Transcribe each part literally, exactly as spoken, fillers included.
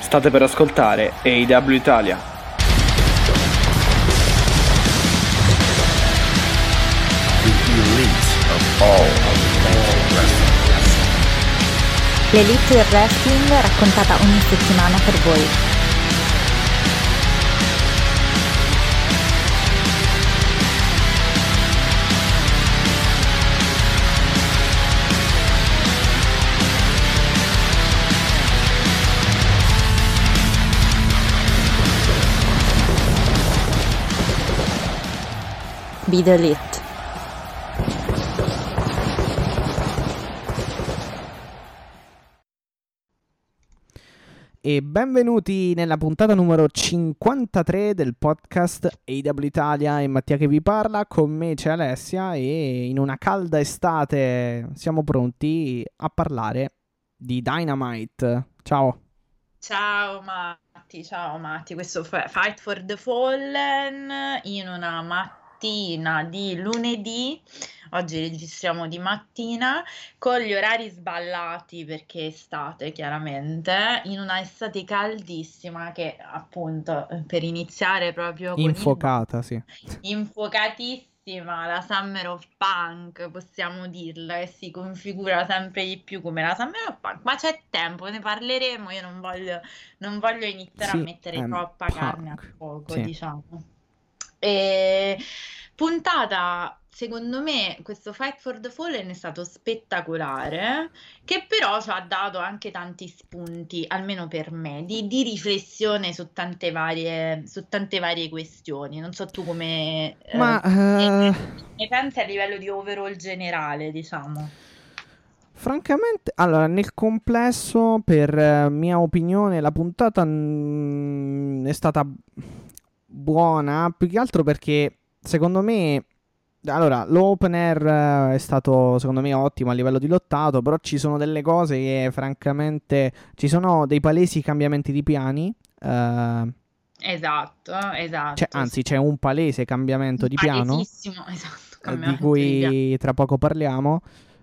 State per ascoltare A E W Italia. L'elite del wrestling raccontata ogni settimana per voi. Be the elite. E benvenuti nella puntata numero cinquantatré del podcast A E W Italia. È Mattia che vi parla, con me c'è Alessia e in una calda estate siamo pronti a parlare di Dynamite. Ciao. Ciao Matti, ciao Matti, questo f- Fight for the Fallen in una mattina di lunedì. Oggi registriamo di mattina con gli orari sballati perché è estate, chiaramente, in una estate caldissima che appunto per iniziare proprio con Infuocata, il... sì. Infuocatissima, la Summer of Punk, possiamo dirla, che si configura sempre di più come la Summer of Punk, ma c'è tempo, ne parleremo, io non voglio, non voglio iniziare Sì, a mettere ehm, troppa punk, carne a fuoco, sì. diciamo. E puntata, secondo me, questo Fight for the Fallen è stato spettacolare, che però ci ha dato anche tanti spunti, almeno per me, di, di riflessione su tante varie, su tante varie questioni. Non so tu come eh, Ma ne, eh, ne pensi a livello di overall generale, diciamo. francamente, allora, nel complesso, per eh, mia opinione, la puntata mm, è stata buona, più che altro perché, secondo me, allora, l'opener eh, è stato, secondo me, ottimo a livello di lottato, però ci sono delle cose che, francamente, ci sono dei palesi cambiamenti di piani, eh, Esatto, esatto. c'è- anzi, c'è un palese cambiamento di piano, Palesissimo, esatto, eh, di cambiamento di piano. cui tra poco parliamo.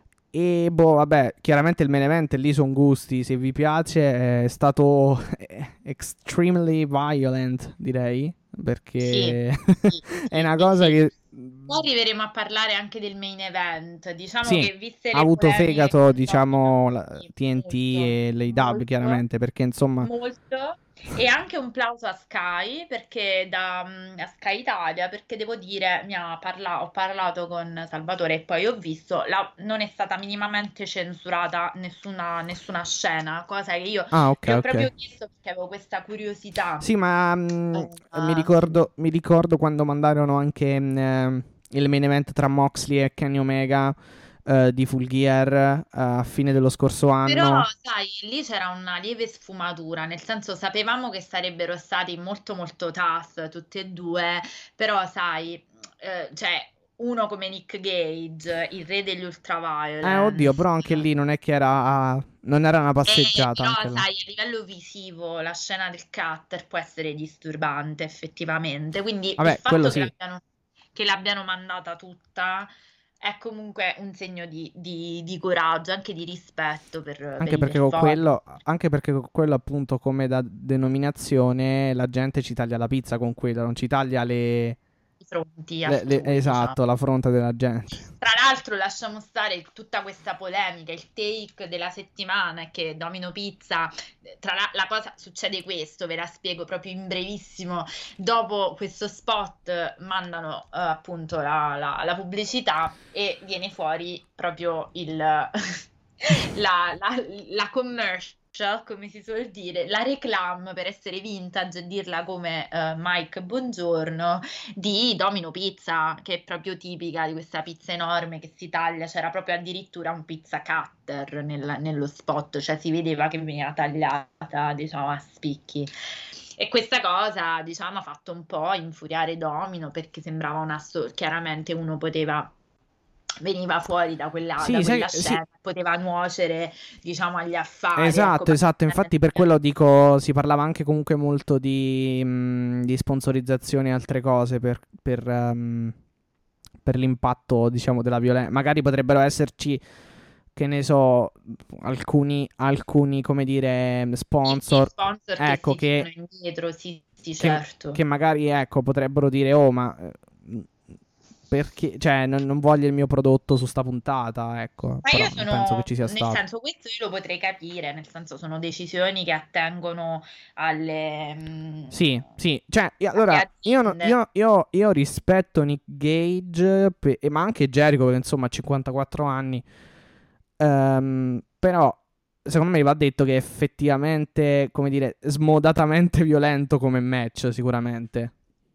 E boh, vabbè, chiaramente il main event lì sono gusti, se vi piace è stato extremely violent, direi, perché Sì, sì, è sì, una sì, cosa sì. che Poi arriveremo a parlare anche del main event. Diciamo sì, che viste ha le avuto polemiche fegato, con diciamo, la Dominic, T N T molto, e l'A E W, molto, chiaramente, perché insomma, molto. E anche un plauso a Sky, perché da, mm, a Sky Italia, perché devo dire, mi ha parla- ho parlato con Salvatore e poi ho visto, la- non è stata minimamente censurata nessuna, nessuna scena, cosa che io ah, ok, gli ho ok. proprio chiesto perché avevo questa curiosità. Sì, ma mm, Eh, mi ricordo, mi ricordo quando mandarono anche mm, ehm, il main event tra Moxley e Kenny Omega eh, di Full Gear eh, a fine dello scorso Però, anno. sai, lì c'era una lieve sfumatura, nel senso sapevamo che sarebbero stati molto molto tough tutti e due, però sai, eh, cioè uno come Nick Gage, il re degli Eh, ultraviolence, oddio, però anche lì non è che era, non era una eh, passeggiata, però anche là. sai, a livello visivo la scena del cutter può essere disturbante effettivamente, quindi il Vabbè, quello fatto che sì. l'abbiano, che l'abbiano mandata tutta è comunque un segno di, di- di coraggio, anche di rispetto per, per Anche i perché con performer. quello, anche perché con quello appunto come da denominazione la gente ci taglia la pizza con quello, non ci taglia le, I fronti le- le- altrui, diciamo. esatto, la fronte della gente. Tra l'altro, lasciamo stare tutta questa polemica. Il take della settimana è che Domino Pizza, tra la, la cosa succede questo, ve la spiego proprio in brevissimo. Dopo questo spot mandano eh, appunto la, la- la pubblicità e viene fuori proprio il, la, la, la commercial, come si suol dire, la reclame per essere vintage e dirla come eh, Mike Buongiorno di Domino Pizza, che è proprio tipica di questa pizza enorme che si taglia. C'era proprio addirittura un pizza cutter nel- nello spot, cioè si vedeva che veniva tagliata, diciamo, a spicchi. E questa cosa, diciamo, ha fatto un po' infuriare Domino perché sembrava una so- chiaramente uno poteva veniva fuori da quella, da Sì, sai, quella sì, scena, poteva nuocere, diciamo, agli affari, ecco, esatto, esatto, infatti per paradossalmente. quello dico, si parlava anche comunque molto di, mh, di sponsorizzazioni e altre cose per, per, ehm, per l'impatto, diciamo, della violenza. Magari potrebbero esserci che ne so, alcuni, alcuni come dire, Sì, sì, sponsor, sponsor che ecco, si tirano che, indietro, sì, sì, che, certo. che magari, ecco, potrebbero dire, oh, ma eh, perché, cioè, non, non voglio il mio prodotto su sta puntata, ecco, Ma però io non penso che sono, ci sia nel stato. senso, questo io lo potrei capire, nel senso sono decisioni che attengono alle, mm, Sì, sì, cioè, io- alle allora, io, no- aziende. io, io, io rispetto Nick Gage, pe- e- ma anche Jericho, perché insomma ha cinquantaquattro anni, ehm, però secondo me va detto che è effettivamente, come dire, smodatamente violento come match, sicuramente,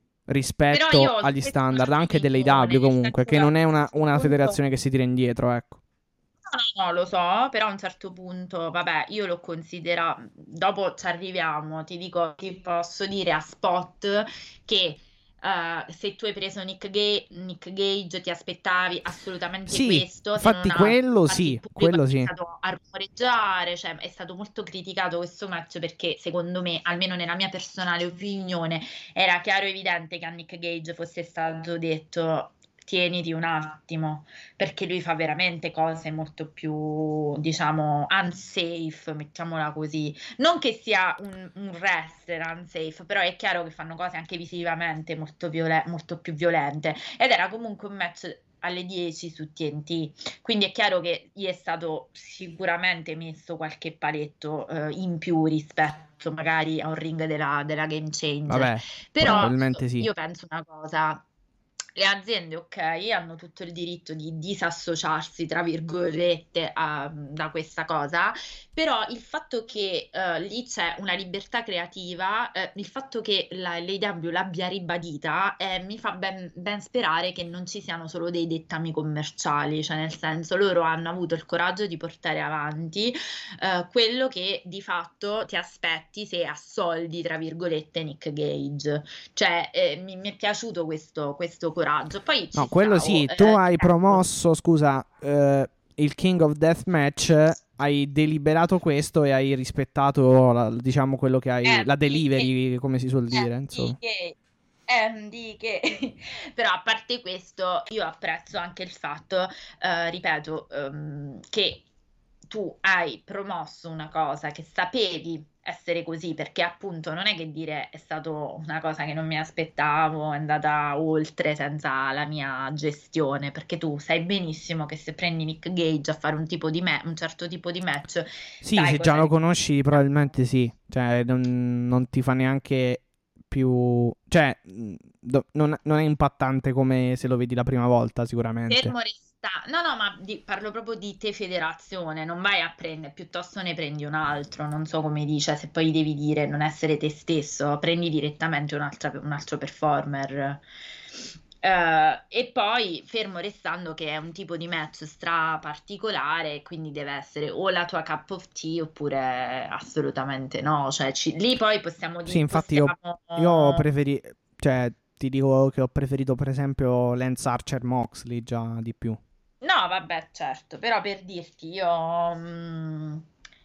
Però rispetto io su agli questo ho standard, un'altra anche dell'A E W opinione, nel comunque, senso che che a non è un una, certo una punto. federazione che si tira indietro, ecco. No, no, no, lo so, però a un certo punto, vabbè, io lo considero, dopo ci arriviamo, ti dico, ti posso dire a spot che eh, se tu hai preso Nick, Ga- Nick Gage ti aspettavi assolutamente Sì, questo, se non infatti altro, quello infatti il sì, pubblico ha quello sì. iniziato a rumoreggiare, cioè è stato molto criticato questo match perché secondo me, almeno nella mia personale opinione, era chiaro e evidente che a Nick Gage fosse stato detto tieniti un attimo perché lui fa veramente cose molto più, diciamo, unsafe, mettiamola così. Non che sia un, un wrestler unsafe, però è chiaro che fanno cose anche visivamente molto, viole- molto più violente. Ed era comunque un match alle dieci su T N T, quindi è chiaro che gli è stato sicuramente messo qualche paletto eh, in più rispetto magari a un ring della, della Game Changer. Vabbè, Però probabilmente sì. io penso una cosa, le aziende, ok, hanno tutto il diritto di disassociarsi, tra virgolette, a- da questa cosa, però il fatto che eh, lì c'è una libertà creativa, eh, il fatto che la, l'A E W l'abbia ribadita, eh, mi fa ben, ben sperare che non ci siano solo dei dettami commerciali, cioè nel senso loro hanno avuto il coraggio di portare avanti eh, quello che di fatto ti aspetti se a soldi, tra virgolette, Nick Gage. Cioè, eh, mi, mi è piaciuto questo, questo coraggio. Poi ci No, quello stavo, sì, tu eh, hai ripeto, promosso, scusa, eh, il King of Deathmatch, hai deliberato questo e hai rispettato, la- diciamo, quello che hai, la M D K, delivery, come si suol dire, insomma. M D K, M D K. Però a parte questo, io apprezzo anche il fatto, eh, ripeto, ehm, che tu hai promosso una cosa che sapevi essere così, perché appunto non è che dire è stato una cosa che non mi aspettavo, è andata oltre senza la mia gestione, perché tu sai benissimo che se prendi Nick Gage a fare un tipo di me- un certo tipo di match, Sì, sai se già cosa lo devi conosci, probabilmente sì. Cioè, non, non ti fa neanche più... Cioè, mh, do- non, non è impattante come se lo vedi la prima volta, sicuramente. fermo resta. No, no, ma di- parlo proprio di te federazione, non vai a prendere, piuttosto ne prendi un altro, non so come dice, se poi devi dire non essere te stesso, prendi direttamente un'altra- un altro performer. Eh, e poi fermo restando che è un tipo di match stra particolare, quindi deve essere o la tua cup of tea oppure assolutamente no. Cioè, ci- lì poi possiamo Sì, dire, infatti io, possiamo. io preferi... Cioè, ti dico che ho preferito, per esempio, Lance Archer Moxley già di più. No, vabbè, certo, però per dirti, io, mm,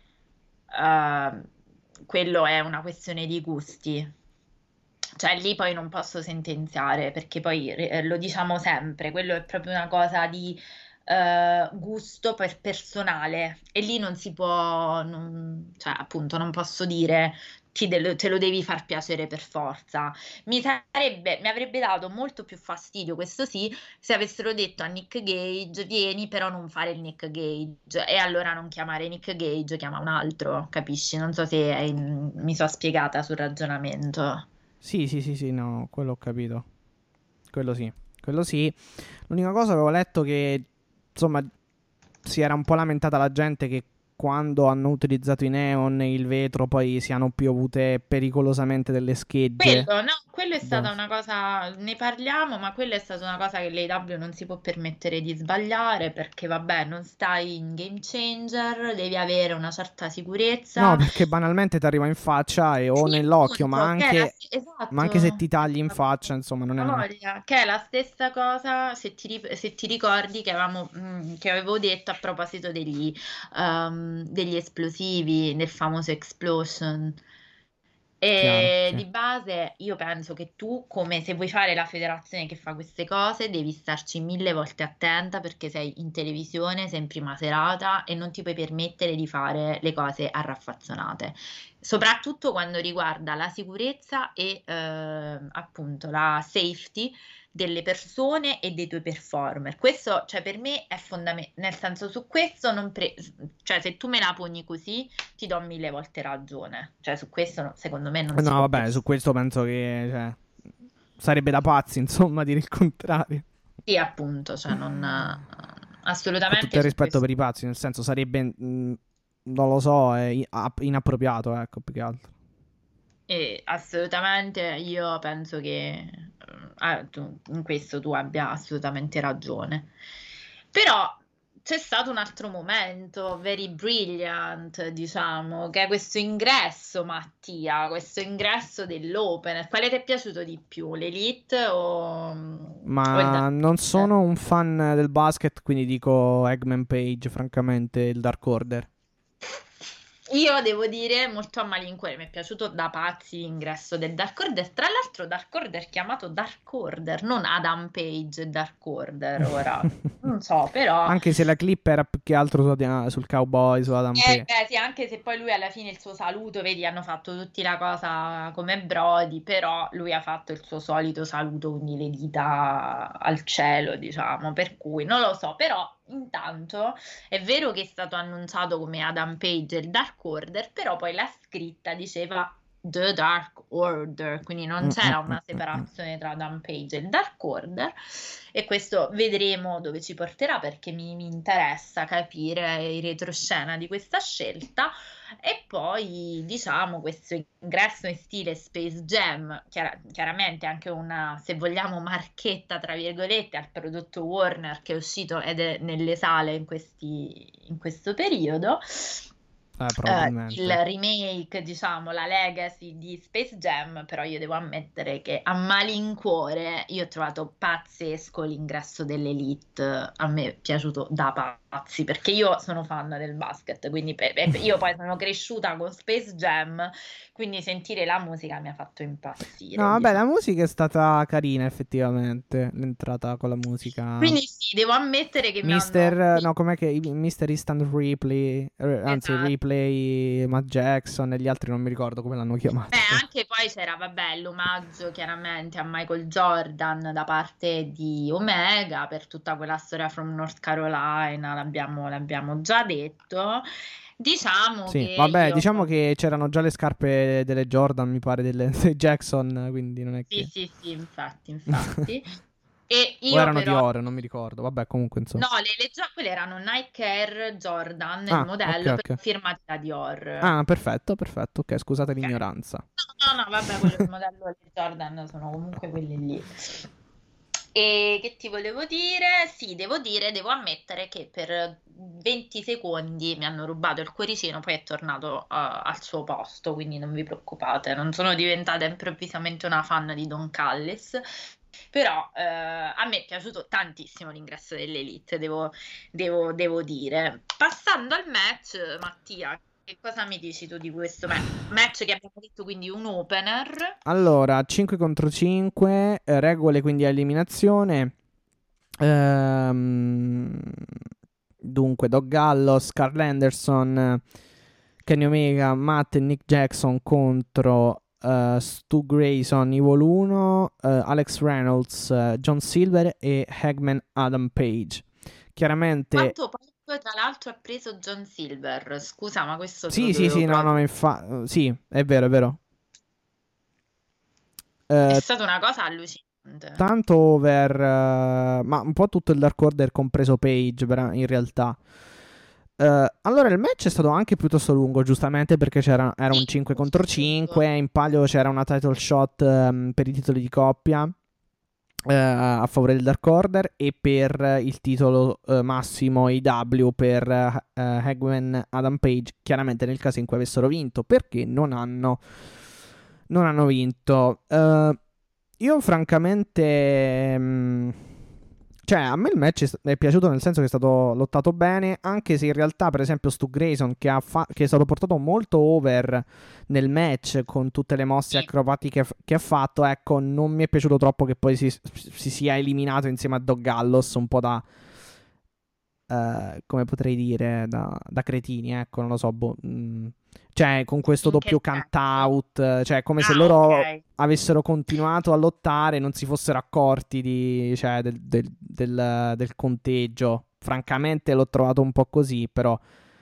eh, quello è una questione di gusti. Cioè, lì poi non posso sentenziare perché poi eh, lo diciamo sempre, quello è proprio una cosa di eh, gusto per personale e lì non si può, non- cioè appunto non posso dire ti de- te lo devi far piacere per forza. Mi sarebbe, mi avrebbe dato molto più fastidio, questo sì, se avessero detto a Nick Gage vieni però non fare il Nick Gage e allora non chiamare Nick Gage, chiama un altro, capisci? Non so se eh, mi sono spiegata sul ragionamento. Sì, sì, sì, sì, no, quello ho capito. Quello sì, quello sì. L'unica cosa avevo letto che, insomma, si era un po' lamentata la gente che quando hanno utilizzato i neon e il vetro poi siano piovute pericolosamente delle schegge. Quello, no, quello è Da- stata una cosa, ne parliamo, ma quella è stata una cosa che l'A E W non si può permettere di sbagliare perché, vabbè, non stai in Game Changer, devi avere una certa No, sicurezza. perché banalmente ti arriva in faccia e o Sì, nell'occhio, ma appunto, che è la, anche, ma anche se esatto, ti tagli in faccia, insomma, non è la una... voglia, che è la stessa cosa, se ti, ri- se ti ricordi che avevamo, mm, che avevo detto a proposito degli, ehm, degli esplosivi, del famoso explosion. Chiaro, E sì. di base io penso che tu, come se vuoi fare la federazione che fa queste cose, devi starci mille volte attenta perché sei in televisione, sei in prima serata e non ti puoi permettere di fare le cose arraffazzonate, soprattutto quando riguarda la sicurezza e eh, appunto la safety delle persone e dei tuoi performer. Questo, cioè, per me è fondamentale, nel senso su questo non pre- cioè se tu me la poni così ti do mille volte ragione. Cioè, su questo no- secondo me non si No, può vabbè, su pensare. questo penso che cioè, sarebbe da pazzi, insomma, dire il contrario. Sì, appunto, cioè non eh, Con tutto assolutamente il su rispetto questo. per i pazzi, nel senso sarebbe, mh, non lo so, è i- app- inappropriato, ecco, più che altro. E assolutamente io penso che eh, ah, tu- in questo tu abbia assolutamente ragione. Però c'è stato un altro momento very brilliant, diciamo, che è questo ingresso, Mattia, questo ingresso dell'Open. Quale ti è piaciuto di più, l'Elite o, o il Ma Dark non Order? sono un fan del basket, quindi dico Eggman Page, francamente, il Dark Order. Io devo dire molto a malincuore, mi è piaciuto da pazzi l'ingresso del Dark Order. Tra l'altro, Dark Order chiamato Dark Order, non Adam Page Dark Order. Ora non so, però. Anche se la clip era più che altro su- sul cowboy, su Adam Eh, P. beh, sì, anche se poi lui alla fine il suo saluto, vedi, hanno fatto tutti la cosa come Brody, però lui ha fatto il suo solito saluto, quindi le dita al cielo, diciamo, per cui non lo so, però intanto è vero che è stato annunciato come Adam Page e il Dark Order, però poi la scritta diceva The Dark Order, quindi non Mm, mm, c'era mm, una mm, mm. separazione tra Adam Page e il Dark Order e questo vedremo dove ci porterà perché mi, mi interessa capire il retroscena di questa scelta e poi diciamo questo ingresso in stile Space Jam, chiara- chiaramente anche una, se vogliamo, marchetta tra virgolette al prodotto Warner che è uscito ed è nelle sale in questi, in questo periodo. Eh, Eh, il probabilmente. remake, diciamo, la legacy di Space Jam, però io devo ammettere che a malincuore io ho trovato pazzesco l'ingresso dell'Elite, a me è piaciuto da pazzi, perché io sono fan del basket, quindi pe- pe- io poi sono cresciuta con Space Jam, quindi sentire la musica mi ha fatto No, impazzire, vabbè, diciamo. la musica è stata carina, effettivamente. L'entrata con la musica. Quindi sì, devo ammettere che mi hanno. Mister, no, com'è che mister Instant Replay, eh, anzi Esatto. Replay, Matt Jackson e gli altri non mi ricordo come l'hanno Beh, chiamato. anche poi c'era, vabbè, l'omaggio chiaramente a Michael Jordan da parte di Omega per tutta quella storia from North Carolina, l'abbiamo l'abbiamo già detto. Diciamo che Sì, vabbè, io. diciamo che c'erano già le scarpe delle Jordan, mi pare, delle, dei Jackson, quindi non è Sì, che. sì, sì, infatti, infatti. E O io erano però. Dior, non mi ricordo. Vabbè, comunque, insomma. No, le, le gio- quelle erano Nike Air Jordan, il Ah, ok, modello, però ok. firmati da Dior. Ah, perfetto, perfetto. Ok, scusate Ok. l'ignoranza. No, no, no, vabbè, quello il modello dei Jordan sono comunque quelli lì. E che ti volevo dire? Sì, devo dire, devo ammettere che per venti secondi mi hanno rubato il cuoricino, poi è tornato uh, al suo posto, quindi non vi preoccupate, non sono diventata improvvisamente una fan di Don Callis, però eh, a me è piaciuto tantissimo l'ingresso dell'Elite, devo, devo, devo dire. Passando al match, Mattia, che cosa mi dici tu di questo ma- match che abbiamo detto quindi un opener? Allora, cinque contro cinque, eh, regole quindi a eliminazione. Ehm, dunque, Doc Gallows, Carl Anderson, Kenny Omega, Matt e Nick Jackson contro eh, Stu Grayson, Evil uno, eh, Alex Reynolds, eh, John Silver e Hagman Adam Page. Chiaramente, Quanto poi tra l'altro ha preso John Silver? Scusa, ma questo te lo sì, sì, dovevo sì, no, no, proprio. infa- sì, è vero, è vero. È Eh, stata una cosa allucinante. tanto over, eh, ma un po' tutto il Dark Order, compreso Page, vera- in realtà. Eh, allora, il match è stato anche piuttosto lungo, giustamente perché c'era, era un Sì, cinque contro molto lungo. cinque. In palio c'era una title shot ehm, per i titoli di coppia eh, a favore del Dark Order e per il titolo eh, massimo A E W per eh, Hagman Adam Page. Chiaramente nel caso in cui avessero vinto, perché non hanno, non hanno vinto. Eh, io francamente mh, Cioè, a me il match è, st- è piaciuto nel senso che è stato lottato bene, anche se in realtà, per esempio, Stu Grayson, che, ha fa- che è stato portato molto over nel match con tutte le mosse Sì. acrobatiche f- che ha fatto, ecco, non mi è piaciuto troppo che poi si, si sia eliminato insieme a Doug Gallows, un po' da, eh, come potrei dire, da, da cretini, ecco, non lo so, boh, mm. Cioè, con questo In che doppio count senso? out, cioè, come se Ah, loro ok. avessero continuato a lottare e non si fossero accorti di, cioè, del, del- del- del conteggio. Francamente l'ho trovato un po' così, però.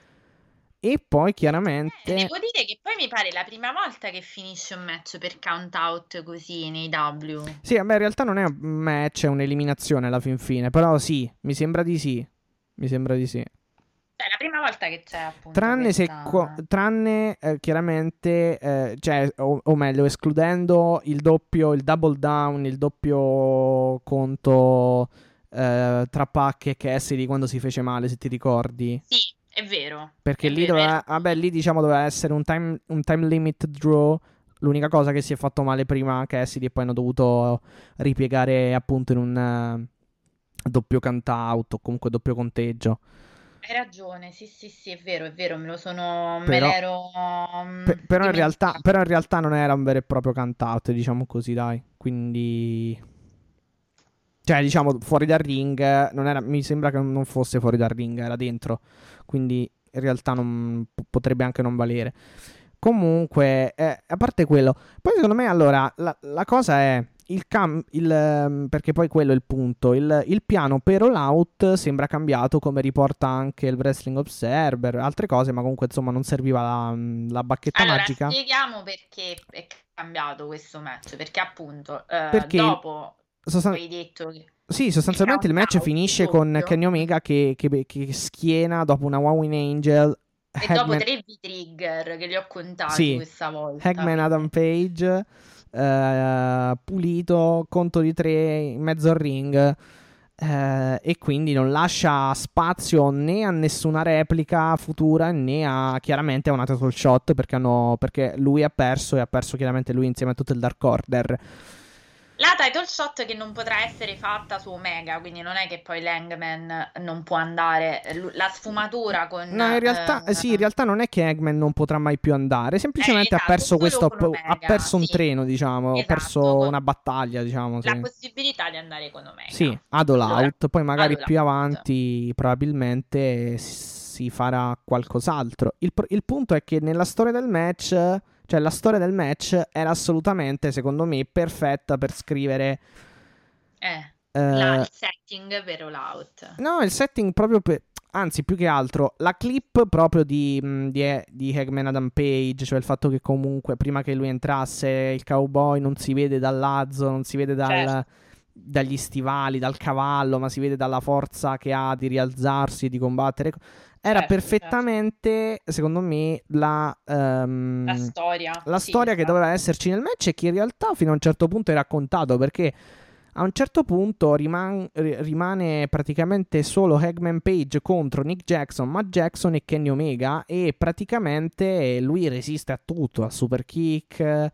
E poi Eh, chiaramente. devo dire che poi mi pare la prima volta che finisce un match per count out così nei W. Sì, vabbè, in realtà non è un match, è un'eliminazione alla fin fine, però sì, mi sembra di sì. Mi sembra di sì. Cioè, la prima volta che c'è appunto Tranne se qua- questa... tranne eh, chiaramente, eh, cioè, o, o meglio, escludendo il doppio, il double down, il doppio conto eh, tra Pac e Cassidy quando si fece male, se ti ricordi. Sì, è vero, Perché è lì vero, hai doveva, vabbè, ragione. lì diciamo doveva essere un time, un time limit draw. L'unica cosa che si è fatto male prima Cassidy e poi hanno dovuto ripiegare appunto in un eh, doppio count out o comunque doppio conteggio. Hai ragione, sì, sì, sì, è vero, è vero, me lo sono, me Però l'ero mm, Pe- però, in realtà, dimenticato. però in realtà non era un vero e proprio cantato, diciamo così, dai. Quindi, cioè, diciamo, fuori dal ring, eh, non era, mi sembra che non fosse fuori dal ring, era dentro. Quindi, in realtà, non, p- potrebbe anche non valere. Comunque, eh, a parte quello, poi secondo me, allora, la, la cosa è il cam, il, ehm, perché poi quello è il punto. Il, il piano per All Out sembra cambiato, come riporta anche il Wrestling Observer, altre cose, ma comunque, insomma, non serviva la, la bacchetta Allora, magica. spieghiamo perché è cambiato questo match, perché appunto eh, Perché il- dopo tu sostan- hai detto che sì, il sostanzialmente il count match out finisce con doppio Kenny Omega che, che- che schiena dopo una Wowing Angel. e dopo Hagman, tre V-trigger che li ho contati sì, questa volta, Hagman Adam quindi Page, eh, pulito, conto di tre in mezzo al ring. eh, e quindi non lascia spazio né a nessuna replica futura né a chiaramente a una title shot perché, hanno, perché lui ha perso e ha perso chiaramente lui insieme a tutto il Dark Order. la title shot che non potrà essere fatta su Omega, quindi non è che poi l'Hangman non può andare, L- la sfumatura con No, in realtà, eh, sì, in eh, realtà non è che Eggman non potrà mai più andare, eh, semplicemente ha esatto, perso solo questo, con ha Omega, perso un sì, treno, diciamo, ha esatto, perso con una battaglia, diciamo, la sì. possibilità di andare con Sì, Omega. ad All Allora, Out, poi magari allora, più avanti probabilmente si farà qualcos'altro. Il, pro- il punto è che nella storia del match, cioè la storia del match era assolutamente, secondo me, perfetta per scrivere... eh, la- eh, il setting per All Out. No, il setting proprio per... Anzi, più che altro, la clip proprio di, mh, di, di Hagman Adam Page, cioè il fatto che comunque prima che lui entrasse il cowboy non si vede dal lazzo, non si vede Certo, dal- dagli stivali, dal cavallo, ma si vede dalla forza che ha di rialzarsi e di combattere. Era certo, certo. perfettamente, secondo me, la, La ehm, storia, la sì, storia che esatto. doveva esserci nel match e che in realtà fino a un certo punto è raccontato perché a un certo punto riman- ri- rimane praticamente solo Hagman Page contro Nick Jackson, Matt Jackson e Kenny Omega e praticamente lui resiste a tutto, a super kick,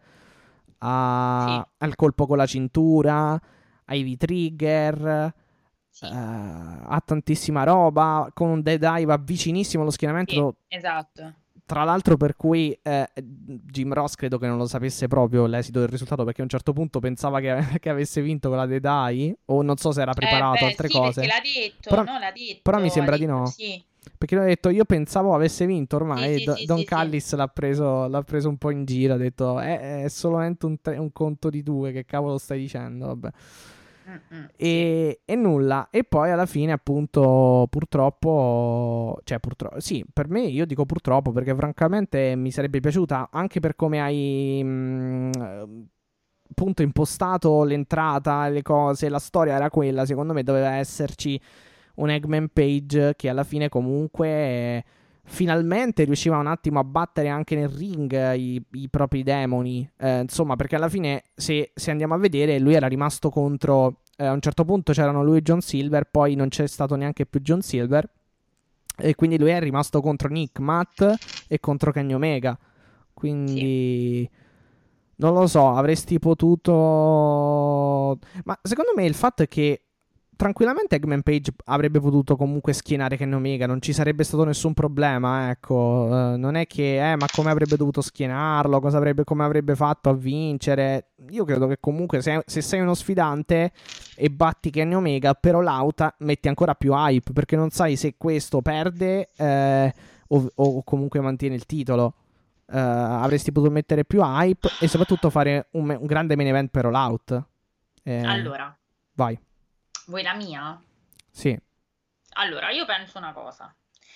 Sì, a- al colpo con la cintura, ai V-trigger, eh, sì, a tantissima roba, con un dead eye va vicinissimo allo sì, schienamento. esatto. Tra l'altro per cui eh, Jim Ross credo che non lo sapesse proprio l'esito del risultato perché a un certo punto pensava che, che avesse vinto con la Dead Eye o non so se era Eh, preparato beh, altre sì, perché cose. l'ha detto, Però, no? L'ha però mi detto, ha sembra di detto no. sì. Perché lui ha detto io pensavo avesse vinto Sì, ormai e sì, Do- sì, Don sì, sì. Callis l'ha preso, l'ha preso un po' in giro, ha detto è, è solamente un, tre- un conto di due, che cavolo stai dicendo? Vabbè. Mm, mm, sì. E, e nulla, e poi alla fine, appunto, purtroppo, cioè, purtroppo, sì, per me io dico purtroppo perché francamente mi sarebbe piaciuta anche per come hai mh, appunto impostato l'entrata, le cose, la storia era quella. Secondo me doveva esserci un Eggman Page che alla fine, comunque. eh, Finalmente riusciva un attimo a battere anche nel ring eh, i, i propri demoni. Eh, insomma, perché alla fine, se, se andiamo a vedere, lui era rimasto contro. Eh, a un certo punto c'erano lui e John Silver, poi non c'è stato neanche più John Silver. E quindi lui è rimasto contro Nick, Matt e contro Kenny Omega. Sì. Quindi. Non lo so, avresti potuto. Ma secondo me il fatto è che tranquillamente Eggman Page avrebbe potuto comunque schienare Kenny Omega, non ci sarebbe stato nessun problema, ecco. Uh, non è che, eh, ma come avrebbe dovuto schienarlo, cosa avrebbe, come avrebbe fatto a vincere. Io credo che comunque se, se sei uno sfidante e batti Kenny Omega, però l'auta metti ancora più hype, perché non sai se questo perde eh, o, o comunque mantiene il titolo. Uh, avresti potuto mettere più hype e soprattutto fare un, un grande main event per All Out. Eh, Allora, vai. vuoi la mia? Sì. Allora, io penso una cosa,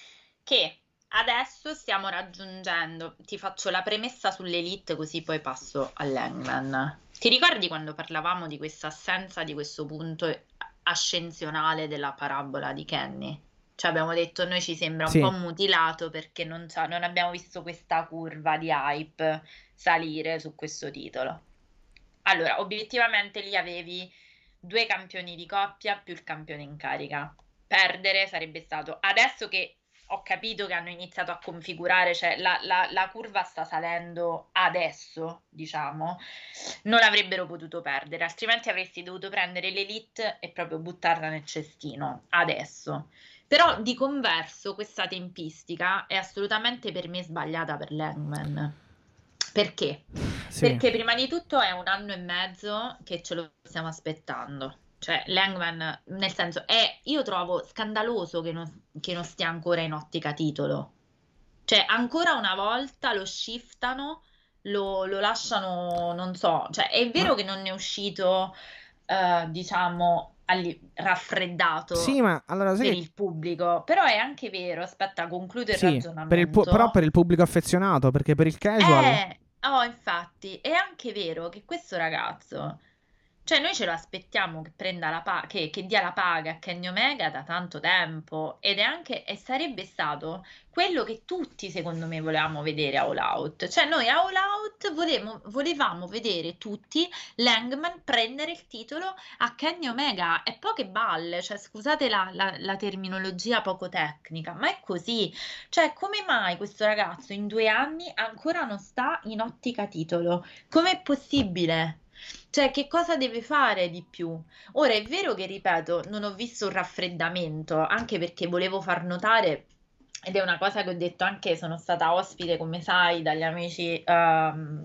che adesso stiamo raggiungendo, ti faccio la premessa sull'Elite così poi passo all'Hangman. Ti ricordi quando parlavamo di questa assenza, di questo punto ascensionale della parabola di Kenny? Cioè abbiamo detto noi ci sembra un Sì. po' mutilato perché non, c'ha- non abbiamo visto questa curva di hype salire su questo titolo. Allora, obiettivamente lì avevi due campioni di coppia più il campione in carica. Perdere sarebbe stato... Adesso che ho capito che hanno iniziato a configurare, cioè la, la- la curva sta salendo adesso, diciamo, non avrebbero potuto perdere, altrimenti avresti dovuto prendere l'Elite e proprio buttarla nel cestino, adesso. Però di converso questa tempistica è assolutamente per me sbagliata per l'Hangman. Perché? Sì. Perché prima di tutto è un anno e mezzo che ce lo stiamo aspettando. Cioè, l'Hangman, nel senso, è, io trovo scandaloso che non, che non stia ancora in ottica titolo. Cioè, ancora una volta lo shiftano, lo, lo lasciano, non so. Cioè, è vero che non ne è uscito, eh, diciamo, alli- raffreddato Sì, ma allora sai per che... il pubblico, però è anche vero, aspetta, concludo il Sì, per il ragionamento. pu- però per il pubblico affezionato, perché per il casual... Eh, oh, infatti, è anche vero che questo ragazzo, cioè noi ce lo aspettiamo che prenda la pa- che, che dia la paga a Kenny Omega da tanto tempo ed è anche, e sarebbe stato quello che tutti secondo me volevamo vedere a All Out. Cioè noi a All Out volevamo, volevamo vedere tutti l'Hangman prendere il titolo a Kenny Omega e poche balle, cioè scusate la, la- la terminologia poco tecnica, ma è così. Cioè come mai questo ragazzo in due anni ancora non sta in ottica titolo? Com'è possibile? Cioè, che cosa deve fare di più? Ora è vero che, ripeto, non ho visto un raffreddamento, anche perché volevo far notare, ed è una cosa che ho detto anche, sono stata ospite, come sai, dagli amici ehm,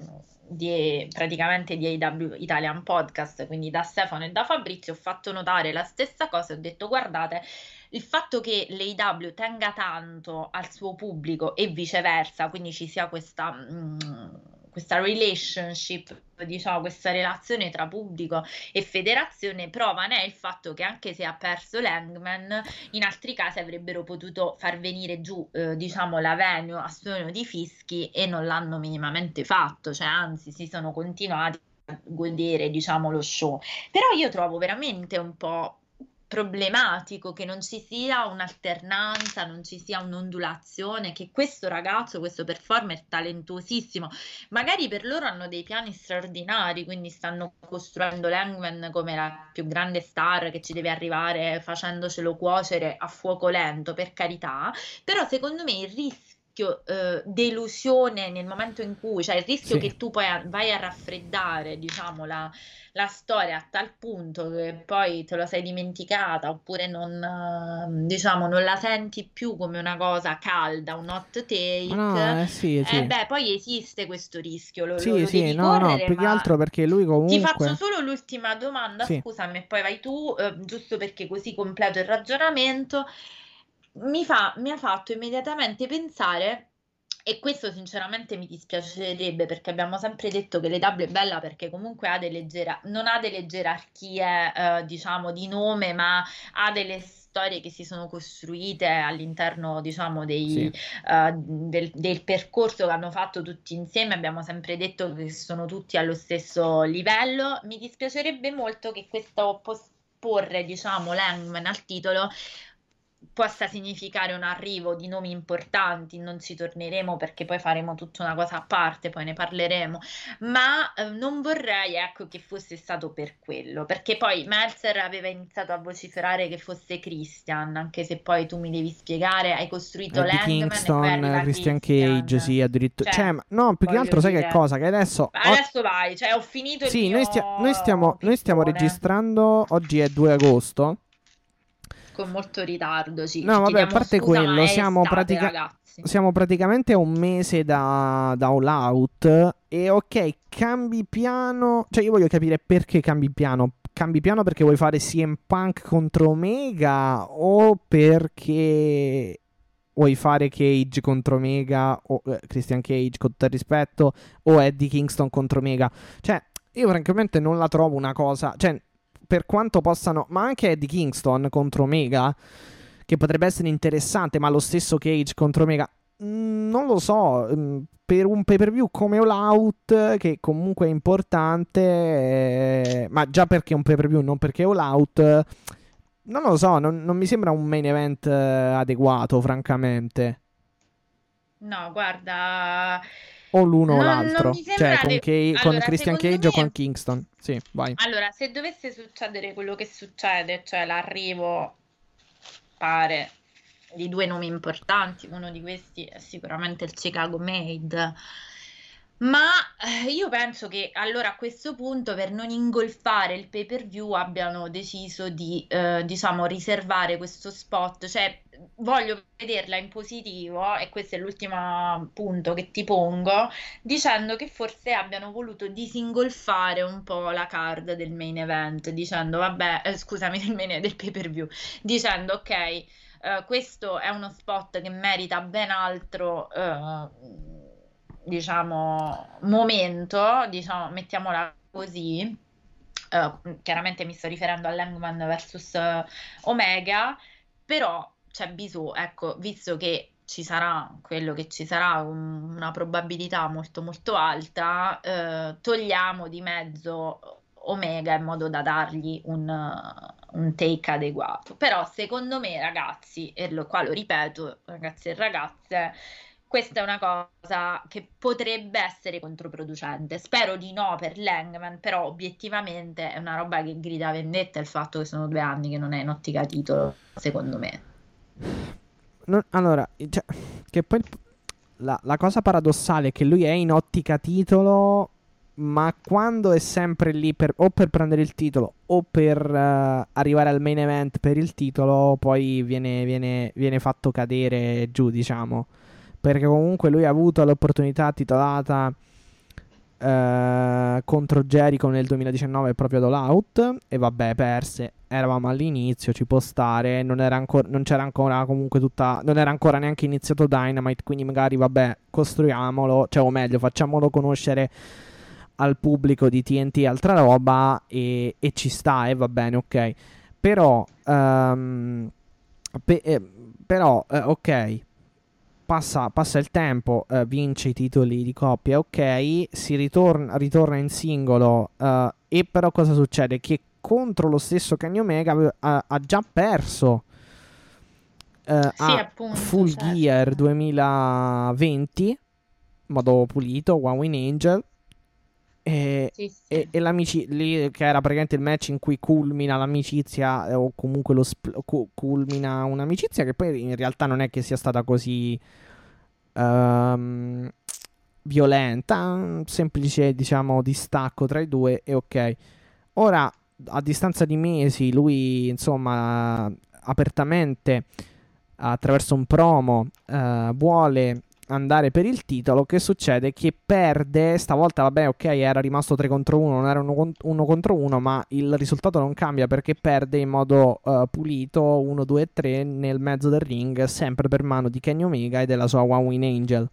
di, praticamente di A E W Italian Podcast, quindi da Stefano e da Fabrizio, ho fatto notare la stessa cosa, ho detto, guardate, il fatto che l'A E W tenga tanto al suo pubblico e viceversa, quindi ci sia questa, mm, questa relationship, diciamo, questa relazione tra pubblico e federazione, prova ne è il fatto che anche se ha perso l'Hangman, in altri casi avrebbero potuto far venire giù, eh, diciamo, la venue a suono di fischi e non l'hanno minimamente fatto, cioè anzi si sono continuati a godere, diciamo, lo show. Però io trovo veramente un po' problematico che non ci sia un'alternanza, non ci sia un'ondulazione, che questo ragazzo, questo performer talentuosissimo, magari per loro hanno dei piani straordinari, quindi stanno costruendo l'Hangman come la più grande star che ci deve arrivare facendocelo cuocere a fuoco lento, per carità, però secondo me il rischio eh, delusione nel momento in cui, cioè il rischio Sì. che tu poi a- vai a raffreddare, diciamo, la la storia a tal punto che poi te lo sei dimenticata oppure non, eh, diciamo, non la senti più come una cosa calda, un hot take, Ma no, eh sì, eh, sì. beh, poi esiste questo rischio, lo, lo- Sì, lo sì, devi no, no, correre, più che ma altro perché lui ti faccio comunque... solo l'ultima domanda, Sì. scusami, e poi vai tu, eh, giusto perché così completo il ragionamento. Mi fa, mi ha fatto immediatamente pensare, e questo sinceramente mi dispiacerebbe perché abbiamo sempre detto che l'E W è bella perché comunque ha delle gera- non ha delle gerarchie, eh, diciamo, di nome, ma ha delle storie che si sono costruite all'interno, diciamo, dei, Sì. eh, del, del percorso che hanno fatto tutti insieme. Abbiamo sempre detto che sono tutti allo stesso livello. Mi dispiacerebbe molto che questo posporre, diciamo, l'Hangman al titolo possa significare un arrivo di nomi importanti, non ci torneremo perché poi faremo tutta una cosa a parte, poi ne parleremo, ma eh, non vorrei, ecco, che fosse stato per quello, perché poi Meltzer aveva iniziato a vociferare che fosse Christian, anche se poi tu mi devi spiegare, hai costruito Eddie l'Hangman e poi Kingston, arriva Christian Christian. Cage, sì, addirittura. Cioè, Cioè, ma- no, più che voglio altro sai che dire, cosa? Che adesso... o- adesso vai, cioè ho finito il Sì, mio noi, stia- noi stiamo, noi stiamo pippone. registrando, oggi è due agosto, con molto ritardo. Ci, No, ci vabbè, a chiediamo parte scusa, ma quello, è siamo, estate, pratica- ragazzi. siamo praticamente a un mese da, da All Out. E ok, cambi piano. Cioè, io voglio capire perché cambi piano. Cambi piano perché vuoi fare C M Punk contro Omega o perché vuoi fare Cage contro Omega o eh, Christian Cage, con tutto il rispetto, o Eddie Kingston contro Omega. Cioè, io francamente non la trovo una cosa. Cioè, per quanto possano. Ma anche Eddie Kingston contro Omega, che potrebbe essere interessante, ma lo stesso Cage contro Omega. Mm, non lo so. mm, Per un pay per view come All Out, che comunque è importante, eh, ma già perché è un pay per view, non perché è All Out, eh, non lo so. Non, non mi sembra un main event eh, adeguato, francamente. No, guarda, O l'uno o non, non l'altro, mi cioè sembra... con, de- Ca- con Allora, Christian secondo Cage o con me... Kingston. Sì, vai. Allora, se dovesse succedere quello che succede, cioè l'arrivo, pare, di due nomi importanti, uno di questi è sicuramente il Chicago Made, ma eh, io penso che allora a questo punto, per non ingolfare il pay-per-view, abbiano deciso di, eh, diciamo, riservare questo spot, cioè voglio vederla in positivo, e questo è l'ultimo punto che ti pongo, dicendo che forse abbiano voluto disingolfare un po' la card del main event, dicendo vabbè, eh, scusami, del main del pay-per-view, dicendo ok, eh, questo è uno spot che merita ben altro, eh, diciamo, momento, diciamo, mettiamola così. Eh, chiaramente mi sto riferendo all'Hangman versus eh, Omega, però c'è bisogno, ecco, visto che ci sarà quello che ci sarà, un- una probabilità molto molto alta, eh, togliamo di mezzo Omega in modo da dargli un, uh, un take adeguato. Però secondo me, ragazzi, e lo, qua lo ripeto, ragazzi e ragazze, questa è una cosa che potrebbe essere controproducente. Spero di no per l'Hangman, però obiettivamente è una roba che grida vendetta il fatto che sono due anni che non è in ottica titolo, secondo me. Non- allora, cioè, che poi il- la, la cosa paradossale è che lui è in ottica titolo, ma quando è sempre lì per, o per prendere il titolo o per eh, arrivare al main event per il titolo, poi viene, viene, viene fatto cadere giù, diciamo. Perché comunque lui ha avuto l'opportunità titolata eh, contro Jericho nel duemiladiciannove proprio ad All Out, e vabbè, perse. Eravamo all'inizio, ci può stare, non era ancora, non c'era ancora comunque tutta, non era ancora neanche iniziato Dynamite, quindi magari vabbè, costruiamolo, cioè o meglio, facciamolo conoscere al pubblico di T N T, altra roba, e, e ci sta, e va bene, ok. Però ehm, pe- eh, però eh, ok, Passa, passa il tempo, eh, vince i titoli di coppia, ok, si ritorna, ritorna in singolo, eh, e però cosa succede? Che contro lo stesso Kenny Omega ave- ha, ha già perso eh, Sì, a appunto, Full certo. Gear duemilaventi, in modo pulito, One Win Angel, e, Sì, sì. e, e l'amici lì, che era praticamente il match in cui culmina l'amicizia, eh, o comunque lo spl- cu- culmina un'amicizia che poi in realtà non è che sia stata così ehm, violenta, un semplice, diciamo, distacco tra i due, e ok. Ora, a distanza di mesi, lui, insomma, apertamente, attraverso un promo, eh, vuole andare per il titolo. Che succede? Che perde. Stavolta, vabbè, ok, era rimasto tre contro uno, non era uno contro uno, ma il risultato non cambia perché perde in modo uh, pulito uno, due, tre nel mezzo del ring, sempre per mano di Kenny Omega e della sua One Win Angel.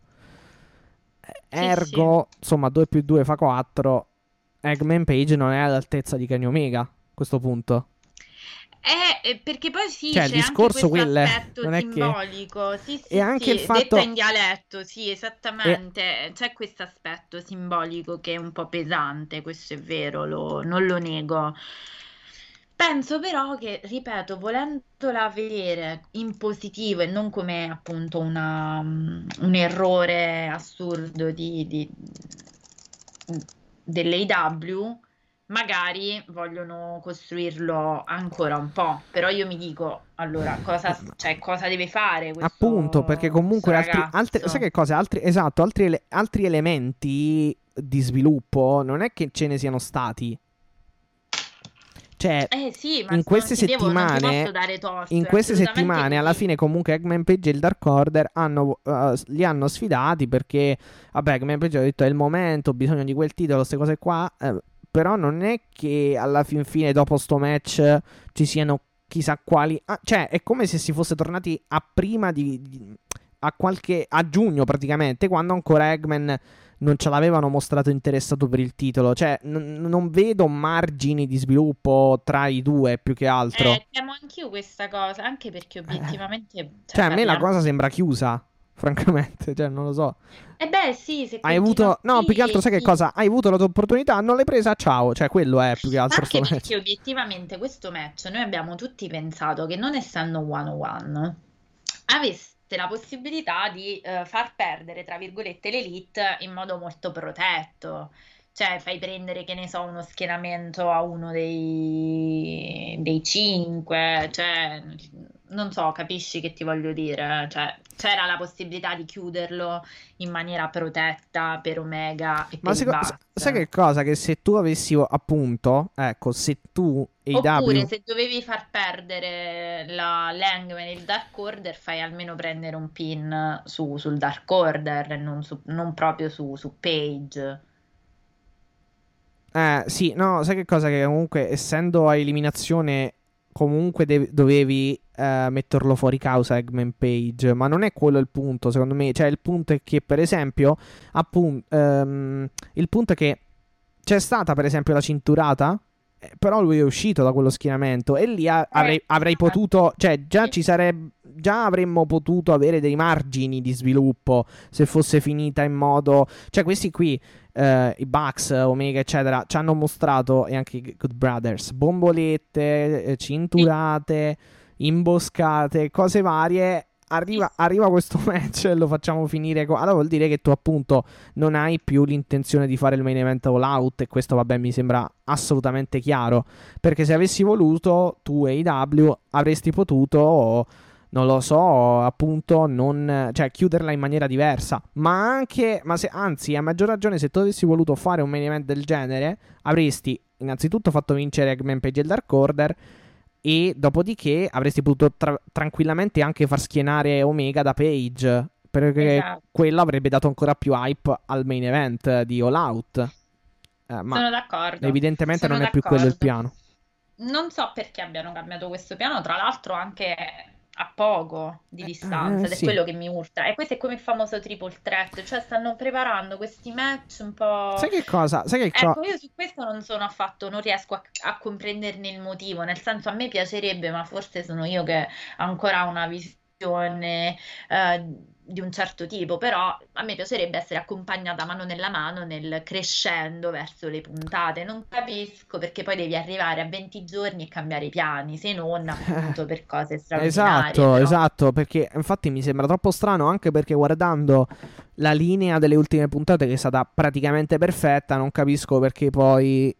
Ergo, sì, insomma, due più due fa quattro. Eggman Page non è all'altezza di Kenny Omega a questo punto. Eh, perché poi sì, cioè, c'è il discorso anche questo quello è, aspetto non è simbolico, che... sì, sì, e anche sì, il fatto, detta in dialetto, sì, e... esattamente, c'è questo aspetto simbolico che è un po' pesante, questo è vero, lo... non lo nego. Penso però che, ripeto, volendola vedere in positivo e non come appunto una, un errore assurdo di, di, dell'A E W, magari vogliono costruirlo ancora un po', però io mi dico, allora, cosa, cioè, cosa deve fare questo, appunto, perché questo comunque altri, ragazzo? altri, sai che cosa? Altri, esatto, altri, ele- altri elementi di sviluppo non è che ce ne siano stati. Cioè, Eh sì, ma in se non queste ti devo, non ti settimane, posso dare torto, in è queste assolutamente settimane, alla così. fine, comunque, Eggman Page e il Dark Order hanno, uh, li hanno sfidati perché, vabbè, Eggman Page ha detto è il momento, ho bisogno di quel titolo, queste cose qua. Eh, però non è che alla fin fine, dopo sto match, ci siano chissà quali. Ah, cioè, è come se si fosse tornati a prima di. di a qualche. A giugno praticamente, quando ancora Eggman non ce l'avevano mostrato interessato per il titolo. Cioè, n- non vedo margini di sviluppo tra i due più che altro. Eh, temo anch'io questa cosa, anche perché obiettivamente, cioè, Cioè, a me la parliamo. cosa sembra chiusa. Francamente, cioè, non lo so. Eh beh, sì, se Hai continua avuto. No, più che altro, così, sai che sì. cosa? Hai avuto la tua opportunità, non l'hai presa, ciao. Cioè, quello è più che Ma altro sto anche match. perché obiettivamente questo match noi abbiamo tutti pensato che non essendo one on one avesse la possibilità di eh, far perdere, tra virgolette, l'elite in modo molto protetto. Cioè, fai prendere, che ne so, uno schieramento a uno dei, dei cinque, cioè, non so, capisci che ti voglio dire? Cioè, c'era la possibilità di chiuderlo in maniera protetta per Omega e Ma per i seco- sa- sai Bucks. che cosa? Che se tu avessi appunto, ecco, se tu e A E W. Oppure se dovevi far perdere la Langman e il Dark Order, fai almeno prendere un pin su- sul Dark Order e non, su- non proprio su, su Page. Eh, sì, no, sai che cosa? Che comunque, essendo a eliminazione, comunque dev- dovevi eh, metterlo fuori causa Eggman Page. Ma non è quello il punto, secondo me. Cioè, il punto è che, per esempio, appunto, ehm, il punto è che c'è stata, per esempio, la cinturata. eh, Però lui è uscito da quello schieramento e lì a- Eh, avrei, avrei esatto. potuto, cioè già Sì, ci sarebbe, già avremmo potuto avere dei margini di sviluppo se fosse finita in modo, cioè questi qui, eh, i Bucks, Omega, eccetera, ci hanno mostrato, e anche i Good Brothers, bombolette, eh, sì, cinturate, imboscate, cose varie. sì, Arriva, sì. arriva questo match e lo facciamo finire. co- allora vuol dire che tu, appunto, non hai più l'intenzione di fare il main event all out. E questo, vabbè, mi sembra assolutamente chiaro. Perché se avessi voluto, tu e A E W avresti potuto, non lo so, appunto, non, cioè, chiuderla in maniera diversa. Ma anche, ma se, anzi, a maggior ragione, se tu avessi voluto fare un main event del genere, avresti innanzitutto fatto vincere Eggman Page e il Dark Order. E dopodiché avresti potuto tra- tranquillamente anche far schienare Omega da Page. Perché Esatto. quello avrebbe dato ancora più hype al main event di All Out. Eh, ma Sono d'accordo, evidentemente sono non è più quello il d'accordo. piano. Non so perché abbiano cambiato questo piano, tra l'altro anche a poco di Eh, eh, distanza, ed è sì. quello che mi urta. E questo è come il famoso triple threat, cioè stanno preparando questi match un po'. Sai che cosa? Sai che cosa? Ecco, io su questo non sono affatto, non riesco a, a comprenderne il motivo, nel senso a me piacerebbe, ma forse sono io che ancora ho una visione eh, di un certo tipo, però a me piacerebbe essere accompagnata mano nella mano nel crescendo verso le puntate. Non capisco perché poi devi arrivare a venti giorni e cambiare i piani, se non appunto per cose straordinarie, Esatto, però. esatto, perché infatti mi sembra troppo strano, anche perché guardando la linea delle ultime puntate, che è stata praticamente perfetta, non capisco perché poi,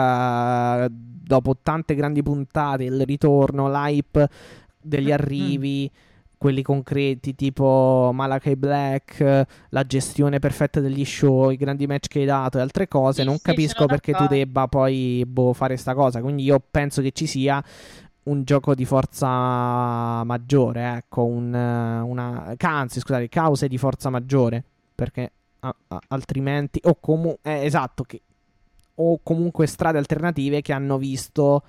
eh, dopo tante grandi puntate, il ritorno, l'hype degli Mm. arrivi, quelli concreti tipo Malachi Black, la gestione perfetta degli show, i grandi match che hai dato e altre cose, Sì, non sì, sono capisco perché tu d'accordo. debba poi, boh, fare sta cosa. Quindi io penso che ci sia un gioco di forza maggiore, ecco, un, eh, una, ca- anzi, scusate, cause di forza maggiore, perché a- a- altrimenti, o comunque, esatto, che, o comunque strade alternative che hanno visto,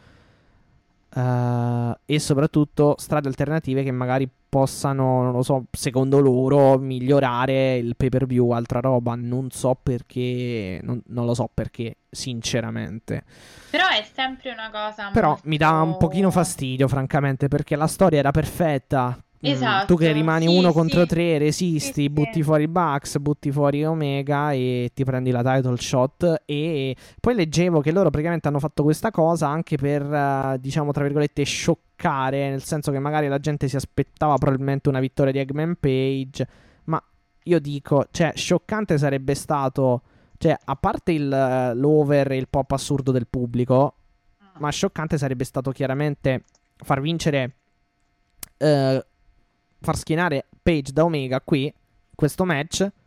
eh, e soprattutto strade alternative che magari possano, non lo so, secondo loro migliorare il pay per view, altra roba. Non so perché, non, non lo so perché, sinceramente. Però è sempre una cosa Però mi dà un pochino molto. fastidio, francamente, perché la storia era perfetta. Mm, tu che Esatto, rimani sì, uno contro sì, tre, sì, resisti, butti sì. fuori Bucks, butti fuori Omega e ti prendi la title shot. E poi leggevo che loro praticamente hanno fatto questa cosa anche per, eh, diciamo, tra virgolette, scioccare, nel senso che magari la gente si aspettava probabilmente una vittoria di Eggman Page. Ma io dico, cioè, scioccante sarebbe stato, cioè, a parte il, eh, l'over e il pop assurdo del pubblico, ma scioccante sarebbe stato chiaramente far vincere, eh, far schienare Page da Omega qui, questo match,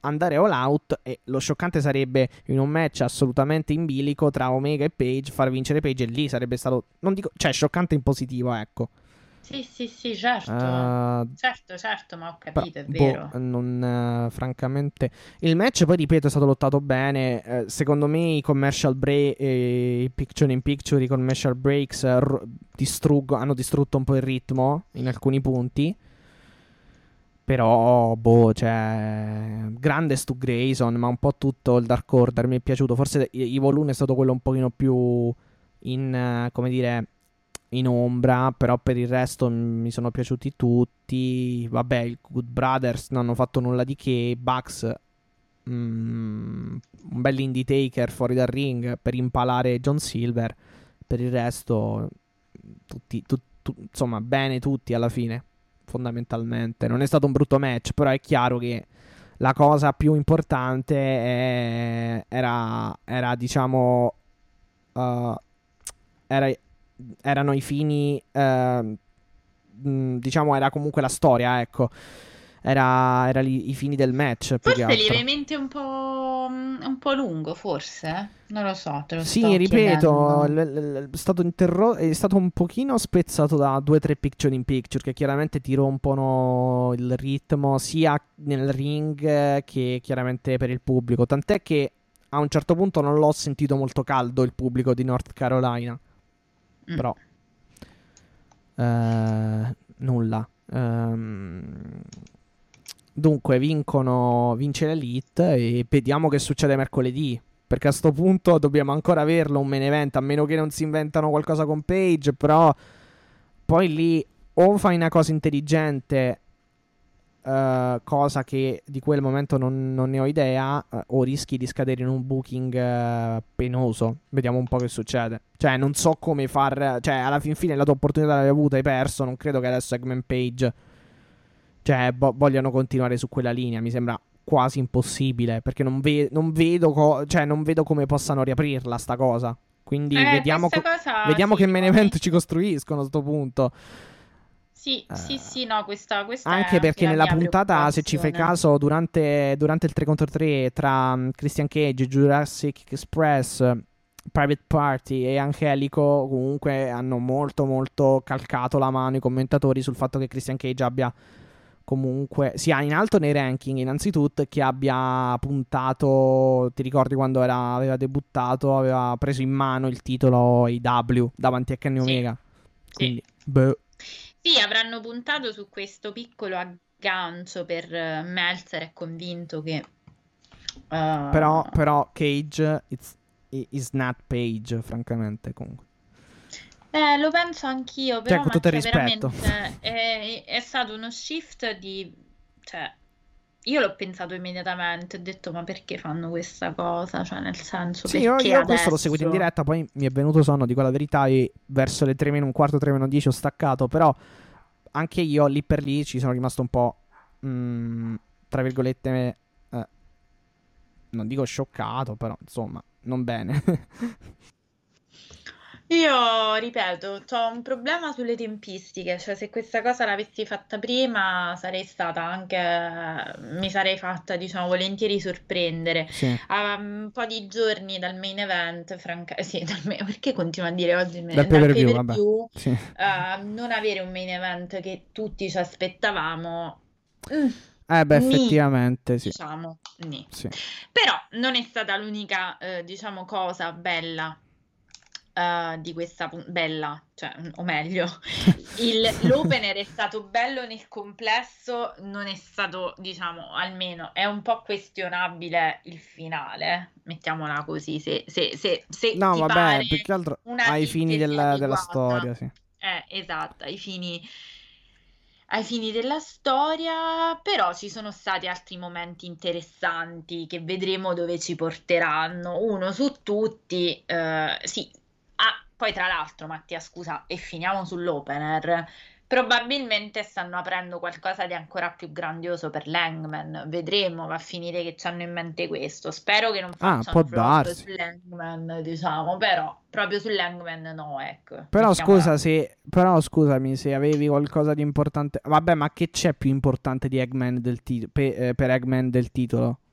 andare all out, e lo scioccante sarebbe in un match assolutamente in bilico tra Omega e Page far vincere Page, e lì sarebbe stato, non dico, cioè scioccante in positivo, ecco. Sì, sì, sì, certo. Uh, certo, certo, ma ho capito, è boh, vero. Non, uh, francamente, il match poi, ripeto, è stato lottato bene. Uh, secondo me i commercial break, eh, i picture in picture, i commercial breaks uh, r- distruggo, hanno distrutto un po' il ritmo in alcuni punti. Però, boh, cioè, grande Stu Grayson, ma un po' tutto il Dark Order mi è piaciuto. Forse Evil uno è stato quello un pochino più in, uh, come dire, in ombra, però per il resto mi sono piaciuti tutti. Vabbè, i Good Brothers non hanno fatto nulla di che. Bucks, mm, un bel indie taker fuori dal ring per impalare John Silver. Per il resto, tutti, tu, tu, insomma, bene tutti alla fine, fondamentalmente. Non è stato un brutto match, però è chiaro che la cosa più importante è, era, era, diciamo, uh, era... erano i fini, eh, diciamo, era comunque la storia, ecco. Era, era li, i fini del match. Forse lievemente un po', un po' lungo, forse. Non lo so, te lo sì, sto ripeto, chiedendo. l- l- è stato interro- è stato un pochino spezzato da due o tre picture in picture che chiaramente ti rompono il ritmo sia nel ring che chiaramente per il pubblico. Tant'è che a un certo punto non l'ho sentito molto caldo il pubblico di North Carolina. Mm. Però eh, nulla. Ehm, dunque vincono, vince l'Elite e vediamo che succede mercoledì, perché a sto punto dobbiamo ancora averlo un main event, a meno che non si inventano qualcosa con Page. Però poi lì o fai una cosa intelligente, Uh, cosa che di quel momento non, non ne ho idea, uh, o rischi di scadere in un booking uh, penoso. Vediamo un po' che succede. Cioè non so come far, cioè alla fin fine la tua opportunità l'hai avuta, hai perso. Non credo che adesso Eggman Page, cioè vo- vogliano continuare su quella linea. Mi sembra quasi impossibile, perché non, ve- non vedo co- cioè non vedo come possano riaprirla sta cosa. Quindi Eh, vediamo, co- cosa, vediamo sì, che main event ci costruiscono a sto punto. Sì, Uh, sì, sì, no, questa, questa anche è perché anche la nella mia puntata, se ci fai caso, durante, durante il tre contro tre tra um, Christian Cage, Jurassic Express, Private Party e Angelico, comunque hanno molto molto calcato la mano i commentatori sul fatto che Christian Cage abbia comunque sia in alto nei ranking innanzitutto, e che abbia puntato, ti ricordi quando era, aveva debuttato, aveva preso in mano il titolo A E W davanti a Kenny Sì. Omega. Quindi, Sì. boh. Sì, avranno puntato su questo piccolo aggancio per uh, Meltzer, è convinto che... Uh... Però, però Cage it's, is not Page, francamente, comunque. Eh, lo penso anch'io, però Cioè, con tutto il cioè, rispetto. veramente è, è stato uno shift di... Cioè, io l'ho pensato immediatamente, ho detto ma perché fanno questa cosa? Cioè, nel senso, sì, io, perché io adesso? questo l'ho seguito in diretta, poi mi è venuto sonno, dico la verità, e verso le tre meno un quarto, tre meno dieci ho staccato, però anche io lì per lì ci sono rimasto un po', mh, tra virgolette, eh, non dico scioccato, però insomma, non bene. Io ripeto, ho un problema sulle tempistiche, cioè se questa cosa l'avessi fatta prima sarei stata anche, mi sarei fatta, diciamo, volentieri sorprendere. Sì. A un po' di giorni dal main event, franca... sì, dal main... perché continuo a dire oggi il main... Dal dal pay-per-view, pay-per-view, vabbè. Sì. uh, non avere un main event che tutti ci aspettavamo. Mm. Eh beh, Nì, effettivamente sì. diciamo, nì. Sì. Però non è stata l'unica, eh, diciamo, cosa bella uh, di questa pun- bella, cioè, o meglio, il, l'opener è stato bello nel complesso, non è stato, diciamo, almeno è un po' questionabile il finale, mettiamola così, se, se, se, se No, ti vabbè, pare più che altro una ai fini sintesi del- della adeguata. storia, sì. Eh, esatto, ai fini ai fini della storia, però ci sono stati altri momenti interessanti che vedremo dove ci porteranno. Uno su tutti, eh, sì. Ah, poi tra l'altro, Mattia, scusa, e finiamo sull'opener. Probabilmente stanno aprendo qualcosa di ancora più grandioso per l'Hangman. Vedremo, va a finire che ci hanno in mente questo. Spero che non Ah, facciano può flop darsi. sull'Hangman, diciamo, però proprio sull'Hangman no, ecco. Però Mettiamola scusa così. se Però scusami se avevi qualcosa di importante. Vabbè, ma che c'è più importante di Eggman del ti- pe- eh, per Eggman del titolo?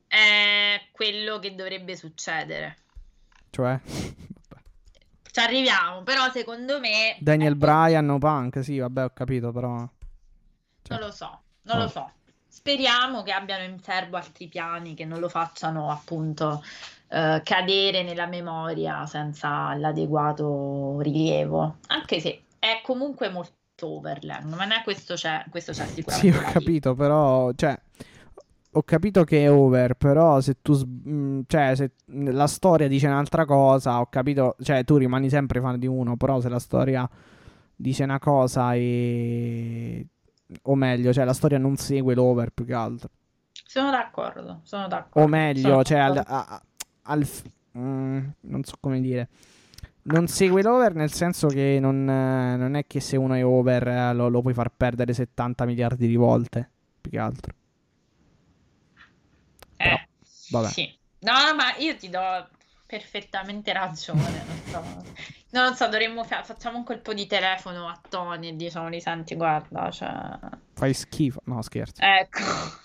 è quello che dovrebbe succedere. Cioè? Ci arriviamo, però secondo me... Daniel è Bryan o Punk, sì, vabbè, ho capito, però... Cioè, Non lo so, non oh. lo so. Speriamo che abbiano in serbo altri piani che non lo facciano appunto eh, cadere nella memoria senza l'adeguato rilievo, anche se è comunque molto overland, ma non è questo c'è, questo c'è Sì, sicuramente ho da dire. capito, però, cioè, ho capito che è over, però se tu, s- mh, cioè, se la storia dice un'altra cosa, ho capito, cioè, tu rimani sempre fan di uno, però se la storia dice una cosa e... o meglio, cioè, la storia non segue l'over più che altro. Sono d'accordo, sono O d'accordo. Sono meglio, cioè, al, d'accordo. a- a- al f- mm, non so come dire. Non segue l'over nel senso che non, eh, non è che se uno è over eh, lo, lo puoi far perdere settanta miliardi di volte, più che altro. Però, Eh, vabbè. sì. No, ma io ti do perfettamente ragione. Non so, non lo so, dovremmo fa- facciamo un colpo di telefono a Tony e diciamogli, senti, guarda, cioè... Fai schifo. No, scherzo. Ecco.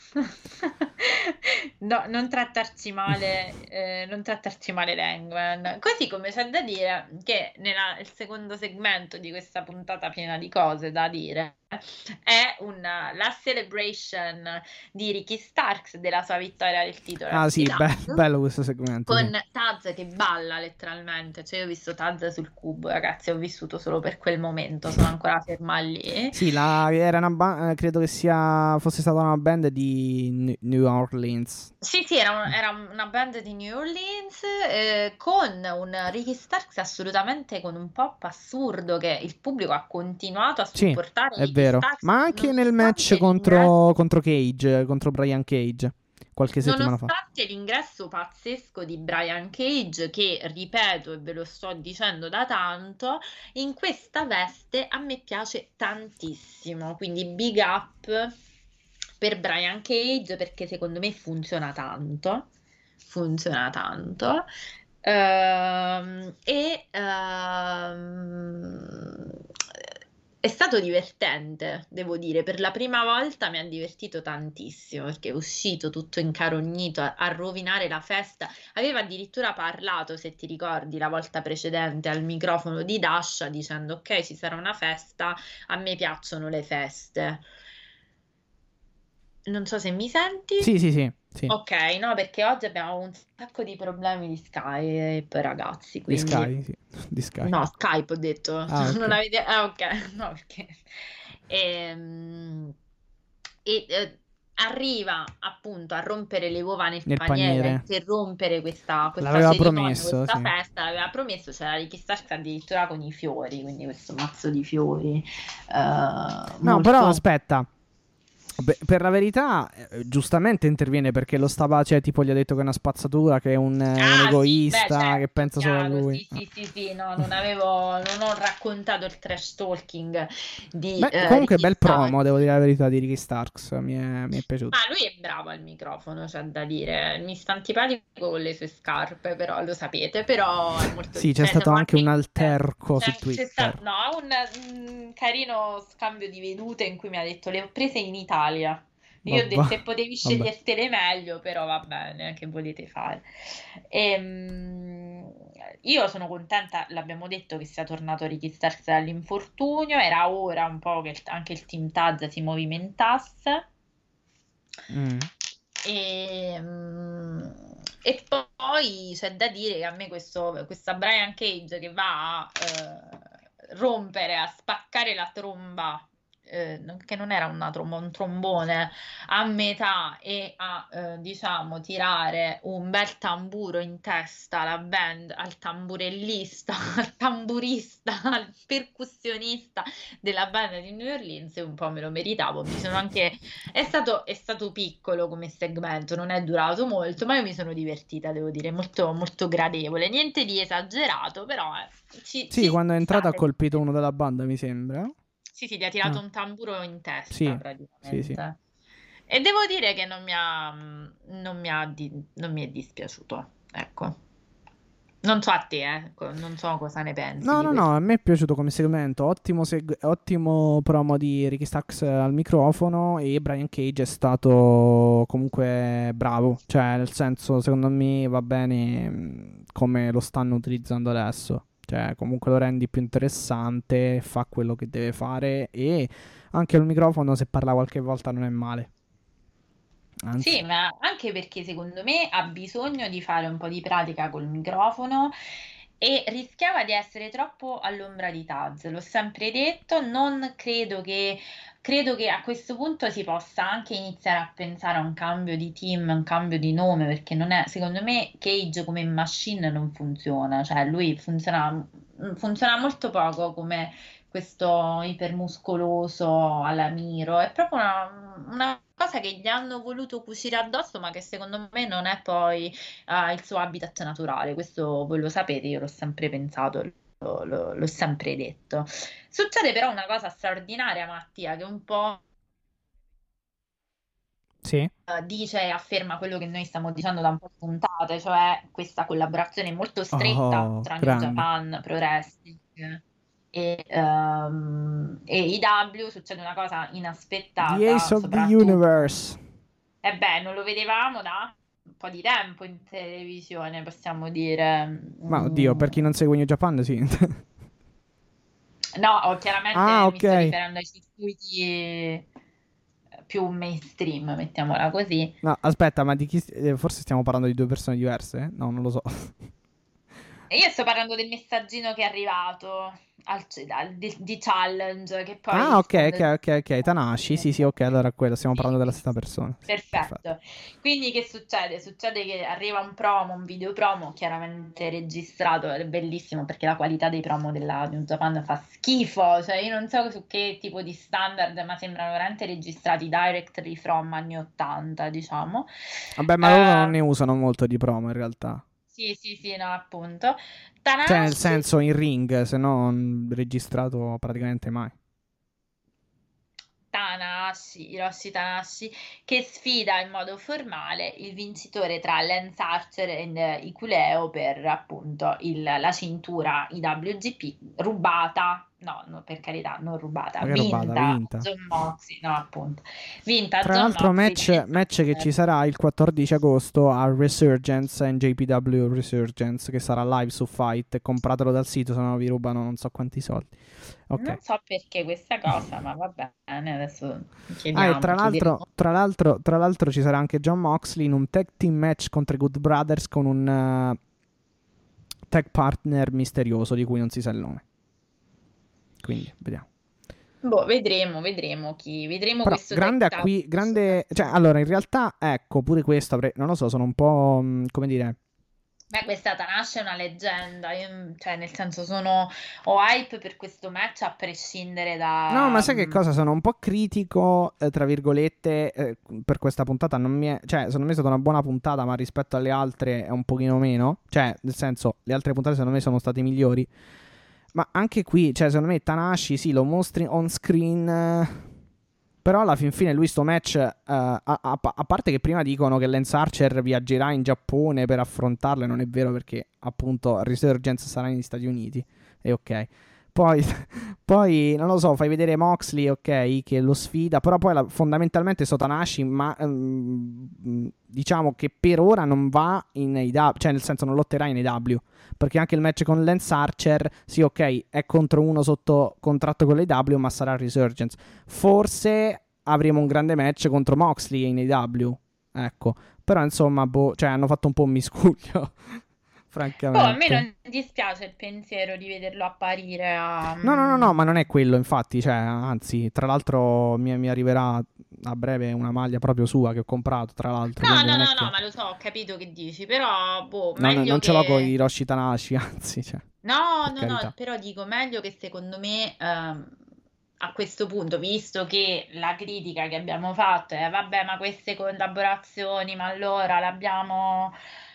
No, non trattarci male, eh, non trattarci male Langman. Così come c'è da dire che nella- nel secondo segmento di questa puntata piena di cose da dire è una, la celebration di Ricky Starks della sua vittoria del titolo Ah, sì, be- Taz, bello questo segmento. con Sì. Taz che balla letteralmente. Cioè io ho visto Taz sul cubo, ragazzi, ho vissuto solo per quel momento, sono ancora ferma lì. Sì, la, era una ba- eh, credo che sia fosse stata una band di N- New Orleans. Sì, sì, era, un- era una band di New Orleans eh, con un Ricky Starks assolutamente con un pop assurdo che il pubblico ha continuato a Sì, supportare è Ricky vero. Starks Ma anche nel match nonostante l'ingresso, contro, contro Cage, contro Brian Cage, qualche settimana fa. nonostante l'ingresso pazzesco di Brian Cage, che ripeto e ve lo sto dicendo da tanto, in questa veste a me piace tantissimo. Quindi big up per Brian Cage perché secondo me funziona tanto. Funziona tanto. Ehm, e ehm, è stato divertente, devo dire. Per la prima volta mi ha divertito tantissimo perché è uscito tutto incarognito a, a rovinare la festa. Aveva addirittura parlato, se ti ricordi, la volta precedente al microfono di Dasha dicendo: ok, ci sarà una festa, a me piacciono le feste. Non so se mi senti. Sì, sì, sì, sì. Ok, no, perché oggi abbiamo un sacco di problemi di Skype, ragazzi, Di quindi... Sky, sì. Di Sky. No, Skype ho detto. Ah, ok. Non avete... Ah, ok, no, perché... Ehm, E, eh, arriva appunto a rompere le uova nel Nel paniere, a paniere. interrompere questa, questa L'aveva cerimonia, promesso, questa sì. festa, l'aveva promesso, c'era Ricky Starks addirittura con i fiori, quindi questo mazzo di fiori. eh, No, molto... però aspetta. Beh, per la verità, eh, giustamente interviene perché lo stava, cioè, tipo, gli ha detto che è una spazzatura, che è un, eh, un Ah, sì, egoista, beh, certo, che pensa solo a chiaro, lui. sì, sì, sì, sì, no, non avevo, non ho raccontato il trash talking di Beh, eh, comunque, Ricky bel Starks. promo, devo dire la verità, di Ricky Starks. Mi è, mi è piaciuto. Ma lui è bravo al microfono, c'è da dire. Mi sta antipatico con le sue scarpe, però lo sapete, però è molto Sì, c'è cioè, stato siamo anche un divertenti. alterco su C'è, c'è sta- Twitter. no, un, un carino scambio di vedute in cui mi ha detto le ho prese in Italia. Io ho detto se Vabbè. potevi Vabbè. scegliertele meglio, però va bene, che volete fare? Ehm, io sono contenta, l'abbiamo detto, che sia tornato Ricky Starks dall'infortunio, era ora un po' che il- anche il team Taz si movimentasse. Mm. E, mm, e poi c'è da dire che a me questo, questa Brian Cage che va a eh, rompere, a spaccare la tromba, eh, non- che non era una tromba, un trombone a metà e a eh, diciamo tirare un bel tamburo in testa alla band, al tamburellista, al tamburista, al percussionista della band di New Orleans, e un po' me lo meritavo. Mi sono anche è stato, è stato piccolo come segmento, non è durato molto, ma io mi sono divertita, devo dire, molto, molto gradevole. Niente di esagerato, però eh, ci, Sì, ci quando è entrato ha state. colpito uno della banda, mi sembra. Sì, sì, gli ha tirato Ah, un tamburo in testa sì, sì, sì. praticamente. E devo dire che non mi ha, non mi ha di- non mi è dispiaciuto, ecco. Non so a te, eh, co- non so cosa ne pensi No, di no, questo. no, a me è piaciuto come segmento, ottimo, seg- ottimo promo di Ricky Starks al microfono e Brian Cage è stato comunque bravo, cioè nel senso secondo me va bene mh, come lo stanno utilizzando adesso, cioè comunque lo rendi più interessante, fa quello che deve fare e anche il microfono se parla qualche volta non è male, anzi. Sì, ma anche perché secondo me ha bisogno di fare un po' di pratica col microfono e rischiava di essere troppo all'ombra di Taz. L'ho sempre detto, non credo che, credo che a questo punto si possa anche iniziare a pensare a un cambio di team, un cambio di nome, perché non è, secondo me Cage come machine non funziona, cioè lui funziona, funziona molto poco come questo ipermuscoloso alla Miro. È proprio una, una cosa che gli hanno voluto cucire addosso, ma che secondo me non è poi eh, il suo habitat naturale. Questo voi lo sapete, io l'ho sempre pensato, lo- lo- l'ho sempre detto. Succede però una cosa straordinaria, Mattia, che un po' Sì? eh, dice e afferma quello che noi stiamo dicendo da un po' di puntate, cioè questa collaborazione molto stretta Oh, tra New grande. Japan, Pro Wrestling e, ehm, e I W. Succede una cosa The Ace inaspettata, of the soprattutto. Universe. E beh, non lo vedevamo da un po' di tempo in televisione, possiamo dire. Ma oddio, Mm, per chi non segue New Japan, sì. no, o Ah, chiaramente mi sto ok. riferendo ai circuiti eh, più mainstream, mettiamola così. No, aspetta, ma di chi... st- eh, forse stiamo parlando di due persone diverse? eh? No, non lo so. E io sto parlando del messaggino che è arrivato al- al- di, di challenge, che poi Ah, il ok, ok, founder. ok, ok. Tanahashi, sì, sì, ok, allora è quello. Stiamo parlando Sì, della sì, stessa sì. persona. Sì, perfetto. Perfetto. Quindi che succede? Succede che arriva un promo, un video promo chiaramente registrato, ed è bellissimo perché la qualità dei promo della New Japan fa schifo, cioè io non so su che tipo di standard, ma sembrano veramente registrati directly from anni ottanta, diciamo. Vabbè, ma loro non Eh, ne usano molto di promo, in realtà. sì, sì, sì, no, appunto. Cioè, nel Tanahashi. senso, in ring, se no, non registrato praticamente mai. Tanahashi, Hiroshi Tanahashi, che sfida in modo formale il vincitore tra Lance Archer e Hikuleo per appunto il- la cintura I W G P rubata, no, no, per carità, non rubata, Ma che robata, vinta a vinta. John Moxley, no, appunto, vinta a Tra John l'altro, Moxley da match, Lance match che ci Archer. sarà il quattordici agosto a Resurgence, N J P W Resurgence, che sarà live su Fight. Compratelo dal sito, se no vi rubano non so quanti soldi. Ok. Non so perché questa cosa, ma va bene, adesso Ah, e chiediamo, tra chiederemo. l'altro, tra l'altro, tra l'altro ci sarà anche John Moxley in un tag team match contro i Good Brothers con un eh, tag partner misterioso di cui non si sa il nome. Quindi, vediamo. Boh, vedremo, vedremo chi, vedremo Però, questo tag grande team. acqui, grande... Cioè, allora, in realtà, ecco, pure questo avrei... Non lo so, sono un po'... mh, come dire... Beh, questa Tanahashi è una leggenda, io, cioè nel senso sono, ho hype per questo match a prescindere No, ma da... sai che mm, cosa? Sono un po' critico, eh, tra virgolette, eh, per questa puntata. Non mi è... Cioè, secondo me è stata una buona puntata, ma rispetto alle altre è un pochino meno. Cioè, nel senso, le altre puntate secondo me sono state migliori. Ma anche qui, cioè, secondo me Tanahashi sì, lo mostri on screen. eh, Però alla fin fine lui sto match, eh, a, a- a parte che prima dicono che Lance Archer viaggerà in Giappone per affrontarlo, e non è vero perché appunto Resurgence sarà negli Stati Uniti. E ok. Poi, poi, non lo so, fai vedere Moxley, ok, che lo sfida, però poi la- fondamentalmente Sotanashi, ma ehm, diciamo che per ora non va in A E W, cioè nel senso non lotterà in A E W, perché anche il match con Lance Archer, sì ok, è contro uno sotto contratto con l'A E W, ma sarà Resurgence. Forse avremo un grande match contro Moxley in A E W, ecco, però insomma, boh, cioè hanno fatto un po' un miscuglio, Boh, a me francamente. non dispiace il pensiero di vederlo apparire a... No, no, no, no, mm, ma non è quello, infatti, cioè, anzi, tra l'altro mi, mi arriverà a breve una maglia proprio sua che ho comprato, tra l'altro, No, quindi no, non è no, no, che... ma lo so, ho capito che dici, però, boh, No, no, meglio non ce l'ho con che... Hiroshi Tanahashi, anzi, cioè, No, per no, no, carità. però dico meglio che secondo me ehm, a questo punto, visto che la critica che abbiamo fatto è vabbè, ma queste collaborazioni, ma allora l'abbiamo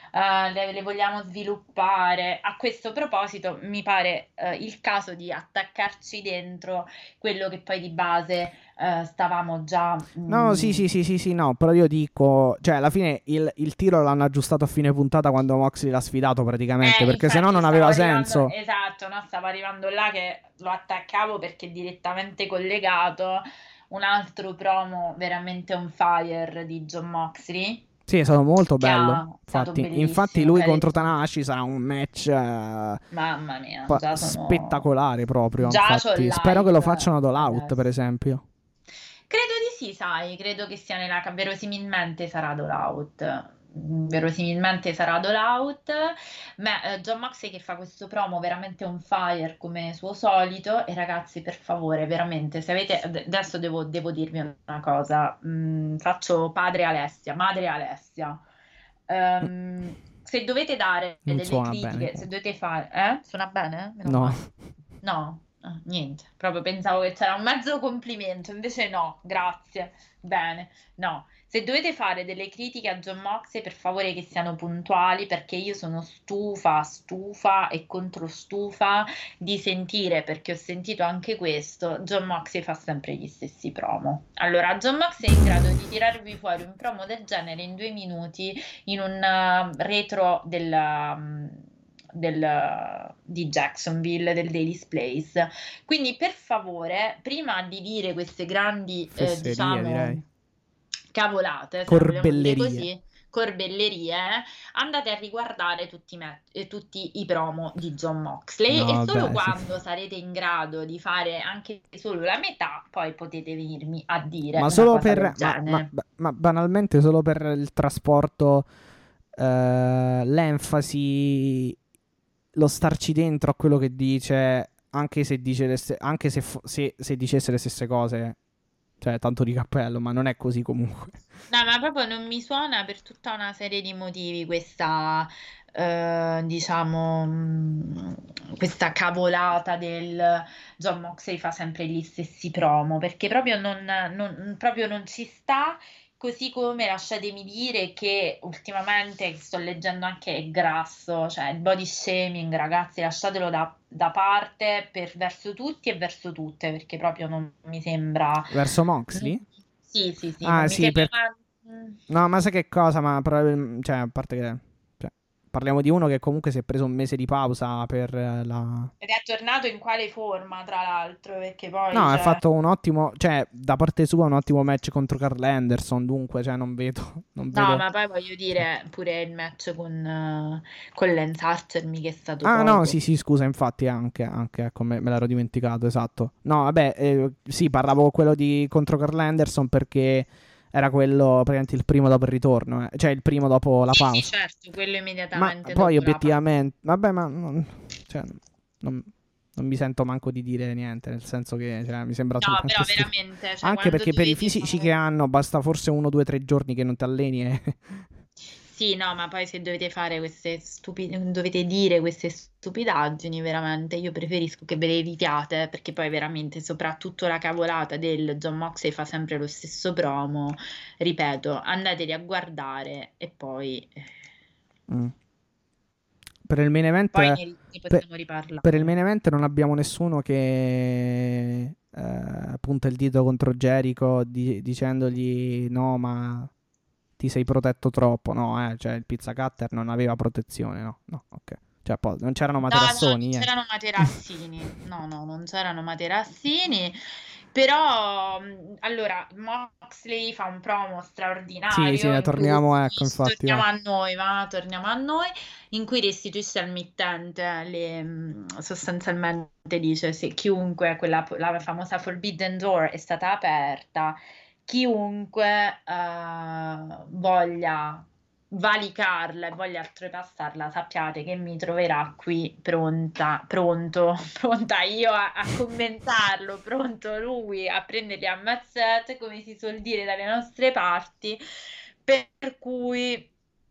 eh, le, le vogliamo sviluppare. A questo proposito, mi pare eh, il caso di attaccarci dentro quello che poi di base eh, stavamo già. No, sì, mm, sì, sì, sì, sì, no, però io dico, cioè alla fine il, il tiro l'hanno aggiustato a fine puntata quando Moxley l'ha sfidato praticamente, Eh, perché se no infatti non stavo aveva arrivando, senso. esatto, no? Stavo arrivando là che lo attaccavo perché è direttamente collegato un altro promo veramente on fire di John Moxley, Sì, è stato molto che bello. ha stato Infatti, infatti bellissimo, lui che ha contro detto, Tanahashi sarà un match eh, mamma mia, pa- già sono, spettacolare proprio, già c'ho infatti. Spero che lo l'hype facciano ad All Out, per adesso. esempio. Credo di sì, sai, credo che sia nella... ca- verosimilmente sarà All Out. Mm, Verosimilmente sarà All Out. Ma eh, John Moxley che fa questo promo veramente on fire come suo solito. E ragazzi, per favore, veramente, se avete... ad- adesso devo, devo dirvi una cosa. Mm, faccio padre Alessia, madre Alessia. Mm, Ehm, se dovete dare Non delle suona bene critiche, se comunque. dovete fare... Eh? Suona bene? Meno No. male. No, ah, niente, proprio pensavo che c'era un mezzo complimento, invece no, grazie, bene, no. Se dovete fare delle critiche a John Moxley, per favore che siano puntuali, perché io sono stufa, stufa e controstufa di sentire, perché ho sentito anche questo, John Moxley fa sempre gli stessi promo. Allora, John Moxley è in grado di tirarvi fuori un promo del genere in due minuti in un uh, retro del, um, del, di Jacksonville, del Daily's Place. Quindi, per favore, prima di dire queste grandi, eh, Fesserie, direi. diciamo, cavolate, se la vogliamo dire Corbellerie. così, corbellerie, eh, andate a riguardare tutti, i me- eh, tutti i promo di John Moxley e No, solo vabbè, sì. quando sarete in grado di fare anche solo la metà, poi potete venirmi a dire Ma una solo cosa per... del Ma, ma- genere. ma banalmente solo per il trasporto, eh, l'enfasi, lo starci dentro a quello che dice, anche se dice le ste- anche se, fo- se, se dicesse le stesse cose, cioè tanto di cappello, ma non è così comunque. No, ma proprio non mi suona per tutta una serie di motivi questa, eh, diciamo, mh, questa cavolata del John Moxley fa sempre gli stessi promo, perché proprio non, non- proprio non ci sta, così come lasciatemi dire che ultimamente sto leggendo anche è grasso, cioè il body shaming, ragazzi, lasciatelo da, da parte per, verso tutti e verso tutte, perché proprio non mi sembra... Verso Moxley? Sì, sì, sì, non Ah, mi sì, sembra per... una... No, ma sai che cosa? Ma probabilmente... Cioè, a parte che... Cioè, parliamo di uno che comunque si è preso un mese di pausa per eh, la... Ed è tornato in quale forma, tra l'altro, perché poi, No, ha cioè... fatto un ottimo... Cioè, da parte sua un ottimo match contro Carl Anderson, dunque, cioè, non vedo... Non No, vedo... ma poi voglio Cioè... dire, pure il match con, eh, con Lance Archer mica è stato Ah, no, poco. sì, sì, scusa, infatti, anche, anche, ecco, me, me l'ero dimenticato, esatto. No, vabbè, eh, sì, parlavo quello di contro Carl Anderson perché era quello praticamente il primo dopo il ritorno, eh. Cioè il primo dopo la Sì, sì, pausa. certo, quello Ma immediatamente poi dopo la pausa. obiettivamente, vabbè, ma non, cioè, non, non mi sento manco di dire niente, nel senso che cioè, mi sembra No, assolutamente però stupido. veramente, cioè, Anche quando perché per i dovete fisici che fare... hanno basta forse uno, due, tre giorni che non ti alleni e... Sì, no, ma poi se dovete fare queste stupide, dovete dire queste stupidaggini, veramente, io preferisco che ve le evitiate, perché poi veramente, soprattutto la cavolata del John Moxley fa sempre lo stesso promo, ripeto, andateli a guardare e poi, eh, Mm. Per il main event, poi ne, ne per, possiamo per il riparlare. main event non abbiamo nessuno che eh, punta il dito contro Jericho di- dicendogli no, ma ti sei protetto troppo. No, eh, cioè il pizza cutter non aveva protezione, no, no, ok. Cioè, poi non c'erano No, no, materassoni, non niente. c'erano materassini, no, no, non c'erano materassini, però, mh, allora, Moxley fa un promo Sì, sì, straordinario ne in cui torniamo, ecco, restituisce, infatti, torniamo va. a noi, va, torniamo a noi, in cui restituisce al mittente, le, mh, sostanzialmente dice se chiunque, quella, la famosa Forbidden Door è stata aperta, chiunque eh, voglia valicarla e voglia oltrepassarla, sappiate che mi troverà qui pronta, pronto, pronta io a, a commentarlo, pronto lui a prenderli a mazzette, come si suol dire dalle nostre parti, per cui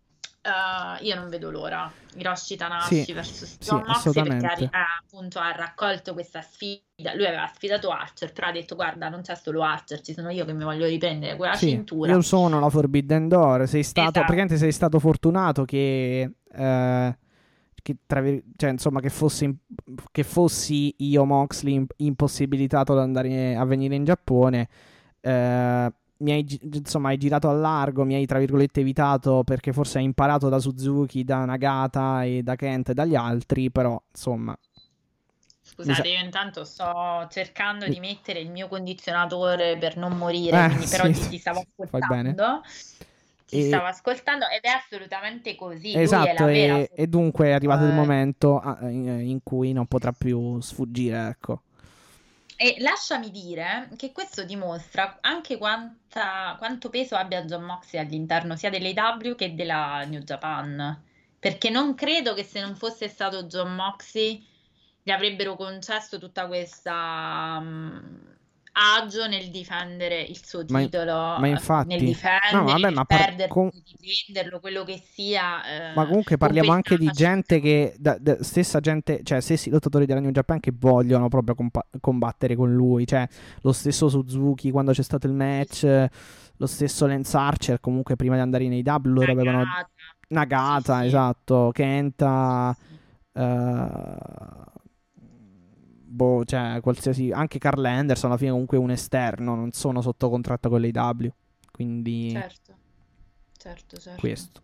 Uh, io non vedo l'ora. Hiroshi Tanahashi Sì, versus sì, Jon Moxley, perché ha, assolutamente. ha, appunto ha raccolto questa sfida. Lui aveva sfidato Archer, però ha detto: guarda, non c'è solo Archer, ci sono io che mi voglio riprendere quella Sì, cintura. io sono la Forbidden Door. Sei stato, Esatto. praticamente sei stato fortunato che, eh, che, tra vir- cioè, insomma, che fossi, in- che fossi io Moxley im- impossibilitato ad andare a venire in Giappone. Eh, mi hai, gi- insomma, hai girato a largo, mi hai, tra virgolette, evitato perché forse hai imparato da Suzuki, da Nagata e da Kent e dagli altri, però, insomma, mi sa- Scusate, io intanto sto cercando mi- di mettere il mio condizionatore per non morire, eh, quindi però sì, ti, ti stavo fai bene. ascoltando, ti E, stavo ascoltando ed è assolutamente così, lui è esatto, la vera e, e dunque è arrivato il eh, momento ah, in, in cui non potrà più sfuggire, ecco. E lasciami dire che questo dimostra anche quanta- quanto peso abbia Jon Moxley all'interno sia dell'A E W che della New Japan. Perché non credo che se non fosse stato Jon Moxley gli avrebbero concesso tutta questa mm, agio nel difendere il suo Ma, in- titolo, ma eh, nel infatti, no, difendere, vabbè, nel ma, par- perderlo, con- nel riprenderlo, quello che sia, ma eh, comunque con parliamo questa anche di facilità. gente che, da- da- stessa gente, cioè stessi lottatori della New Japan che vogliono proprio compa- combattere con lui, cioè lo stesso Suzuki quando c'è stato il match, eh, lo stesso Lance Archer, comunque prima di andare in A E W loro avevano Nagata. Sì, Nagata, sì, esatto, sì, Kenta, sì. eh, boh, cioè qualsiasi, anche Carl Anderson alla fine comunque è un esterno, non sono sotto contratto con l'A E W, quindi Certo, certo, certo. questo.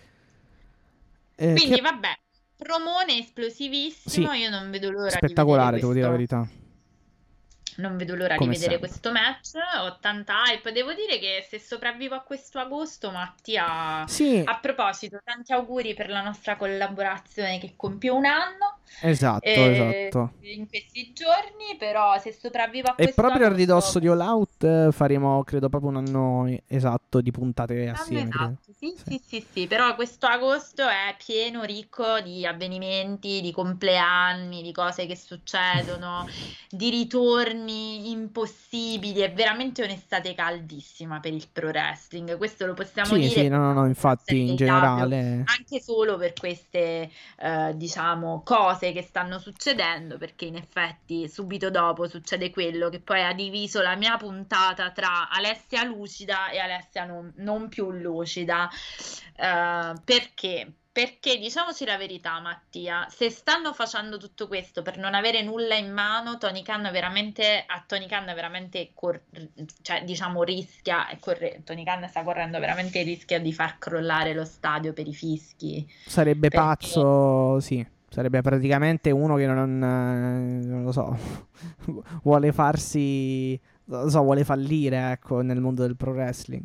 Eh, Quindi che vabbè, promone sì, esplosivissimo, io non vedo l'ora di vedere spettacolare, devo dire la questo, verità, non vedo l'ora di come vedere sempre. questo match, ho tanta hype, devo dire che se sopravvivo a questo agosto, Mattia, Sì, a proposito, tanti auguri per la nostra collaborazione che compie un anno esatto, eh, esatto. in questi giorni, però se sopravvivo a E questo proprio a agosto... ridosso di All Out eh, faremo, credo, proprio un anno esatto di puntate L'anno assieme, credo. esatto, sì, Sì. sì, sì, sì, però questo agosto è pieno, ricco di avvenimenti, di compleanni, di cose che succedono, di ritorni impossibili, è veramente un'estate caldissima per il pro wrestling, questo lo possiamo Sì, dire sì, e no, no, no, possiamo infatti in ringraziare l'A E W generale. anche solo per queste, eh, diciamo, cose che stanno succedendo, perché in effetti subito dopo succede quello che poi ha diviso la mia puntata tra Alessia lucida e Alessia non, non più lucida. Eh, perché? Perché diciamoci la verità, Mattia, se stanno facendo tutto questo per non avere nulla in mano, Tony Khan veramente, a Tony Khan veramente, cor- cioè diciamo rischia, e corre- Tony Khan sta correndo veramente il rischio di far crollare lo stadio per i fischi, Sarebbe perché pazzo, sì. Sarebbe praticamente uno che non, eh, non lo so, vuole farsi, non lo so, vuole fallire, ecco, nel mondo del pro wrestling.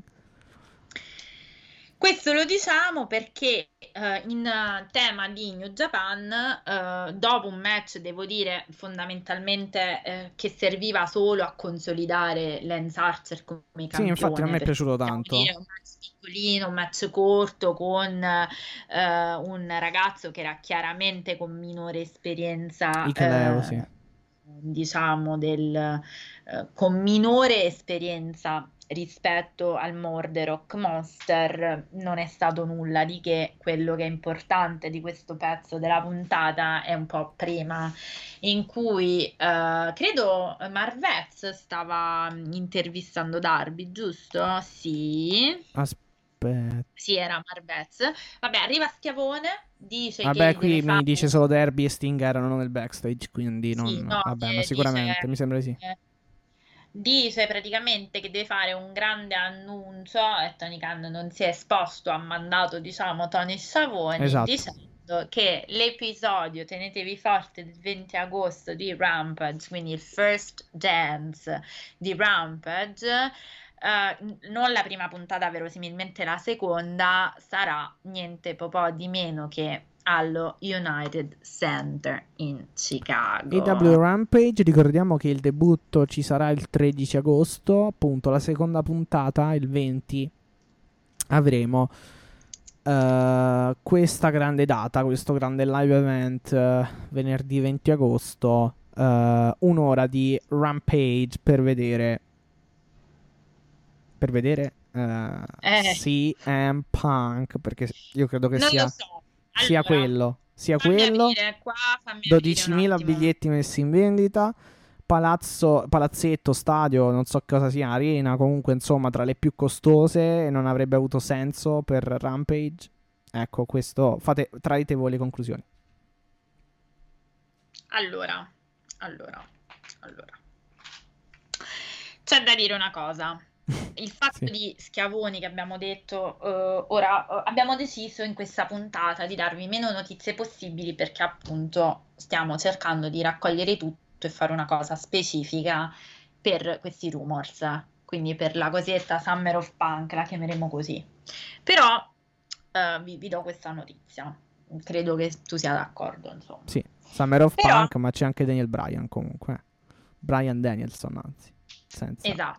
questo lo diciamo perché eh, in eh, tema di New Japan, eh, dopo un match, devo dire, fondamentalmente eh, che serviva solo a consolidare Lance Archer come Sì, infatti a me campione, è perché piaciuto possiamo tanto. dire un match piccolino, un match corto con eh, un ragazzo che era chiaramente con minore esperienza, Icaleo, sì. eh, diciamo, del, eh, con minore esperienza rispetto al Mordor Monster, non è stato nulla di che. Quello che è importante di questo pezzo della puntata è un po' prima, in cui eh, credo Marvez stava intervistando Darby, giusto? Sì, Aspetta. sì, era Marvez. Vabbè, arriva Schiavone, dice che Vabbè, gli deve qui mi fare. dice solo Derby e Sting erano nel backstage, quindi Sì, non... no, Vabbè, ma che dice sicuramente, mi sembra di sì. che dice praticamente che deve fare un grande annuncio e Tony Khan non si è esposto, ha mandato, diciamo, Tony Schiavone Esatto. dicendo che l'episodio, tenetevi forte, del venti agosto di Rampage, quindi il first dance di Rampage, eh, non la prima puntata, verosimilmente la seconda, sarà niente po' po' di meno che allo United Center in A W Chicago. Rampage, ricordiamo che il debutto ci sarà il tredici agosto, appunto la seconda puntata il venti avremo eh, questa grande data, questo grande live event eh, venerdì venti agosto, eh, un'ora di Rampage per vedere per vedere eh, Eh, C M Punk, perché io credo che non sia, lo so. sia Allora, quello, sia fammi quello, aprire qua, fammi aprire un dodicimila attimo. biglietti messi in vendita, palazzo, palazzetto, stadio, non so cosa sia, arena, comunque insomma tra le più costose e non avrebbe avuto senso per Rampage. Ecco, questo, fate, traete voi le conclusioni. Allora, allora, allora. C'è da dire una cosa. Il fatto Sì. di Schiavoni che abbiamo detto, eh, ora eh, abbiamo deciso in questa puntata di darvi meno notizie possibili perché appunto stiamo cercando di raccogliere tutto e fare una cosa specifica per questi rumors, quindi per la cosiddetta Summer of Punk, la chiameremo così. Però eh, vi, vi do questa notizia, credo che tu sia d'accordo, insomma. Sì, Summer of Però, Punk, ma c'è anche Daniel Bryan comunque. Bryan Danielson, anzi. Senza. esatto.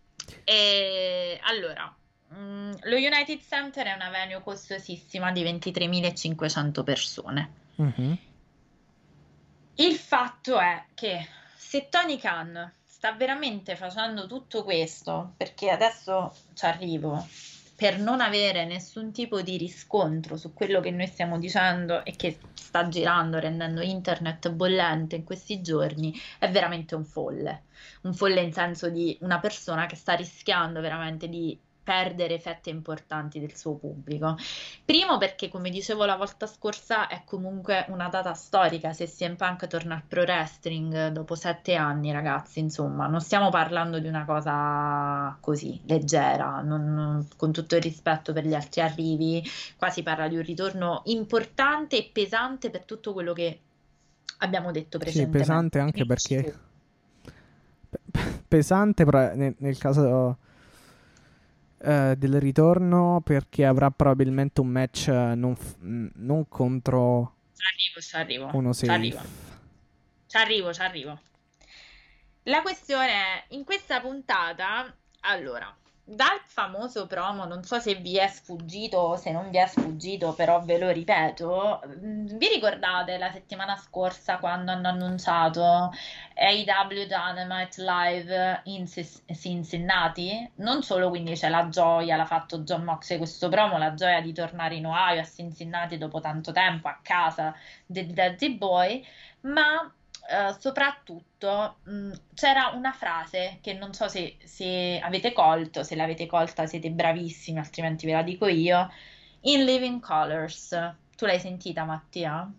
E allora, mm, lo United Center è una venue costosissima di ventitremilacinquecento persone. Mhm. Il fatto è che se Tony Khan sta veramente facendo tutto questo, perché adesso ci arrivo, per non avere nessun tipo di riscontro su quello che noi stiamo dicendo e che sta girando, rendendo internet bollente in questi giorni, è veramente un folle. Un folle in senso di una persona che sta rischiando veramente di perdere fette importanti del suo pubblico. Primo perché, come dicevo la volta scorsa, è comunque una data storica. Se C M Punk torna al pro wrestling dopo sette anni, ragazzi, insomma, non stiamo parlando di una cosa così leggera, non- non- con tutto il rispetto per gli altri arrivi, qua si parla di un ritorno importante e pesante per tutto quello che abbiamo detto Sì, precedentemente. pesante anche Quindi ci perché... pe- pesante però nel, nel caso eh, del ritorno perché avrà probabilmente un match eh, non, f- n- non contro Ci arrivo, ci arrivo, uno ci arrivo, safe. ci arrivo, ci arrivo. La questione è, in questa puntata, allora, dal famoso promo, non so se vi è sfuggito o se non vi è sfuggito, però ve lo ripeto, mh, vi ricordate la settimana scorsa quando hanno annunciato A E W Dynamite Live in Cis- Cincinnati? Non solo quindi c'è la gioia, l'ha fatto John Moxley questo promo, la gioia di tornare in Ohio, a Cincinnati dopo tanto tempo, a casa del Daddy Boy, ma eh, soprattutto mh, c'era una frase che non so se, se avete colto, se l'avete colta siete bravissimi, altrimenti ve la dico io. In Living Colors. Tu l'hai sentita, Mattia?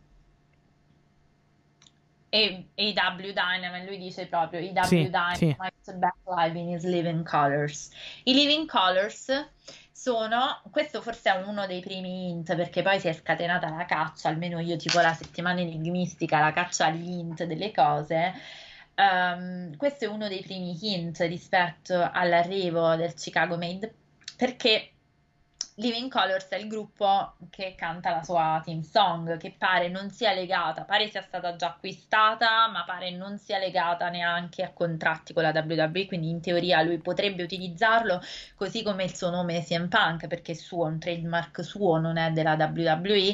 E A E W Dynamite, lui dice proprio A E W Sì, Dynamite sì. back live in his living colors. I living colors sono, questo forse è uno dei primi hint, perché poi si è scatenata la caccia, almeno io tipo la settimana enigmistica, la caccia agli hint delle cose. Ehm, questo è uno dei primi hint rispetto all'arrivo del Chicago Made, perché Living Colors è il gruppo che canta la sua team song, che pare non sia legata, pare sia stata già acquistata, ma pare non sia legata neanche a contratti con la W W E, quindi in teoria lui potrebbe utilizzarlo, così come il suo nome C M Punk, perché è suo, è un trademark suo, non è della W W E,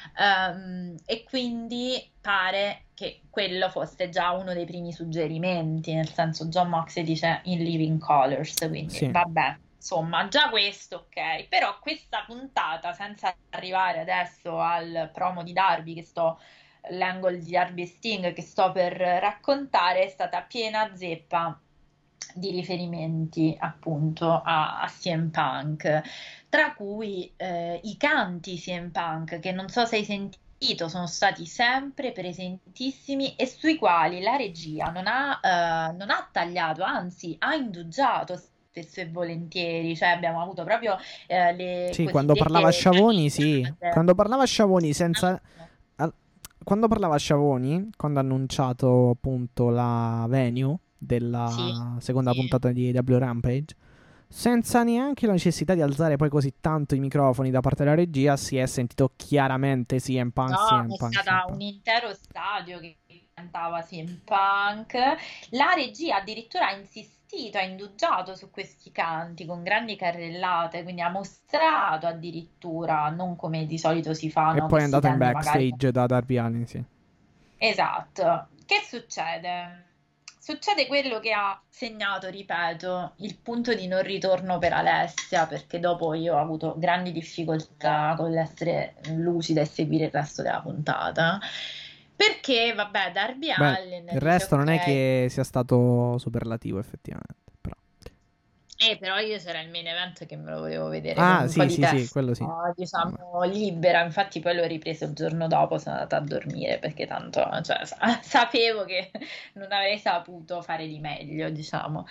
ehm, e quindi pare che quello fosse già uno dei primi suggerimenti, nel senso John Moxley dice in Living Colors, quindi Sì. vabbè. Insomma, già questo ok, però questa puntata, senza arrivare adesso al promo di Darby, che sto, l'angle di Darby e Sting che sto per raccontare, è stata piena zeppa di riferimenti appunto a, a C M Punk, tra cui eh, i canti C M Punk, che non so se hai sentito, sono stati sempre presentissimi e sui quali la regia non ha, eh, non ha tagliato, anzi ha indugiato spesso e volentieri, cioè abbiamo avuto proprio eh, le Sì, quando parlava cosiddette Sciavoni, sì. camicie. Quando parlava Sciavoni senza... al- Quando parlava Sciavoni, quando ha annunciato appunto la venue Sì, della seconda sì. puntata di A E W Rampage, senza neanche la necessità di alzare poi così tanto i microfoni da parte della regia, si è sentito chiaramente C M Punk, No, C M è Punk, C M stata un Punk. intero stadio che cantava C M Punk. La regia addirittura ha insistito, ha indugiato su questi canti con grandi carrellate, quindi ha mostrato addirittura, non come di solito si fa, E no, poi che è si andato in tende magari. backstage da Darby Allin, sì. Esatto. Che succede? succede quello che ha segnato, ripeto, il punto di non ritorno per Alessia, perché dopo io ho avuto grandi difficoltà con l'essere lucida e seguire il resto della puntata. Perché, vabbè, Darby Beh, Allin il dice resto non è ok. che sia stato superlativo, effettivamente. Però. Eh, però io c'era il main event che me lo volevo vedere con Ah, un po' sì, di sì, sì, quello sì. testa, Vabbè. diciamo, libera. Infatti poi l'ho ripreso il giorno dopo, sono andata a dormire perché tanto, cioè, sa- sapevo che non avrei saputo fare di meglio, diciamo.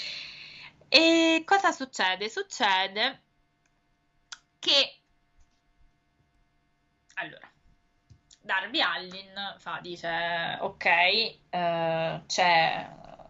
E cosa succede? Succede che, allora, Darby Allin fa, dice, ok, eh, c'è,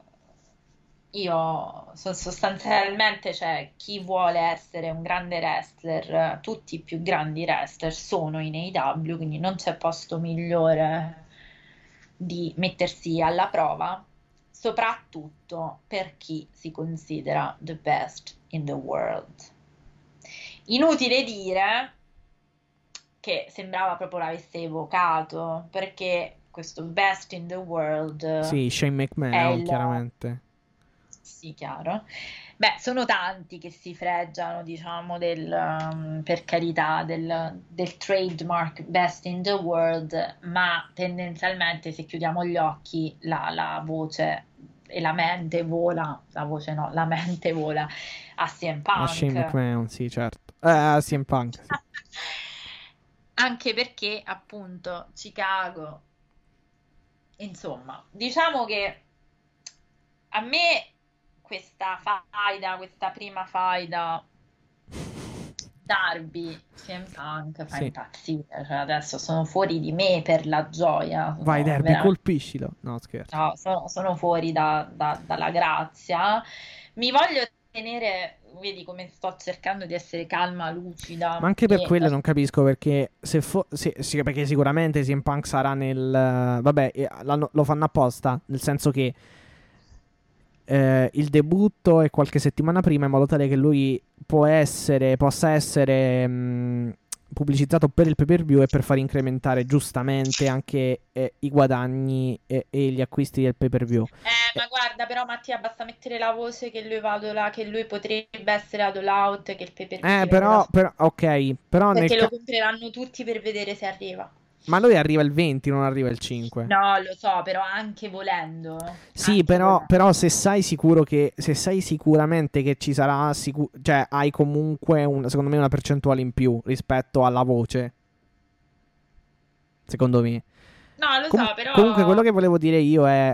io so- sostanzialmente, cioè, chi vuole essere un grande wrestler, eh, tutti i più grandi wrestler sono in A E W, quindi non c'è posto migliore di mettersi alla prova, soprattutto per chi si considera the best in the world. Inutile dire che sembrava proprio l'avesse evocato, perché questo best in the world Sì, Shane è McMahon, il... chiaramente. Sì, chiaro. Beh, sono tanti che si fregiano, diciamo, del, um, per carità, del, del trademark best in the world, ma tendenzialmente se chiudiamo gli occhi la, la voce e la mente vola, la voce no, la mente vola a C M A Shane Punk. McMahon, sì, certo. Eh, a C M Punk, sì. Anche perché, appunto, Chicago, insomma, diciamo che a me questa faida, questa prima faida Darby C M Punk fa Sì. impazzire, cioè adesso sono fuori di me per la gioia, Vai, sono Derby, veramente, colpiscilo. No, scherzo. no, sono, sono fuori da- da- dalla grazia. Mi voglio tenere, vedi come sto cercando di essere calma, lucida Ma anche per e quello non capisco perché se fo- se- sì, perché sicuramente C M Punk sarà nel eh, vabbè, eh, l'hanno- lo fanno apposta, nel senso che eh, il debutto è qualche settimana prima in modo tale che lui può essere, possa essere mh, pubblicizzato per il pay-per-view e per far incrementare giustamente anche eh, i guadagni e, e gli acquisti del pay-per-view. Eh, Eh, ma guarda, però Mattia, basta mettere la voce che lui va ad All- che lui potrebbe essere ad All Out, che il pay-per-view eh, si venderà però, su- però, ok, però nel perché lo ca- compreranno tutti per vedere se arriva. ma lui arriva il venti, non arriva il cinque. No, lo so, però anche volendo, Sì, anche però, volendo. però se sai sicuro che se sai sicuramente che ci sarà sicu- cioè hai comunque un, secondo me una percentuale in più rispetto alla voce, secondo me. No, lo Com- so, comunque quello però che volevo dire io è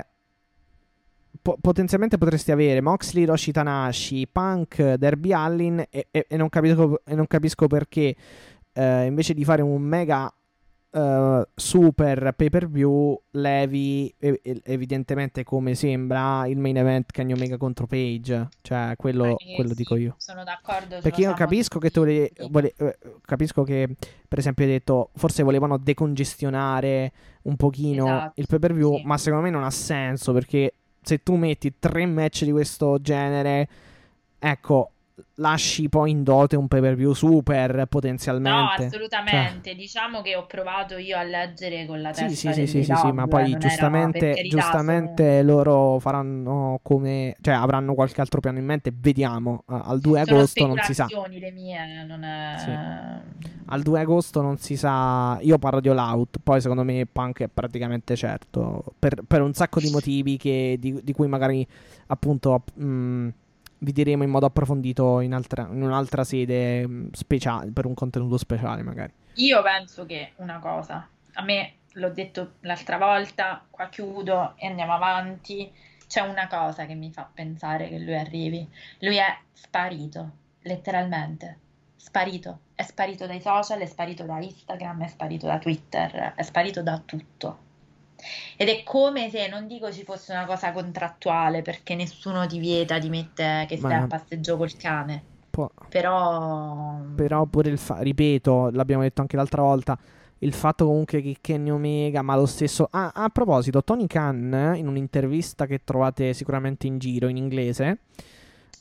po- potenzialmente potresti avere Moxley, Hiroshi Tanahashi, Punk, Darby Allin e, e- e non capisco, e non capisco perché eh, invece di fare un mega eh, super pay per view levi e- e- evidentemente come sembra il main event Kenny Omega contro Page, cioè quello, eh, quello dico sì, io. sono d'accordo, ce lo Perché io siamo capisco che tu vole- detti. vole- eh, capisco che per esempio hai detto forse volevano decongestionare un pochino il Esatto, pay per view, sì. ma secondo me non ha senso perché se tu metti tre match di questo genere, ecco, lasci poi in dote un pay per view super No, potenzialmente. Cioè, assolutamente. Diciamo che ho provato io a leggere con la sì, sì, testa sì, sì, sì, sì, ma dell'A E W, eh, poi non era per giustamente, carità, sono... giustamente loro faranno come, cioè avranno qualche altro piano in mente, vediamo. Uh, al due sono agosto non si sa. speculazioni le mie, non Sì. è... Al due agosto non si sa. Io parlo di All Out. Poi secondo me Punk è praticamente certo. Per, per un sacco di motivi che, di, di cui magari appunto mh, vi diremo in modo approfondito in, altra, in un'altra sede mh, speciale. Per un contenuto speciale magari. Io penso che una cosa, a me l'ho detto l'altra volta, qua chiudo e andiamo avanti, c'è una cosa che mi fa pensare che lui arrivi. Lui è sparito, letteralmente, sparito. È sparito dai social, è sparito da Instagram, è sparito da Twitter, è sparito da tutto. Ed è come se, non dico ci fosse una cosa contrattuale, perché nessuno ti vieta di mettere che stai a Ma passeggio col cane, po- però... però pure il fa- ripeto, l'abbiamo detto anche l'altra volta. Il fatto comunque che Kenny Omega, ma lo stesso. Ah, a proposito, Tony Khan in un'intervista che trovate sicuramente in giro in inglese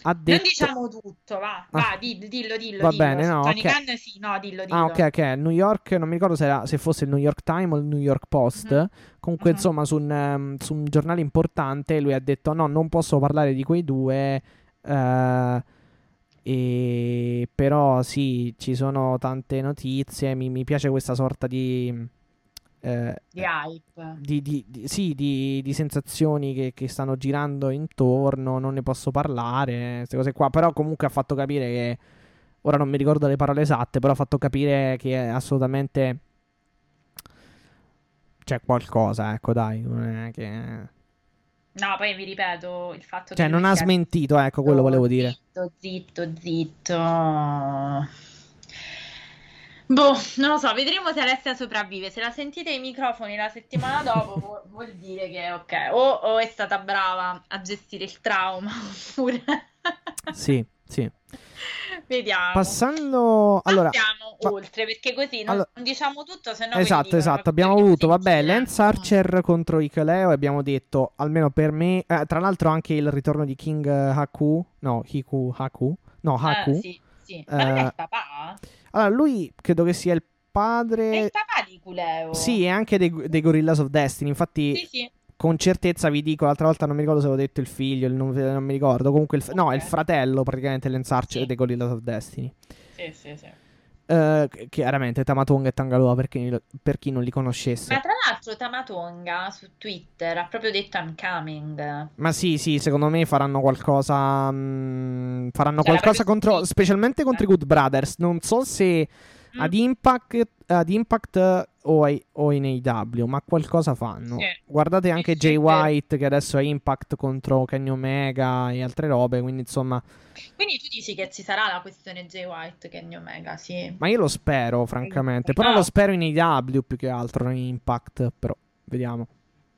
ha Non detto... diciamo tutto, va, Ah, va, dillo, dillo, dillo, va dillo. bene, Su no, Tony ok. Khan sì, no, dillo, Ah, ok, dillo. ok. New York, non mi ricordo se, era- se fosse il New York Times o il New York Mhm, Post. Comunque, mhm. insomma, su un, ehm, su un giornale importante lui ha detto: no, non posso parlare di quei due. eh, e... Però, sì, ci sono tante notizie. Mi, mi piace questa sorta di. eh, Di hype. di, di- di- sì, di, di sensazioni che, che stanno girando intorno. Non ne posso parlare. Queste cose qua. Però, comunque, ha fatto capire che. Ora non mi ricordo le parole esatte, però ha fatto capire che è assolutamente c'è qualcosa, ecco, dai. Non è che... No, poi vi ripeto, il fatto che Cioè, non lui ha sia smentito, ecco, quello zitto, volevo dire. zitto, zitto, zitto. Boh, non lo so, vedremo se Alessia sopravvive. Se la sentite ai microfoni la settimana dopo, vuol, vuol dire che ok, o, o è stata brava a gestire il trauma, oppure Sì, sì. vediamo. Passando... Allora... Passiamo ma- oltre, perché così non allo- diciamo tutto, se no quelli Esatto, dicono ma esatto. perché Abbiamo abbiamo avuto, sentito vabbè, le... Lance Archer contro Ikaleo e abbiamo detto, almeno per me... eh, tra l'altro anche il ritorno di King eh, Haku. No, Hiku Haku. No, Eh, Haku. sì, sì. Ma non è Eh, il papà? allora, lui credo che sia il È il padre... papà di Sì, Culeo. è anche dei, dei Gorillaz of Destiny. Infatti, Sì, sì. con certezza vi dico, l'altra volta non mi ricordo se avevo detto il figlio, il non, non mi ricordo. Comunque, il, f- no, è il Ok. fratello praticamente Lance Archer Sì, dei Gorillaz of Destiny. sì, sì, sì. Eh, ch- chiaramente Tamatonga e Tangaloa per chi, per chi non li Ma conoscesse. tra l'altro Tamatonga su Twitter ha proprio detto I'm coming. Ma sì, sì, secondo me faranno qualcosa. mm, faranno Cioè l'ha proprio qualcosa contro. scritto. Specialmente contro i Good Brothers. Non so se Mm? ad Impact, ad Impact eh, o, ai- o in A E W, ma qualcosa fanno. Sì, Guardate sì, anche sì, Jay è vero. White, che adesso è Impact contro Kenny Omega e altre robe. Quindi, insomma. Quindi tu dici che ci sarà la questione Jay White che Kenny Omega, sì. Ma io lo spero, francamente. Però lo Ah, spero in A E W più che altro, in Impact. Però, vediamo.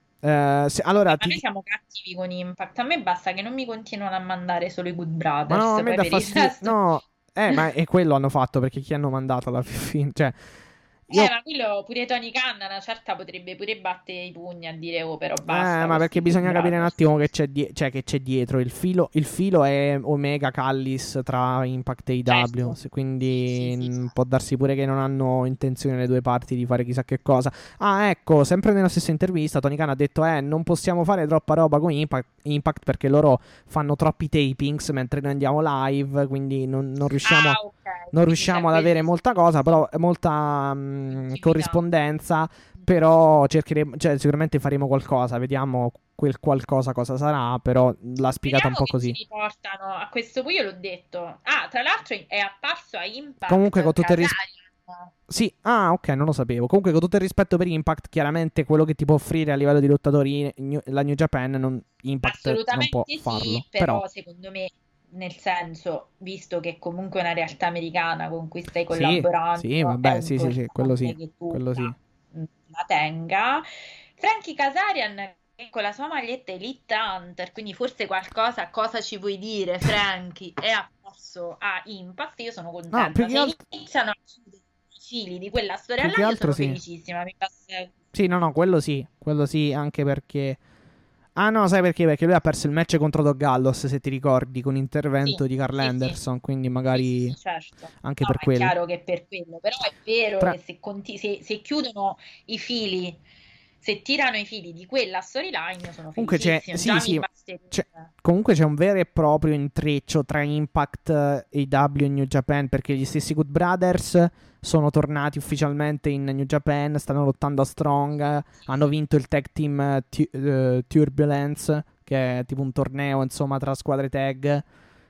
Eh, se- allora, ma ti, noi siamo cattivi con Impact. A me basta che non mi continuano a mandare solo i Good Ma no, a Brothers, me poi dà per il fastidio. resto. No, eh, ma è quello hanno fatto perché chi hanno mandato alla fine. Cioè, Eh, io. ma quello pure Tony Khan, una certa potrebbe pure battere i pugni a dire, oh, però Eh, basta ma con perché sti Good bisogna capire un Brothers. attimo che c'è, die- cioè, che c'è dietro. Il filo, il filo è Omega Callis tra Impact e A E W. Certo, se- sì, sì, Quindi sì, mh, sì. può darsi pure che non hanno intenzione le due parti di fare chissà che cosa. Ah, ecco, sempre nella stessa intervista, Tony Khan ha detto: Eh, non possiamo fare troppa roba con Impact, Impact perché loro fanno troppi tapings mentre noi andiamo live. Quindi non, non riusciamo. Ah, ok, Non quindi c'è riusciamo ad quel avere molta cosa, discorso. però molta mh, Continuità. corrispondenza. Però cercheremo, cioè, sicuramente faremo qualcosa. Vediamo quel qualcosa cosa sarà. Però l'ha spiegata un Speriamo po' che ci così. riportano a questo punto, io l'ho detto. Ah, tra l'altro è apparso a Comunque, con Impact tutto il rispetto. Kazarian. Sì, ah, ok, non lo sapevo. Comunque, con tutto il rispetto per Impact, chiaramente quello che ti può offrire a livello di lottatori New- la New Japan, non- Impact non può Assolutamente sì, farlo. Però, però secondo me, nel senso, visto che comunque è una realtà americana con cui stai sì, sì, collaborando, è vabbè, sì, sì, sì, quello importante sì. che tu Quello sì. la, la tenga. Frankie Kazarian con la sua maglietta Elite Hunter, quindi forse qualcosa, cosa ci vuoi dire, Frankie? È apparso a Impact, io sono No, più contenta. che Se altro, iniziano a chiudere i fili di quella storia più là, che io altro sono sì. felicissima. Mi passa... Sì, no, no, quello sì. Quello sì, anche perché. Ah no, sai perché? Perché lui ha perso il match contro Doug Gallows, se ti ricordi, con Sì, intervento di Carl sì, sì. Anderson, quindi Sì, sì, magari sì, certo. anche No, per ma è quello. chiaro che è per quello, però è vero Tra- che se, conti- se- se chiudono i fili, se tirano i fili di quella storyline, io sono Comunque c'è, felicissima. sì, Già mi sì, c'è- basterebbe. comunque c'è un vero e proprio intreccio tra Impact, A E W e New Japan, perché gli stessi Good Brothers sono tornati ufficialmente in New Japan, stanno lottando a Strong, eh, hanno vinto il tag team eh, Tu- eh, Turbulence, che è tipo un torneo, insomma, tra squadre tag.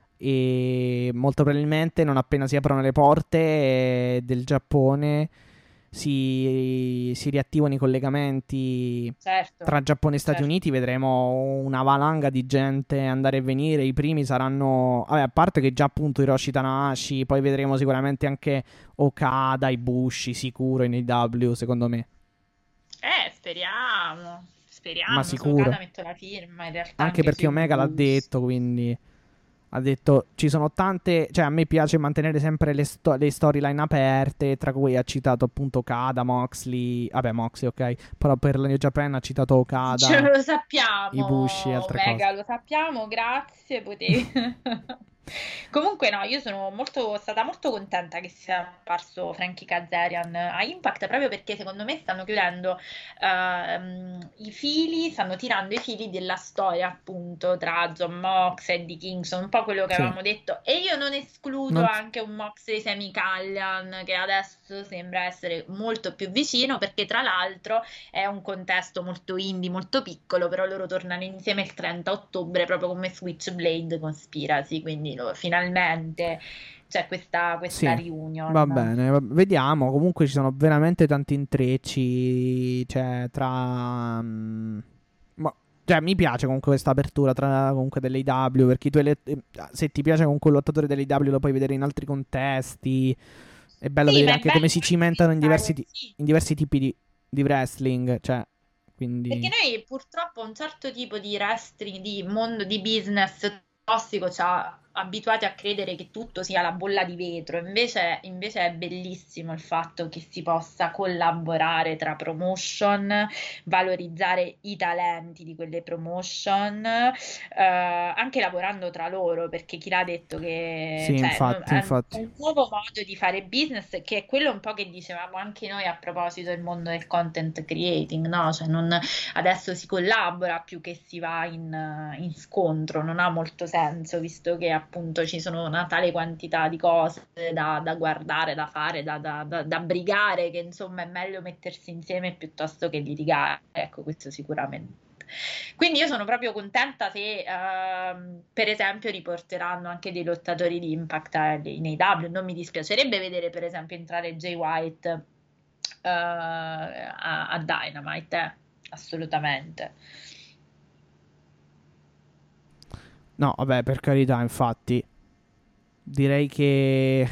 E molto probabilmente non appena si aprono le porte eh, del Giappone si, si riattivano i collegamenti Certo, tra Giappone e Stati certo. Uniti, vedremo una valanga di gente andare e venire. I primi saranno, vabbè, a parte che già appunto Hiroshi Tanahashi, poi vedremo sicuramente anche Okada, Ibushi, sicuro in A E W, secondo me. Eh, speriamo. Ma Speriamo, sono sicuro. Okada, metto la firma, in realtà Anche anche su perché Omega l'ha Ibushi. detto, quindi. Ha detto ci sono tante, cioè a me piace mantenere sempre le, sto- le storyline aperte, tra cui ha citato appunto Okada, Moxley, vabbè Moxley ok, però per la New Japan ha citato Ce Okada, lo sappiamo, Ibushi e altre Omega, cose. lo sappiamo, grazie, potevi. Comunque no, io sono molto, stata molto contenta che sia apparso Frankie Kazarian a Impact proprio perché secondo me stanno chiudendo ehm, i fili, stanno tirando i fili della storia appunto tra John Mox e Eddie Kingston, un po' quello che Sì, avevamo detto e io non escludo non... anche un Moxley Sami Callihan che adesso sembra essere molto più vicino perché tra l'altro è un contesto molto indie, molto piccolo, però loro tornano insieme il trenta ottobre proprio come Switchblade Conspiracy, quindi loro, finalmente c'è questa, questa Sì, va reunion. bene, va- vediamo. Comunque ci sono veramente tanti intrecci, cioè tra... mm, ma- cioè mi piace comunque questa apertura tra comunque dell'A E W, perché tu ele- eh, se ti piace comunque il lottatore dell'A E W lo puoi vedere in altri contesti. È bello Sì, vedere ma è anche bello come si anche cimentano in diversi, pensare, ti- sì, in diversi tipi di, di wrestling, cioè, perché quindi... noi purtroppo un certo tipo di wrestling, di mondo di business tossico ci ha abituati a credere che tutto sia la bolla di vetro, invece, invece è bellissimo il fatto che si possa collaborare tra promotion, valorizzare i talenti di quelle promotion, eh, anche lavorando tra loro, perché chi l'ha detto che Sì, cioè, no- infatti, è infatti. un nuovo modo di fare business che è quello un po' che dicevamo anche noi a proposito del mondo del content creating, no? Cioè non adesso si collabora più che si va in, in scontro, non ha molto senso, visto che appunto ci sono una tale quantità di cose da, da guardare, da fare, da, da, da, da brigare, che insomma è meglio mettersi insieme piuttosto che litigare, ecco, questo sicuramente. Quindi io sono proprio contenta se, ehm, per esempio, riporteranno anche dei lottatori di Impact eh, in A E W. Non mi dispiacerebbe vedere, per esempio, entrare Jay White eh, a, a Dynamite, eh, assolutamente. No, vabbè, per carità, infatti. Direi che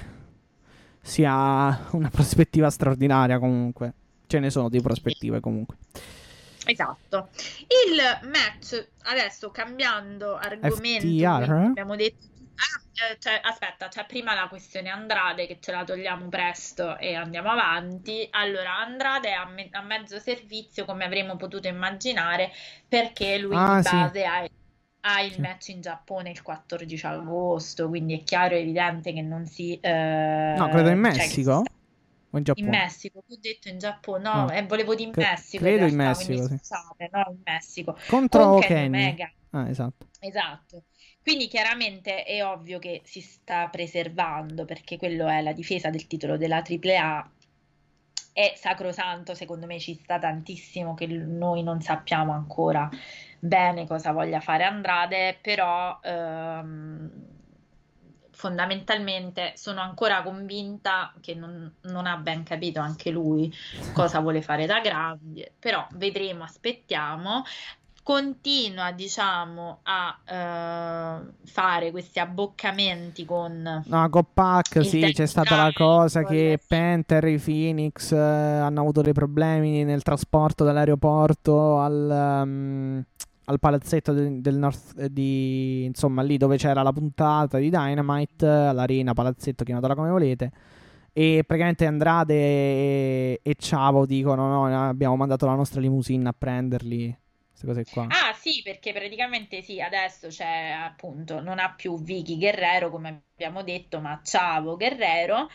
sia una prospettiva straordinaria comunque. Ce ne sono di Sì. prospettive comunque. Esatto. Il match, adesso cambiando argomento, quindi F T R? abbiamo detto, ah, eh, cioè, aspetta, c'è prima la questione Andrade che ce la togliamo presto e andiamo avanti. Allora, Andrade è a, me- a mezzo servizio, come avremmo potuto immaginare, perché lui di Ah, sì. base ha, ha il Sì. match in Giappone il quattordici agosto, quindi è chiaro e evidente che non si, No, credo in eh, cioè che si Messico sta o in in Giappone. Messico, ho detto in Giappone, no, Ah, eh, volevo di cre- Messico in credo in realtà, quindi Messico, sì. scusate, no, in Messico, con Contro Kenny Kenny. Omega, Ah, esatto. esatto. Quindi chiaramente è ovvio che si sta preservando perché quello è la difesa del titolo della tripla A. È sacrosanto, secondo me ci sta tantissimo che l- noi non sappiamo ancora bene cosa voglia fare Andrade, però ehm, fondamentalmente sono ancora convinta che non, non ha ben capito anche lui cosa vuole fare da grande, però vedremo, aspettiamo. Continua, diciamo, a eh, fare questi abboccamenti con No, con Pac, il sì, tag c'è stata la cosa triangle, che sì. Panther e Phoenix eh, hanno avuto dei problemi nel trasporto dall'aeroporto al, um, al palazzetto de- del North, eh, di, insomma, lì dove c'era la puntata di Dynamite, eh, all'arena, palazzetto, chiamatela come volete. E praticamente Andrade e, e Ciavo dicono: no, abbiamo mandato la nostra limousine a prenderli. Queste cose qua. Ah, sì, perché praticamente sì, adesso c'è appunto, non ha più Vicky Guerrero, come abbiamo detto, ma Chavo Guerrero.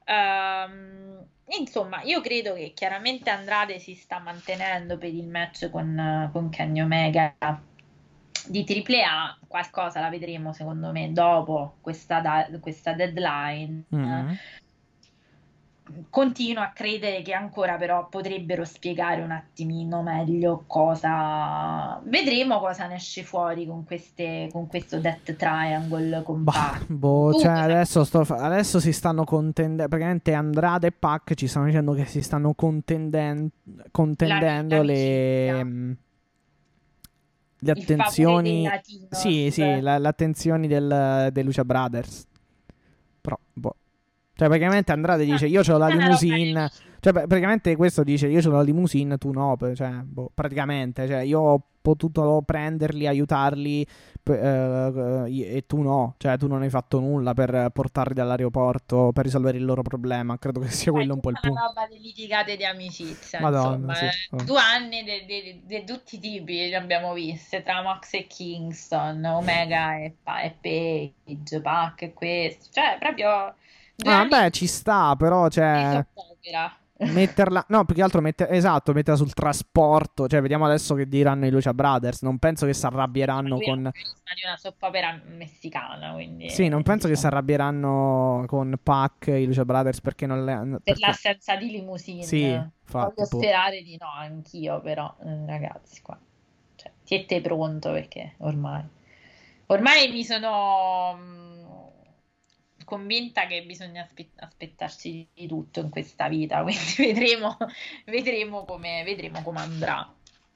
Ehm, insomma, io credo che chiaramente Andrade si sta mantenendo per il match con, con Kenny Omega di tripla A, qualcosa la vedremo secondo me dopo questa, da- questa deadline. Mhm. Continuo a credere che ancora però potrebbero spiegare un attimino meglio cosa. Vedremo cosa ne esce fuori con queste, con questo Death Triangle Bah, compatto. boh, Tu cioè cosa ne adesso, sto fa- adesso si stanno contendendo, praticamente Andrade e Pac ci stanno dicendo che si stanno contenden- la- contendendo le, l'amicizia, mm, le il favore dei attenzioni, sì, Latinos? sì, la- le attenzioni del, dei Lucha Brothers, però, boh. Cioè praticamente Andrade No, dice io ho la è una roba di limousine, amici. cioè pra- praticamente questo dice io ho la limousine, tu no, cioè, boh, praticamente, cioè io potuto prenderli, aiutarli p- eh, eh, e tu no, cioè tu non hai fatto nulla per portarli dall'aeroporto, per risolvere il loro problema. Credo che sia Fai quello un po' il tutta una punto. roba di litigate di amicizia, Madonna, insomma. sì. eh. Oh. Due anni di tutti i tipi ne abbiamo viste, tra Mox e Kingston, Omega e, Pa- e Page, Pac e questo. Cioè, proprio due Ah, anni beh, ci sta, però, di cioè, soap opera. metterla, no, più che altro, mette- esatto, metterla sul trasporto. Cioè, vediamo adesso che diranno i Lucia Brothers. Non penso che si arrabbieranno Lui ha un con. carisma di una soap opera messicana, quindi Sì, non penso che si diciamo, arrabbieranno con Pac, i Lucia Brothers, perché non le. per Perché. l'assenza di Sì, limousine. infatti, Voglio boh. sperare di no, anch'io, però, eh, ragazzi, qua. Cioè, siete pronto perché ormai. Ormai mi sono mh, convinta che bisogna aspe- aspettarsi di tutto in questa vita, quindi vedremo, vedremo come, vedremo come andrà.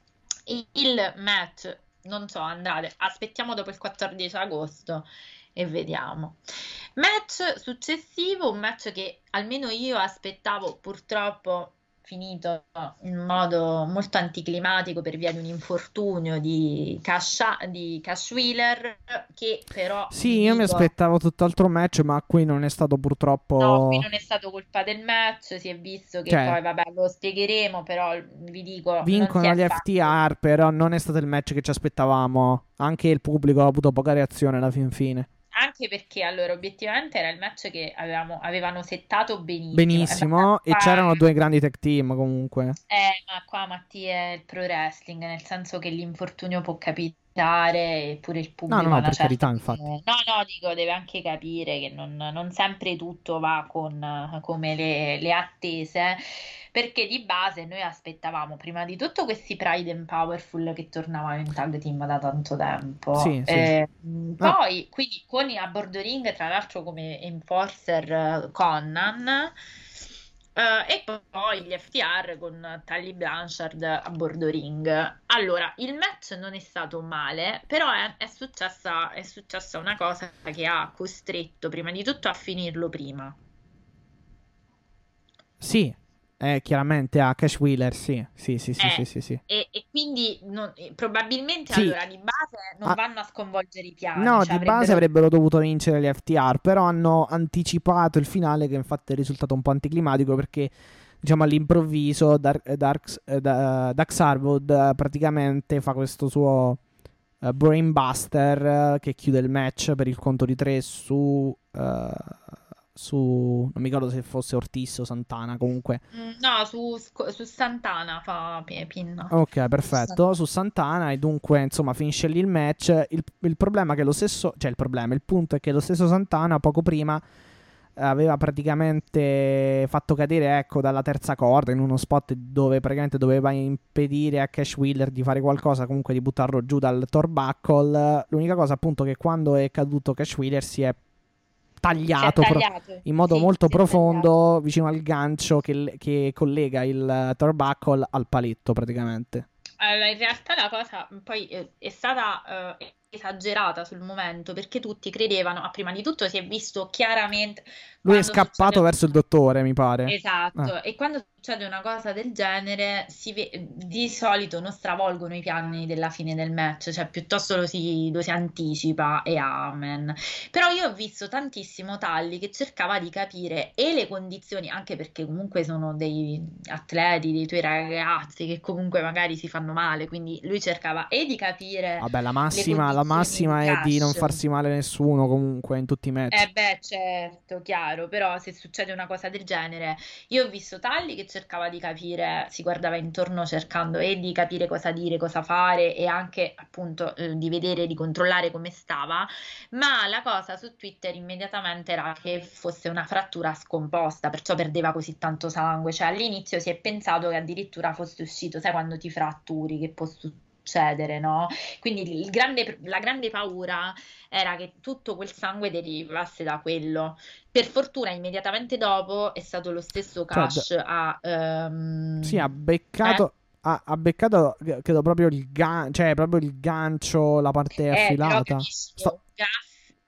Il match, non so, andate, aspettiamo dopo il quattordici agosto e vediamo. Match successivo, un match che almeno io aspettavo, purtroppo finito in modo molto anticlimatico per via di un infortunio di Cash, di Cash Wheeler, che però vi Sì, io mi dico, aspettavo tutt'altro match, ma qui non è stato no, qui purtroppo. non è stato colpa del match, si è visto che Cioè, poi, vabbè, lo spiegheremo, però vi dico, non si vincono è gli fatto. F T R, però non è stato il match che ci aspettavamo. Anche il pubblico ha avuto poca reazione alla fin fine. Anche perché allora obiettivamente era il match che avevamo, avevano settato benissimo. Eh, ma Benissimo, e qua, c'erano due grandi tag team comunque. eh, ma qua Mattia è il pro wrestling, nel senso che l'infortunio può capitare eppure il No, no, pubblico a no, una per certa... carità, infatti. No, no, dico, deve anche capire che non, non sempre tutto va con, eh, come le, le attese, perché di base noi aspettavamo prima di tutto questi Pride and Powerful che tornavano in tag team da tanto tempo. Sì, sì. Eh, mh, No, poi, quindi con a bordo ring, tra l'altro come enforcer eh, Conan, eh, e poi gli F T R con Tully Blanchard a bordo ring. Allora, il match non è stato male, però è, è successa, è successa una cosa che ha costretto prima di tutto a finirlo prima. sì, eh, chiaramente a Cash Wheeler, sì, sì, sì, sì, sì, Eh, sì, sì. e, e quindi non- eh, probabilmente Sì, allora di base non ah, vanno a sconvolgere i piani, no, cioè di base avrebbero... avrebbero dovuto vincere gli F T R, però hanno anticipato il finale che infatti è risultato un po' anticlimatico perché, diciamo, all'improvviso Dark, Darks- eh, da- Dax Harwood eh, praticamente fa questo suo eh, Brainbuster eh, che chiude il match per il conto di tre su... eh, su... non mi ricordo se fosse Ortiz o Santana, comunque. Mm, no, su, su Santana fa pi- pinna. Ok, Su San- perfetto, su Santana e dunque insomma finisce lì il match. Il, il problema è che lo stesso, cioè il problema, il punto è che lo stesso Santana poco prima eh, aveva praticamente fatto cadere, ecco, dalla terza corda in uno spot dove praticamente doveva impedire a Cash Wheeler di fare qualcosa, comunque di buttarlo giù dal torbuckle. L'unica cosa appunto che quando è caduto Cash Wheeler si è Si è tagliato pro- tagliato, in modo sì, molto si è tagliato. profondo vicino al gancio che, che collega il torbuckle al paletto praticamente. Allora, in realtà la cosa poi eh, è stata eh, esagerata sul momento perché tutti credevano, ah, prima di tutto si è visto chiaramente Lui è quando scappato succede... verso il dottore, mi pare. Ah, Esatto, e quando succede una cosa del genere, si ve- di solito non stravolgono i piani della fine del match, cioè piuttosto lo si, lo si anticipa e amen. Però io ho visto tantissimo Talli che cercava di capire e le condizioni, anche perché comunque sono dei atleti, dei tuoi ragazzi che comunque magari si fanno male, quindi lui cercava e di capire vabbè, la le massima, la condizioni di massima è di non Cash. farsi male nessuno comunque in tutti i match. Eh beh, certo, chiaro, però se succede una cosa del genere, io ho visto Talli che cercava di capire, si guardava intorno cercando e di capire cosa dire, cosa fare e anche appunto eh, di vedere, di controllare come stava, ma la cosa su Twitter immediatamente era che fosse una frattura scomposta, perciò perdeva così tanto sangue, cioè all'inizio si è pensato che addirittura fosse uscito, sai quando ti fratturi, che può succedere, no? Quindi il grande- la grande paura era che tutto quel sangue derivasse da quello. Per fortuna, immediatamente dopo è stato lo stesso Cioè, d- Cash a... ehm, sì, ha eh? beccato, ha, ha beccato, eh, credo proprio il gancio, cioè proprio il gancio, la parte Eh, però affilata. capisci, Sto- Gaff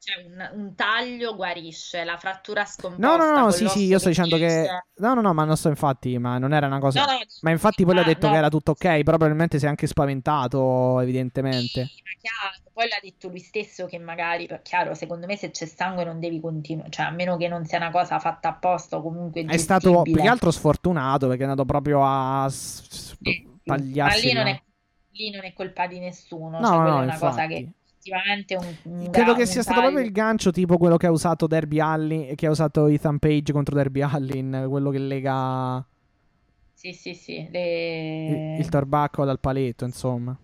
Cioè un, un taglio guarisce, la frattura No, no, scomposta no, con sì, sì, io l'osso sto che dicendo che... cresce. No, no, no, ma non sto infatti, ma non era una No, cosa... no, Ma infatti poi le ho ah, detto che no, era tutto ok, però probabilmente si è anche spaventato, sì, evidentemente. ma chiaro, poi l'ha detto lui stesso che magari, per- chiaro, secondo me se c'è sangue non devi continuare, cioè a meno che non sia una cosa fatta apposta o comunque È stato più che gestibile. altro sfortunato perché è andato proprio a s- s- Sì, sì. Ma tagliarsi lì non la... è, lì non è colpa di nessuno, No, cioè no, quella no, è una cosa che infatti. effettivamente un, un, Credo gra- che sia un stato proprio taglio. il gancio tipo quello che ha usato Derby Allin, che ha usato Ethan Page contro Derby Allin, quello che lega Sì, sì, sì, il, il le- torbacco dal paletto, insomma.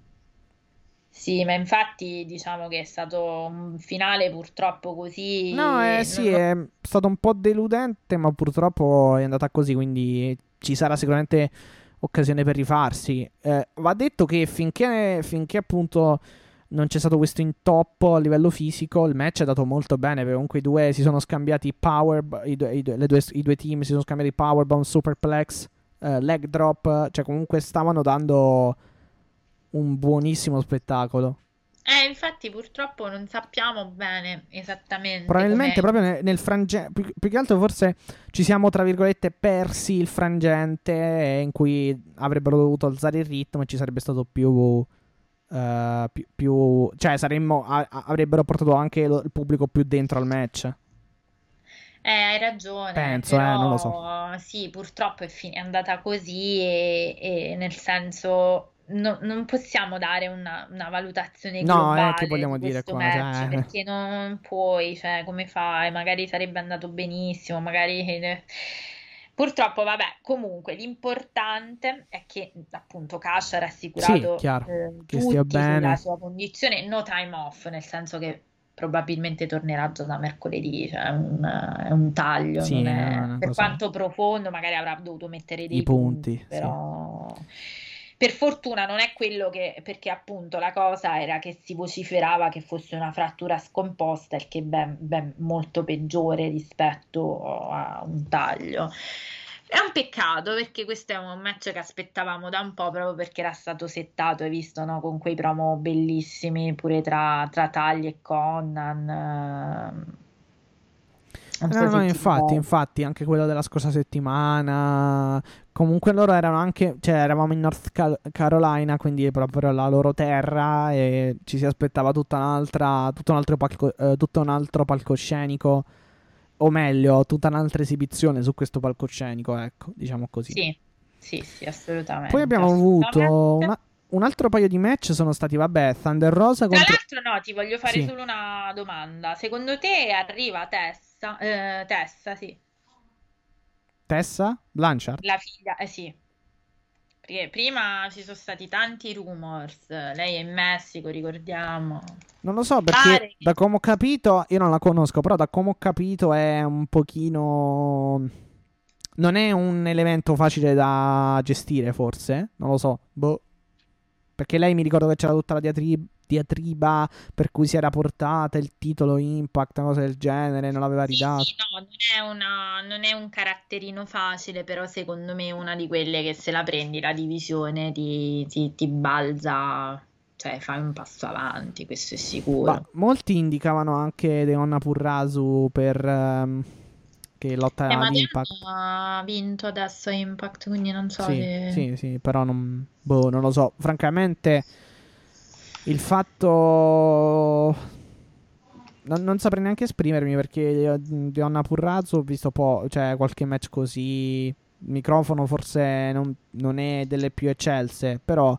sì, ma infatti diciamo che è stato un finale purtroppo No, eh così. sì, non- non- è stato un po' deludente, ma purtroppo è andata così, quindi ci sarà sicuramente occasione per rifarsi. Eh, va detto che finché, finché appunto non c'è stato questo intoppo a livello fisico, il match è andato molto bene, perché comunque i due si sono scambiati power, i due, i due- le due- i due team si sono scambiati powerbomb, superplex, eh, leg drop, cioè comunque stavano dando un buonissimo spettacolo. Eh, infatti purtroppo non sappiamo bene esattamente Probabilmente come. proprio nel, nel frangente, più, più che altro forse ci siamo tra virgolette persi il frangente in cui avrebbero dovuto alzare il ritmo e ci sarebbe stato più, eh, più, più- cioè saremmo, a- a- avrebbero portato anche lo- il pubblico più dentro al match. Eh, hai ragione, Penso, eh, non lo so. però sì, purtroppo è, fin- è andata così e, e nel senso no- non possiamo dare una, una valutazione No, eh, che globale vogliamo di dire questo qua? match Cioè, perché non puoi, cioè come fai? Magari sarebbe andato benissimo, magari. eh, Purtroppo, vabbè, comunque l'importante è che appunto Cash ha sì, rassicurato chiaro, eh, che stia tutti sulla bene. sua condizione, no time off, nel senso che probabilmente tornerà già da mercoledì, cioè è un, è un taglio, Sì, non no, no, è è, una per cosa... quanto profondo, magari avrà dovuto mettere I dei punti, punti, sì. però per fortuna non è quello che, perché appunto la cosa era che si vociferava che fosse una frattura scomposta, il che è ben, ben molto peggiore rispetto a un taglio. È un peccato perché questo è un match che aspettavamo da un po' proprio perché era stato settato, hai visto, no? Con quei promo bellissimi pure tra, tra Tagli e Conan. ehm, Non No, so no, no, se ti infatti, ricordi. infatti, anche quello della scorsa settimana. Comunque loro erano anche, cioè eravamo in North Cal- Carolina, quindi proprio la loro terra e ci si aspettava tutta un'altra, tutto un altro palco, eh, tutto un altro palcoscenico, o meglio, tutta un'altra esibizione su questo palcoscenico, ecco, diciamo così. Sì, sì, sì, Poi assolutamente, abbiamo avuto assolutamente. una- un altro paio di match, sono stati, vabbè, Thunder Rosa Tra contro... l'altro, no, ti voglio fare Sì, solo una domanda. Secondo te arriva Tessa? Eh, Tessa, sì, Tessa, Blanchard. la figlia, eh sì. Perché prima ci sono stati tanti rumors. Lei è in Messico, ricordiamo. Non lo so perché Pare che. da come ho capito, io non la conosco, però da come ho capito è un pochino... Non è un elemento facile da gestire, forse? Non lo so. Boh. Perché lei mi ricordo che c'era tutta la diatri- diatriba per cui si era portata il titolo Impact, una cosa del genere, non l'aveva Sì, sì, ridato. no, non è una- non è un caratterino facile, però secondo me è una di quelle che se la prendi la divisione ti, ti- ti balza, cioè fai un passo avanti, questo è Ma sicuro. molti indicavano anche Deonna Purrasu per... ehm, che Eh, lotta ma ad Impact. Diana ha vinto adesso Impact, quindi non so Sì, se. sì, sì, però non... Boh, non lo so. Francamente... Il fatto... Non, non saprei neanche esprimermi perché io, di Onna Purrazzo ho visto po', cioè qualche match così. Il microfono forse non, non è delle più eccelse, però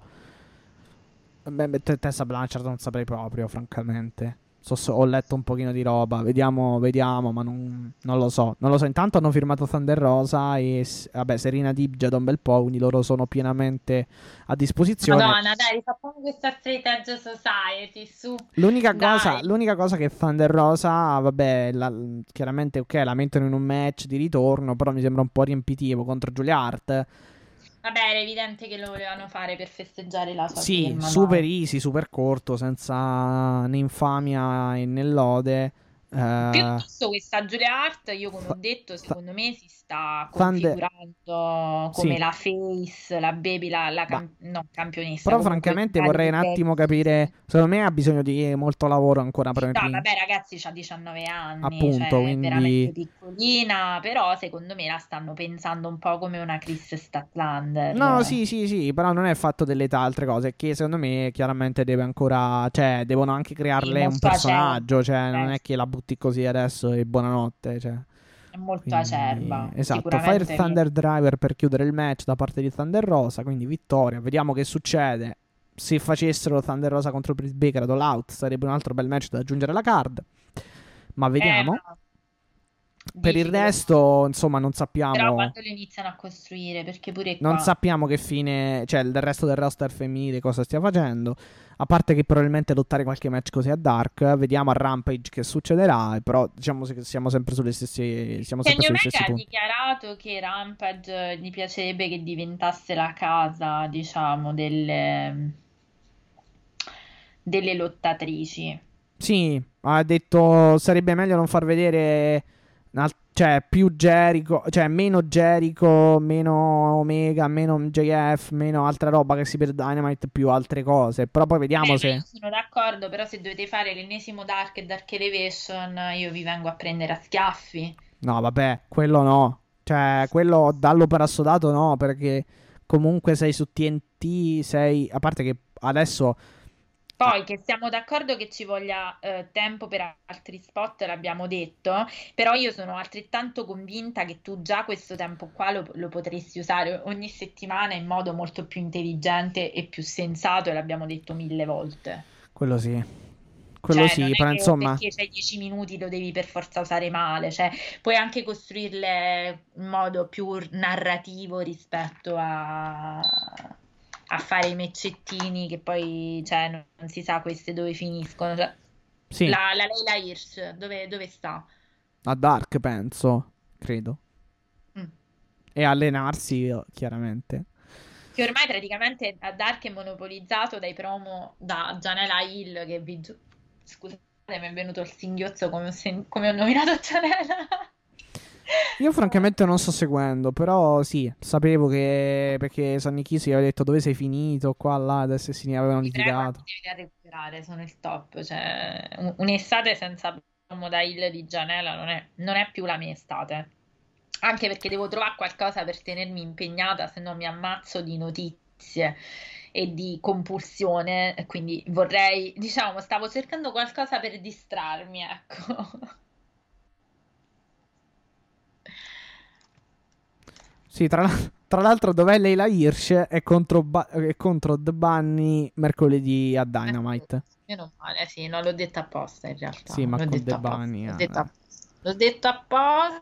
beh, beh, te- Tessa Blanchard non saprei proprio, francamente. So- so- ho letto un pochino di roba, vediamo, vediamo, ma non, non lo so. Non lo so, intanto hanno firmato Thunder Rosa e s- vabbè, Serena Deeb già da un bel po', quindi loro sono pienamente a disposizione. Madonna, dai, rifacciamo questa Straight Edge Society, su, L'unica cosa, dai. l'unica cosa che Thunder Rosa, vabbè, la- chiaramente ok, la mettono in un match di ritorno, però mi sembra un po' riempitivo contro Julia Hart. Vabbè, era evidente che lo volevano fare per festeggiare la sua Sì, firma, super dai. easy, super corto, senza né infamia né lode. Uh, Piuttosto questa Julia Hart, io come ho detto, secondo me si sta configurando come sì. la face, la baby, la, la cam- no, campionessa. Però Comunque, francamente vorrei un attimo capire, secondo me ha bisogno di molto lavoro ancora per no, prima. vabbè ragazzi, c'ha diciannove anni, Appunto, cioè quindi... è veramente piccolina, però secondo me la stanno pensando un po' come una Chris Statlander. No, sì, sì, sì, però non è il fatto dell'età, altre cose, che secondo me chiaramente deve ancora, cioè, devono anche crearle un personaggio, cioè, non è che la butti così adesso e buonanotte, cioè. È molto Quindi, acerba. esatto, Fire Thunder Driver per chiudere il match da parte di Thunder Rosa, quindi vittoria, vediamo che succede. Se facessero Thunder Rosa contro Britt Baker ad All Out sarebbe un altro bel match da aggiungere alla card, ma vediamo. Eh, no. Per il resto, insomma, non sappiamo. Però quando lo iniziano a costruire, perché pure qua... Non sappiamo che fine, cioè il resto del roster femminile cosa stia facendo. A parte che probabilmente lottare qualche match così a Dark. Vediamo a Rampage che succederà. Però diciamo che siamo sempre sulle stesse. Siamo sempre Kenny sugli Omega stessi ha punti. dichiarato che Rampage gli piacerebbe che diventasse la casa, diciamo, delle, delle lottatrici. Sì, ha detto sarebbe meglio non far vedere. Cioè, più Jericho, cioè meno Jericho, meno Omega, meno M J F, meno altra roba che si per Dynamite, più altre cose. Però poi vediamo Beh, se. io sono d'accordo, però se dovete fare l'ennesimo Dark e Dark Elevation, io vi vengo a prendere a schiaffi. No, vabbè, quello no. Cioè, quello dallo per assodato no, perché comunque sei su T N T, sei. A parte che adesso. Poi che siamo d'accordo che ci voglia eh, tempo per altri spot, l'abbiamo detto, però io sono altrettanto convinta che tu già questo tempo qua lo, lo potresti usare ogni settimana in modo molto più intelligente e più sensato, e l'abbiamo detto mille volte. Quello sì. Quello Cioè, sì, non è però che insomma. perché c'hai dieci minuti lo devi per forza usare male, cioè puoi anche costruirle in modo più narrativo rispetto a... a fare i meccettini che poi, cioè, non, non si sa queste dove finiscono. Cioè, Sì. la, la Leila Hirsch, dove, dove sta? A Dark, penso. Credo. Mm. E allenarsi, chiaramente. Che ormai praticamente a Dark è monopolizzato dai promo da Janela Hill, che vi giu- scusate, mi è venuto il singhiozzo come ho, sen- come ho nominato Janela. Io francamente non sto seguendo, però sì, sapevo che perché Sonny Kiss aveva detto dove sei finito, qua, là, adesso si avevano Ti prego, litigato. devi a recuperare, sono il top, cioè un- un'estate senza promo da Hill di Janela non è, non è più la mia estate. Anche perché devo trovare qualcosa per tenermi impegnata, se no mi ammazzo di notizie e di compulsione. e Quindi vorrei, diciamo, stavo cercando qualcosa per distrarmi, ecco. Sì, tra, l'al- tra l'altro dov'è Leila Hirsch è contro, Ba- è contro The Bunny mercoledì a Dynamite. Meno male, sì, non l'ho detto apposta in realtà. Sì, ma l'ho con detto The apposta. Bunny. L'ho eh. detto apposta. L'ho detto apposta.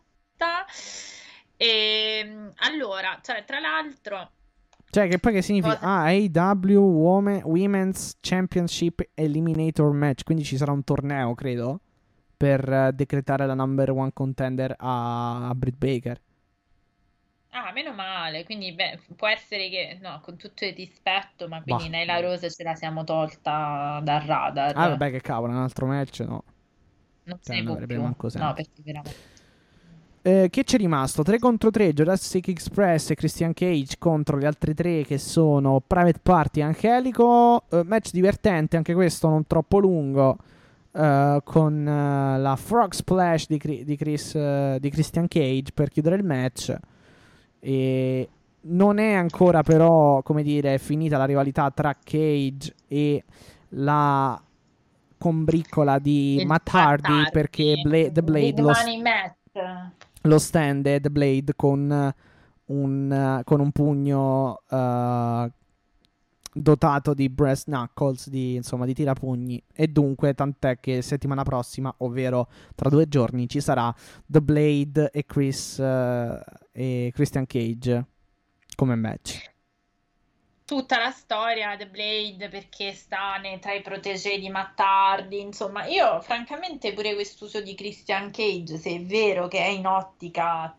E allora, cioè, tra l'altro, Cioè, che poi che significa? cosa- Ah, A E W Women, Women's Championship Eliminator Match. Quindi ci sarà un torneo, credo, per eh, decretare la number one contender a, a Britt Baker. Ah, meno male, quindi beh, può essere che, no, con tutto il rispetto, ma quindi Bah. Nyla Rose ce la siamo tolta dal radar. Ah, vabbè, che cavolo, un altro match, no. Non se Cioè, ne non può avrebbe più. manco No, senso. perché veramente... Eh, che c'è rimasto? tre contro tre, Jurassic Express e Christian Cage contro gli altri tre che sono Private Party e Angelico. Eh, match divertente, anche questo non troppo lungo. eh, con eh, la Frog Splash di, Cri- di, Chris, eh, di Christian Cage per chiudere il match. E non è ancora però, come dire, finita la rivalità tra Cage e la combriccola di Il Matt Matt Hardy, Hardy, perché Bla- The Blade Big lo, Money Matt. lo stand è The Blade con un, con un pugno eh, dotato di breast knuckles, di, insomma di tirapugni, e dunque tant'è che settimana prossima, ovvero tra due giorni, ci sarà The Blade e Chris eh, e Christian Cage come match. tutta la storia The Blade perché sta nei- tra i protégé di Matt Hardy, insomma, io francamente pure quest'uso di Christian Cage, se è vero che è in ottica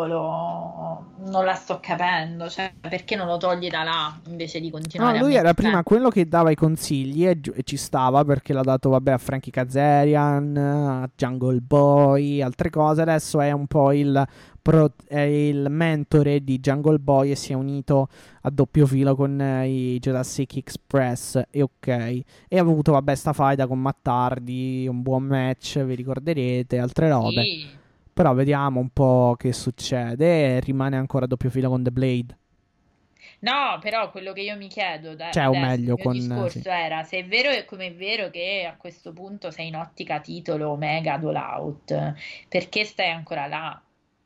titolo, non la sto capendo, cioè perché non lo togli da là invece di No, continuare a lui era mettere prima quello che dava i consigli e, gi- e ci stava perché l'ha dato, vabbè, a Frankie Kazarian, a Jungle Boy, altre cose. Adesso è un po' il, pro- è il mentore di Jungle Boy e si è unito a doppio filo con eh, i Jurassic Express. E ok. E ha avuto, vabbè, sta faida con Matt Hardy, un buon match, vi ricorderete, altre robe. Sì. Però vediamo un po' che succede. E rimane ancora a doppio filo con The Blade. No, però quello che io mi chiedo da- Cioè, o adesso, il meglio, mio con... eh, sì. discorso era se è vero e come è vero che a questo punto sei in ottica titolo Omega All Out, perché stai ancora là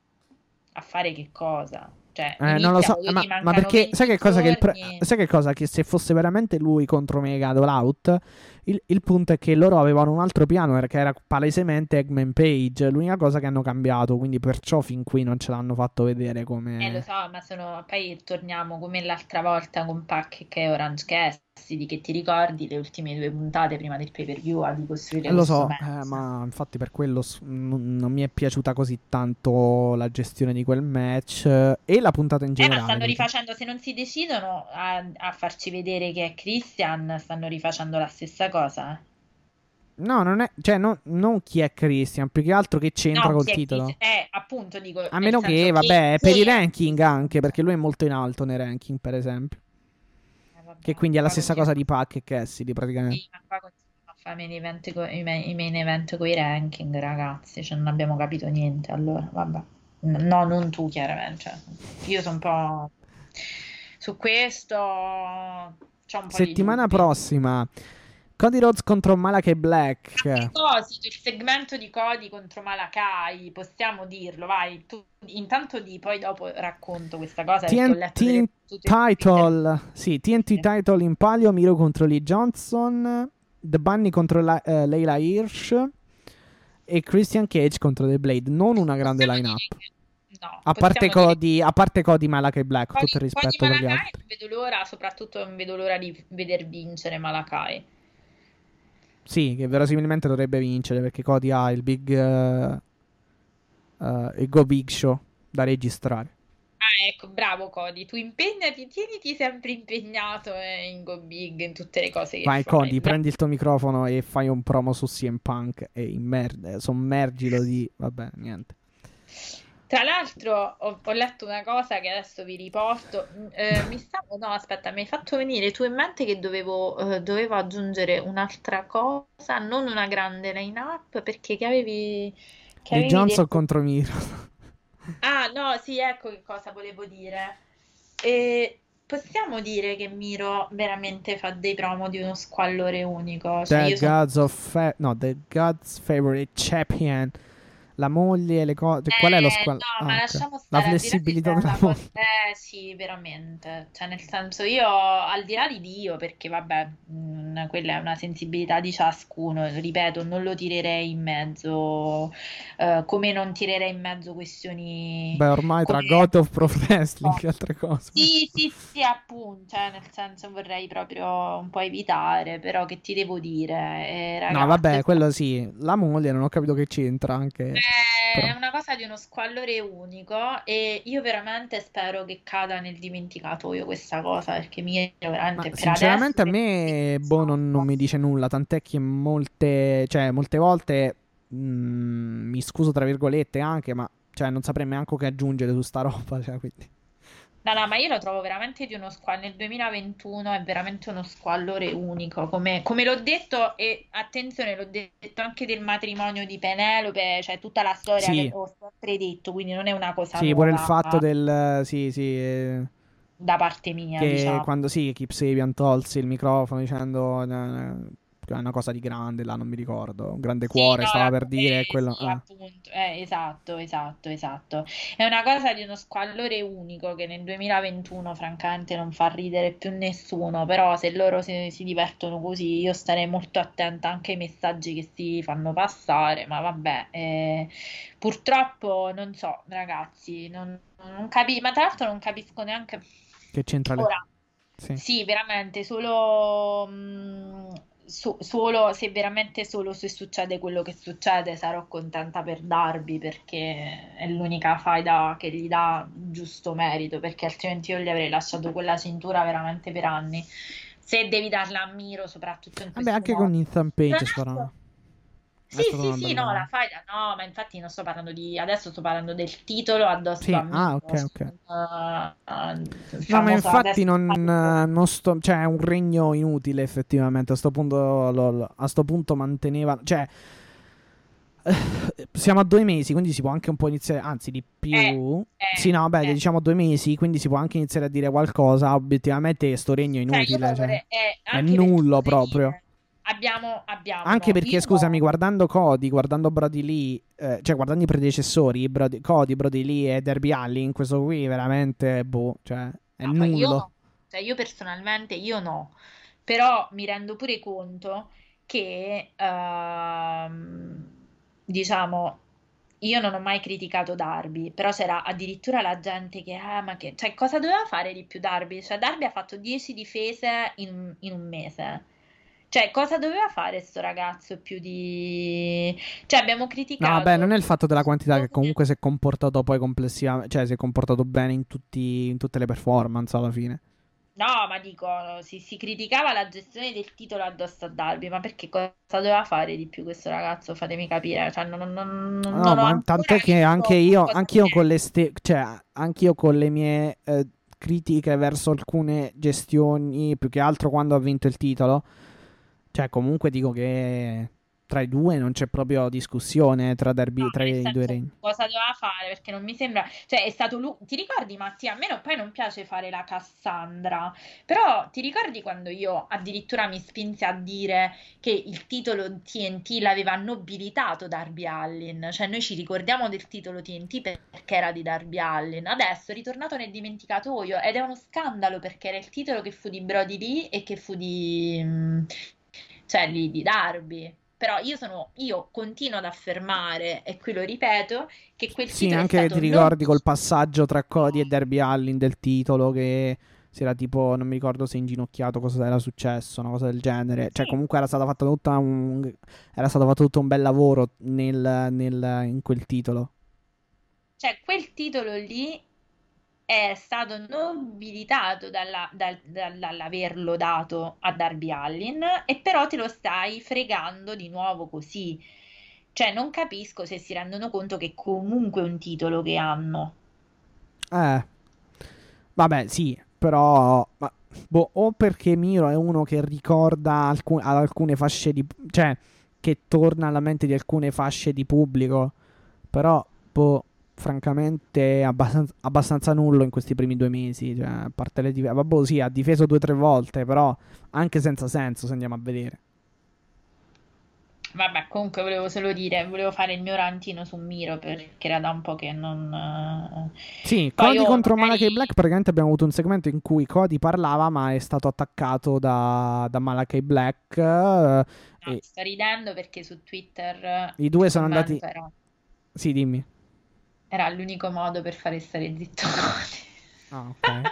a fare che cosa? Cioè, Eh, non lo so, iniziamo, eh, ma, ti ma mancano perché sai venti che cosa che il pre- giorni. sai che cosa che se fosse veramente lui contro Mega All Out, il, il punto è che loro avevano un altro piano perché era palesemente Eggman Page, l'unica cosa che hanno cambiato, quindi perciò fin qui non ce l'hanno fatto vedere Eh, lo come. so, ma sono... poi torniamo come l'altra volta con Pac e Orange Cassidy, che ti ricordi le ultime due puntate prima del pay-per-view a di Eh, costruire lo questo so, eh, match. ma infatti per quello s- non, non mi è piaciuta così tanto la gestione di quel match eh, e la puntata in Eh, ma generale, stanno devo dire. rifacendo, se non si decidono a, a farci vedere che è Christian, stanno rifacendo la stessa cosa. Eh. No, non è, cioè no- non chi è Christian, più che altro che c'entra No, col chi è Christian? titolo. Eh, appunto, dico, A nel meno senso che, che, vabbè, per i che è ranking Christian. anche, perché lui è molto in alto nei ranking, per esempio. Eh, vabbè, Che quindi è la qua stessa cosa continuiamo. di Pac e Cassidy, praticamente. Sì, ma qua continuiamo a fare i main event, co- i main, i main event con i ranking, ragazzi, cioè non abbiamo capito niente, allora, vabbè. N- No, non tu, chiaramente, cioè, io sono un po'... Su questo c'ho un po' di Settimana dubbi. prossima, Cody Rhodes contro Malakai A Black. proposito, il segmento di Cody contro Malakai, possiamo dirlo, vai, tu intanto di, poi dopo racconto questa cosa perché ho letto delle T N T battute su Twitter. title, sì, T N T title in palio, Miro contro Lee Johnson, The Bunny contro la- eh, Layla Hirsch e Christian Cage contro The Blade. Non una grande Possiamo dire line-up. che no, A parte possiamo dire Cody, a parte Cody Malakai Black, Poi, tutto il poi di rispetto per gli Malakai altri. non vedo l'ora, soprattutto non vedo l'ora di veder vincere Malakai. Sì, che verosimilmente dovrebbe vincere perché Cody ha il big eh, eh, il Go Big Show da registrare. Ah, ecco, bravo Cody, tu impegnati, tieniti sempre impegnato eh, in Go Big, in tutte le cose che Vai fai. Cody, Bra- prendi il tuo microfono e fai un promo su C M Punk e immer- sommergilo di... Vabbè, niente. Tra l'altro ho, ho letto una cosa che adesso vi riporto. Mm, eh, mi stavo, no, aspetta, mi hai fatto venire tu in mente che dovevo, eh, dovevo aggiungere un'altra cosa, non una grande line-up, perché che avevi, che Lee avevi Johnson detto? contro Miro. Ah, no, sì, ecco che cosa volevo dire. E possiamo dire che Miro veramente fa dei promo di uno squallore unico. Cioè, The io sono. Gods of... Fa- no, The Gods Favorite Champion. La moglie, le cose... Qual è lo Eh, squal... no, Ah, ma ok. lasciamo La stare al di là di flessibilità se della la cosa. moglie. Eh, sì, veramente. Cioè, nel senso, io al di là di Dio, perché vabbè, mh, quella è una sensibilità di ciascuno, ripeto, non lo tirerei in mezzo, eh, come non tirerei in mezzo questioni Beh, ormai tra come. God of Pro Wrestling e altre cose. Sì, sì, sì, appunto, cioè, nel senso vorrei proprio un po' evitare, però che ti devo dire, eh, No, ragazzi, vabbè, quello sì. La moglie non ho capito che c'entra anche... è Però... una cosa di uno squallore unico e io veramente spero che cada nel dimenticatoio questa cosa perché mi Ma veramente per adesso sinceramente a se- me boh, non, non mi dice nulla, tant'è che molte, cioè, molte volte mm, mi scuso tra virgolette anche, ma cioè, non saprei neanche che aggiungere su sta roba, cioè, quindi. No, no, ma io lo trovo veramente di uno squallore. Nel duemilaventuno è veramente uno squallore unico. Come, come l'ho detto, e attenzione, l'ho detto anche del matrimonio di Penelope, cioè tutta la storia che Sì, ho sempre detto, quindi non è una cosa sì, pure il nuova fatto del... Sì, sì, eh, da parte mia, che diciamo. quando sì, Keep Sabian tolse il microfono dicendo eh, che è una cosa di grande, là non mi ricordo, un grande Sì, cuore no, stava la- per dire e eh, quello... sì, eh. appunto, eh, esatto, esatto, esatto. È una cosa di uno squallore unico che nel duemilaventuno francamente non fa ridere più nessuno, però se loro si, si divertono così io starei molto attenta anche ai messaggi che si fanno passare, ma vabbè, eh, purtroppo non so, ragazzi, non, non capi- ma tra l'altro non capisco neanche Che c'entra le... ora. Sì. Sì, veramente, solo, mh, so- solo se veramente solo se succede quello che succede sarò contenta per Darby perché è l'unica faida che gli dà giusto merito, perché altrimenti io gli avrei lasciato quella cintura veramente per anni. Se devi darla a Miro, soprattutto in Vabbè, questo anche con modo. Ethan Tra Page l'altro, sparano. È sì, stata sì, una sì, no, bella... la faida, no, ma infatti non sto parlando di, adesso sto parlando del titolo addosso a Sì, ah, Miro, ok, ok. non, eh, il No, ma famoso infatti adesso. non, eh, non sto... Cioè, è un regno inutile, effettivamente. A sto punto, lo- lo- a sto punto manteneva... Cioè, eh, siamo a due mesi, quindi si può anche un po' iniziare... Anzi, di Eh, più... Sì, eh, no, vabbè, eh. diciamo due mesi, quindi si può anche iniziare a dire qualcosa. Obiettivamente, sto regno è Cioè, io inutile, poi cioè... vorrei, eh, È anche perché nullo vorrei proprio. dire, abbiamo, abbiamo, Anche no, perché, io scusami, no, guardando Cody, guardando Brody Lee, eh, cioè guardando i predecessori, Brody- Cody, Brody Lee e Darby Allin, questo qui veramente, boh, cioè, è no, poi io nullo. no, cioè io personalmente io no, però mi rendo pure conto che, ehm, diciamo, io non ho mai criticato Darby, però c'era addirittura la gente che, ah, ma che, cioè, cosa doveva fare di più Darby? Cioè, Darby ha fatto dieci difese in, un in un mese. Cioè, cosa doveva fare sto ragazzo più di... Cioè, abbiamo No, vabbè, non criticato è il fatto della quantità che gestione. comunque si è comportato poi complessivamente, cioè si è comportato bene in, tutti, in tutte le performance alla fine. No, ma dico, si, si criticava la gestione del titolo addosso a Darby, ma perché cosa doveva fare di più questo ragazzo? Fatemi capire, cioè, non, non- non- No, non ho ma ancora tant'è che anche visto che io, cosa anch'io con sia. le ste- cioè, anch'io con le mie eh, critiche verso alcune gestioni, più che altro quando ha vinto il titolo, cioè comunque dico che tra i due non c'è proprio discussione tra, No, derby, tra ma nel i due senso, regni. cosa doveva fare? Perché non mi sembra, cioè è stato lui, ti ricordi Mattia? A me non- poi non piace fare la Cassandra, però ti ricordi quando io addirittura mi spinsi a dire che il titolo T N T l'aveva nobilitato Darby Allin, cioè noi ci ricordiamo del titolo T N T perché era di Darby Allin, adesso è ritornato nel dimenticatoio ed è uno scandalo perché era il titolo che fu di Brody Lee e che fu di, mm, cioè, di, di Darby. Però io sono, io continuo ad affermare, e qui lo ripeto, che quel Sì, titolo è anche ti stato non... ricordi col passaggio tra Cody e Derby Allin del titolo che si era tipo, non mi ricordo se inginocchiato, cosa era successo, una cosa del genere. Cioè, Sì, comunque era stata fatta tutta un, era stato fatto tutto un bel lavoro nel, nel- in quel titolo. cioè quel titolo lì è stato nobilitato dalla- dal- dal- dall'averlo dato a Darby Allin e però te lo stai fregando di nuovo così. Cioè non capisco se si rendono conto che comunque è un titolo che hanno. Eh, vabbè, sì, però... ma, boh, o perché Miro è uno che ricorda alcu- ad alcune fasce di... cioè, che torna alla mente di alcune fasce di pubblico, però, boh, francamente è abbastanza, abbastanza nullo in questi primi due mesi, cioè, a parte le dif- vabbè, sì, ha difeso due o tre volte, però anche senza senso, se andiamo a vedere. Vabbè, comunque volevo solo dire, volevo fare il mio rantino su Miro perché era da un po' che non... eh. Sì, Poi Cody io contro Malachi Black, magari... praticamente abbiamo avuto un segmento in cui Cody parlava, ma è stato attaccato da, da Malachi Black, eh, No, e sto ridendo perché su Twitter eh, i il due sono andati... commento era, Sì, dimmi. era l'unico modo per fare stare zitto Cody. Ah, ok.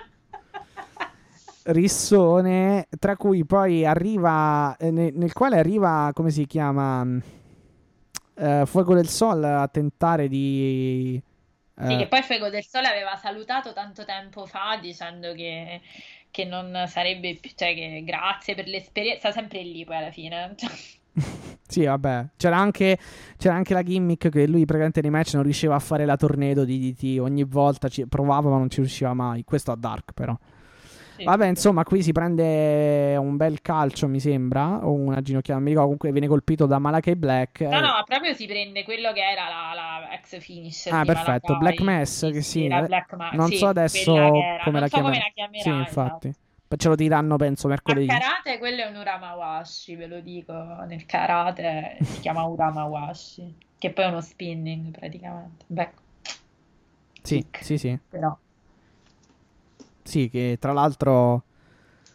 Rissone, tra cui poi arriva, eh, ne- nel quale arriva, come si chiama, mm, eh, Fuego del Sol a tentare di... Sì, eh, che poi Fuego del Sole aveva salutato tanto tempo fa dicendo che, che non sarebbe più, cioè che grazie per l'esperienza, sempre lì poi alla fine. sì, vabbè, c'era anche, c'era anche la gimmick che lui praticamente nei match non riusciva a fare la tornado di D T, ogni volta ci provava ma non ci riusciva mai, questo a Dark però. Sì, Vabbè, sì, sì. insomma, qui si prende un bel calcio, mi sembra, o una ginocchiata, non mi ricordo, comunque viene colpito da Malachi Black. No, eh, no, proprio si prende quello che era la, la ex finisher Ah, di perfetto. Black Malakai. Mass, Sì, che sì, sì. la eh, Black Ma- Non so sì, quella che adesso era. come Non la so come chiamerà. la Sì, chiamerà, esatto. infatti. Poi ce lo diranno, penso, A mercoledì. karate quello è un uramawashi, ve lo dico. Nel karate si chiama uramawashi, che poi è uno spinning praticamente. Beh, Sì, kick, sì, sì. però. Sì, che tra l'altro...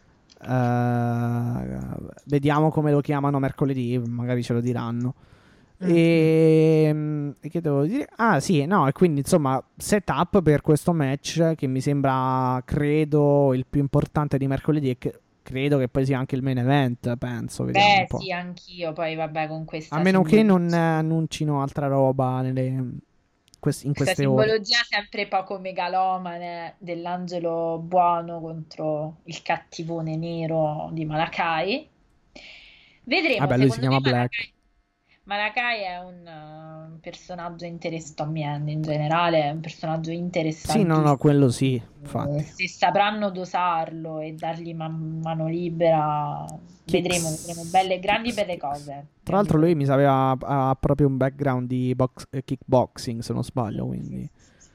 eh, vediamo come lo chiamano mercoledì, magari ce lo diranno. E, mm, e che devo dire? Ah sì, no, e quindi insomma setup per questo match che mi sembra, credo, il più importante di mercoledì e che credo che poi sia anche il main event, penso, vediamo un Beh, po'. sì, anch'io, poi vabbè, con A questa meno che non eh, simbologia, annuncino altra roba nelle, quest- in questa queste ore. simbologia sempre poco megalomane dell'angelo buono contro il cattivone nero di Malakai. Vedremo, Vabbè, lui si secondo me chiama Black. Malakai, Malakai è un, uh, un personaggio interessante in generale, è un personaggio Sì, no, no, interessantissimo. quello sì, Eh, infatti. Se sapranno dosarlo e dargli man- mano libera, vedremo, vedremo Kicks, belle, grandi kicks, belle kicks. cose. Tra Grandi l'altro lui belle mi cose. sapeva ha proprio un background di box- eh, kickboxing, se non sbaglio, quindi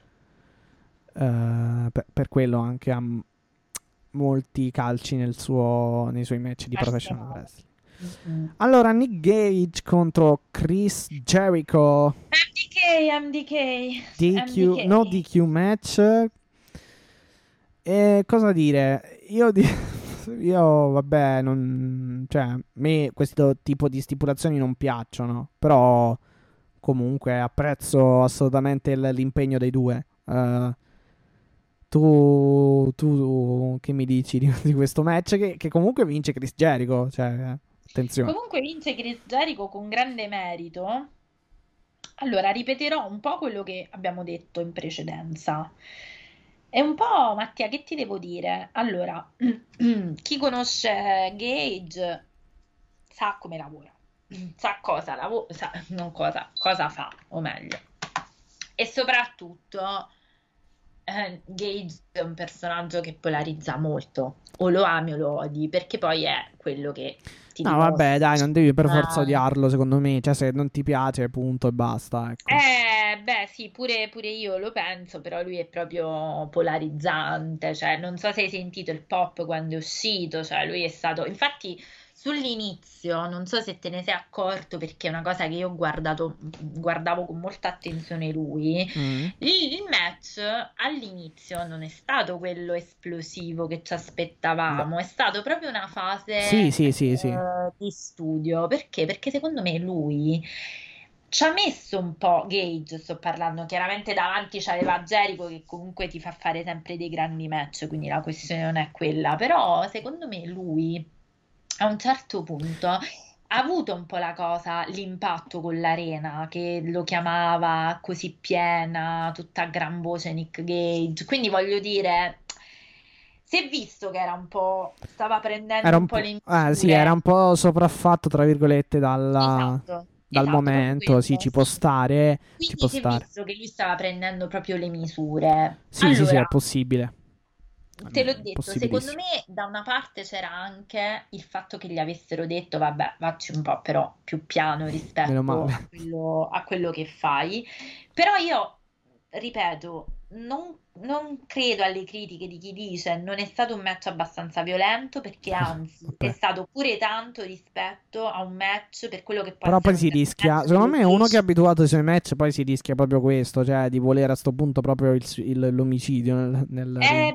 eh, per, per quello anche ha m- molti calci nel suo, nei suoi match di professional Arsenale. wrestling. Mm-mm. Allora, Nick Gage contro Chris Jericho. M D K, M D K, D Q, no M D K. D Q match. E cosa dire? Io, di- io vabbè, non, cioè, a me questo tipo di stipulazioni non piacciono, però comunque apprezzo assolutamente l- l'impegno dei due. Eh, tu, tu che mi dici di, di questo match che, che comunque vince Chris Jericho? Cioè, eh, attenzione. Comunque vince Chris Jericho con grande merito. Allora, ripeterò un po' quello che abbiamo detto in precedenza. È un po', Mattia, che ti devo dire? Allora, chi conosce Gage sa come lavora, sa cosa lavora, sa, non cosa, cosa fa, o meglio. E soprattutto eh, Gage è un personaggio che polarizza molto, o lo ami o lo odi, perché poi è quello che ti No, vabbè, dai, non devi per forza dimostra. odiarlo, secondo me. Cioè, se non ti piace, punto e basta, ecco. Eh, beh, sì, pure, pure io lo penso, però lui è proprio polarizzante, cioè non so se hai sentito il pop quando è uscito, cioè lui è stato, infatti sull'inizio, non so se te ne sei accorto perché è una cosa che io ho guardato, guardavo con molta attenzione lui, Mm. il, il match all'inizio non è stato quello esplosivo che ci Beh, aspettavamo, è stato proprio una fase sì, sì, sì, sì. eh, di studio, perché? Perché secondo me lui ci ha messo un po', Gage sto parlando, chiaramente davanti c'aveva Jericho che comunque ti fa fare sempre dei grandi match, quindi la questione non è quella, però secondo me lui a un certo punto ha avuto un po' la cosa, l'impatto con l'arena che lo chiamava così piena, tutta a gran voce Nick Gage, quindi voglio dire, si è visto che era un po', stava Era prendendo un un po' po', le eh, sì, era misure. un po' sopraffatto, tra virgolette, dalla- Esatto, dal esatto, proprio momento. Sì, questo, ci può sì. stare, ci può Quindi si è stare. visto che lui stava prendendo proprio le misure. Sì, sì, sì, Allora, è possibile. te l'ho È detto, secondo possibilissimo. me da una parte c'era anche il fatto che gli avessero detto, vabbè, facci un po' però più piano Meno rispetto a male. quello, a quello che fai. Però io, ripeto, non, non credo alle critiche di chi dice non è stato un match abbastanza violento, perché anzi è Vabbè. stato pure tanto rispetto a un match per quello che può Però poi essere un si grande rischia. match Secondo delle me, uno che è dieci. abituato ai suoi match, poi si rischia proprio questo, cioè di volere a sto punto proprio il- il- l'omicidio nel, nel ring. Eh,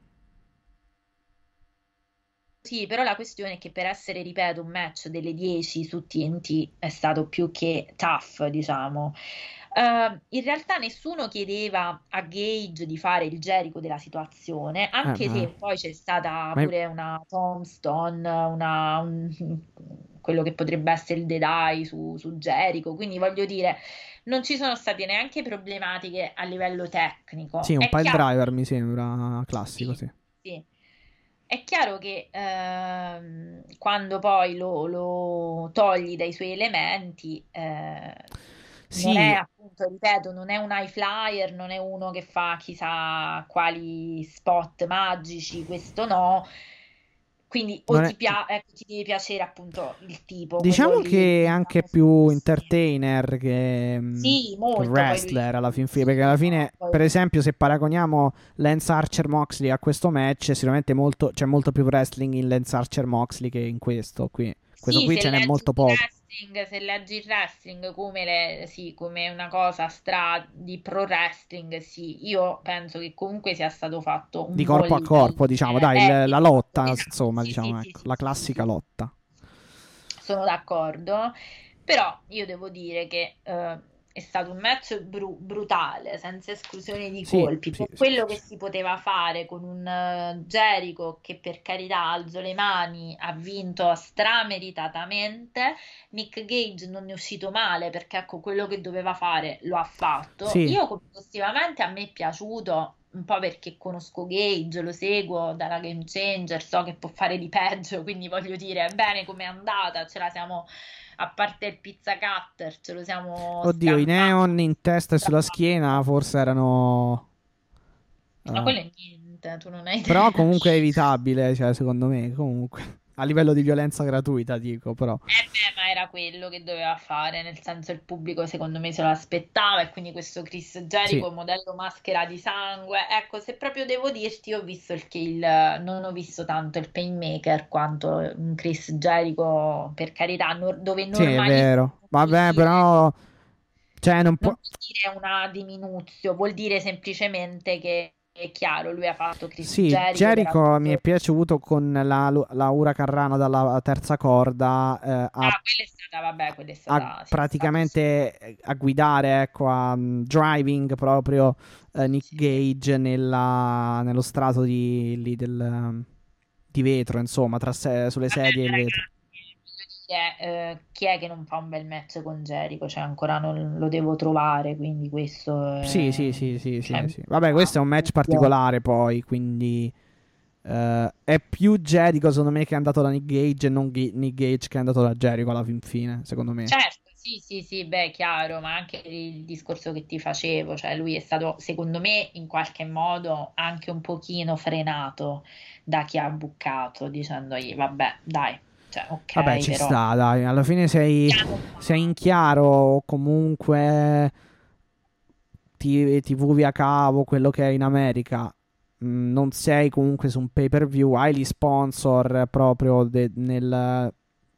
Sì, però la questione è che per essere, ripeto, un match delle dieci su T N T è stato più che tough, diciamo. Eh, in realtà nessuno chiedeva a Gage di fare il Jericho della situazione, Eh, anche ma, se poi c'è stata ma- pure una tombstone, una, un- quello che potrebbe essere il Dedai su, su Jericho, quindi voglio dire, non ci sono state neanche problematiche a livello sì, tecnico. un È pile chiaro. driver mi sembra classico, Sì, sì. sì. È chiaro che ehm, quando poi lo, lo togli dai suoi elementi, eh, non è Sì, appunto, ripeto, non è un high flyer, non è uno che fa chissà quali spot magici, questo no. Quindi o non è. ti, pia- ecco, ti deve piacere appunto il tipo, quello Diciamo lì, che è anche diciamo più sì. entertainer che, mm, Sì, che molto, poi wrestler alla lui, fin fine. sì, Perché alla no, fine, poi per esempio, se paragoniamo Lance Archer Moxley a questo match, sicuramente molto, c'è molto più wrestling in Lance Archer Moxley che in questo qui. Questo sì, qui se ce n'è leggi molto il poco. wrestling, se leggi il wrestling come, le- sì, come una cosa stra di pro wrestling, sì, io penso che comunque sia stato fatto Di un buon corpo a livello. corpo, diciamo, Eh, dai, eh, il- di la corpo, lotta, esatto, insomma, sì, sì, diciamo, sì, ecco, sì, la sì, sì, classica sì, lotta. sono d'accordo. Però io devo dire che eh, è stato un match bru- brutale, senza esclusione di Sì, colpi, sì, per sì, quello sì, che sì. si poteva fare con un eh, Jericho che per carità alzo le mani, ha vinto strameritatamente. Nick Gage non ne è uscito male perché ecco quello che doveva fare lo ha fatto. Sì, Io complessivamente a me è piaciuto. Un po' perché conosco Gage, lo seguo dalla Game Changer, so che può fare di peggio, quindi voglio dire, bene come è andata, ce la siamo, a parte il pizza cutter, ce lo siamo oddio, i scampati. neon in testa e sulla schiena forse erano... Ma eh, quello è niente, tu non hai però idea. comunque è evitabile, cioè, secondo me, comunque. A livello di violenza gratuita, dico, però. Eh beh, ma era quello che doveva fare, nel senso il pubblico secondo me se lo aspettava e quindi questo Chris Sì. Jericho, modello maschera di sangue, ecco, se proprio devo dirti, ho visto il kill, non ho visto tanto il Painmaker quanto un Chris Jericho, per carità, no- dove Sì, è normalizza vero. non vuol Vabbè, dire, però... Cioè, non non può... vuol dire una diminuzione, vuol dire semplicemente che è chiaro, lui ha fatto Chris Sì, Jericho ed era Jericho mi è tutto... piaciuto con la, la Huracan Rana dalla terza corda, eh, a, Ah, quella è stata, vabbè, quella è a stata, sì, è stato praticamente eh, a guidare, ecco, a mm, driving proprio eh, Nick sì. Gage nella- nello strato di, lì del, um, di vetro, insomma, tra se- sulle Vabbè, sedie e il ma vetro. ragazzi, voglio dire, eh, chi è che non fa un bel match con Jericho? Cioè, ancora non lo devo trovare, quindi questo Sì, è, sì, sì, sì, cioè, sì, mi sì. Vabbè, fa questo è un match dubbio. particolare poi, quindi eh, è più Jericho secondo me che è andato da Nick Gage e non Ga- Nick Gage che è andato da Jericho alla fin fine, secondo me. Certo, sì, sì, sì, beh, chiaro, ma anche il discorso che ti facevo, cioè lui è stato, secondo me, in qualche modo anche un pochino frenato da chi ha buccato, dicendogli, vabbè, dai, cioè, Vabbè, ok, ci però sta, dai, alla fine sei, piano sei in passo. chiaro, o comunque ti, T V via cavo, quello che è in America. Mm, non sei comunque su un pay per view, hai gli sponsor proprio de- nel,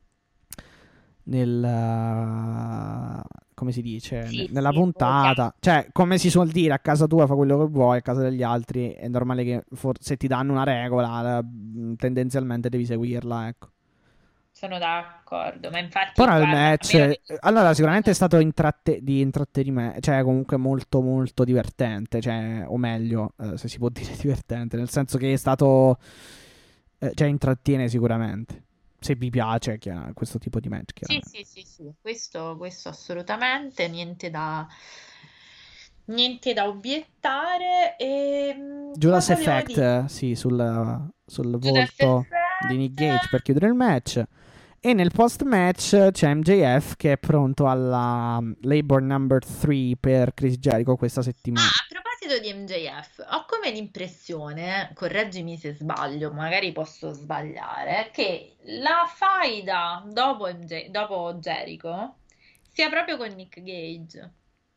nel come si dice, ne- Sì, nella sì, quello chiaro. puntata. Cioè, come si suol dire, a casa tua fa quello che vuoi, a casa degli altri è normale che for- se ti danno una regola, eh, tendenzialmente devi seguirla, ecco. Sono d'accordo, ma infatti, Però il guarda, a match, me non è eh, allora sicuramente è dispiaciuto. stato intratte- di intrattenimento, cioè comunque molto molto divertente, cioè, o meglio, eh, se si può dire divertente, nel senso che è stato, eh, cioè intrattiene sicuramente, se vi piace chiar- questo tipo di match, Sì, chiaramente. sì, sì, sì, questo, questo assolutamente, niente da, niente da obiettare. E mh, Judas cosa devo Effect, dire? eh, sì, sul, sul Judas volto di Nick Effect. Gage per chiudere il match. E nel post-match c'è M J F che è pronto alla um, Labor Number tre per Chris Jericho questa Ah, settimana. a proposito di M J F, ho come l'impressione, correggimi se sbaglio, magari posso sbagliare, che la faida dopo, M J dopo Jericho sia proprio con Nick Gage.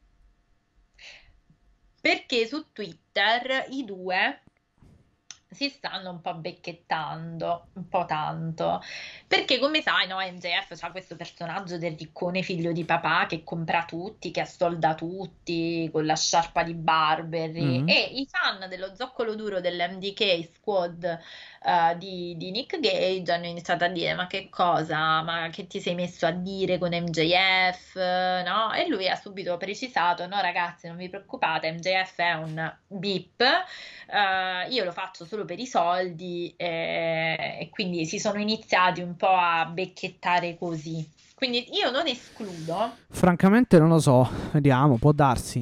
Perché su Twitter i due si stanno un po' becchettando, un po' tanto. Perché come sai, no, M J F c'ha questo personaggio del riccone figlio di papà che compra tutti, che assolda tutti con la sciarpa di Burberry. Mm. E i fan dello zoccolo duro dell'M D K Squad eh, di, di Nick Gage hanno iniziato a dire: Ma che cosa? Ma che ti sei messo a dire con M J F? No? E lui ha subito precisato: No, ragazzi, non vi preoccupate, M J F è un beep. Eh, io lo faccio solo per i soldi eh, e quindi si sono iniziati un po' a becchettare così. Quindi io non escludo, Francamente non lo so, vediamo, può darsi.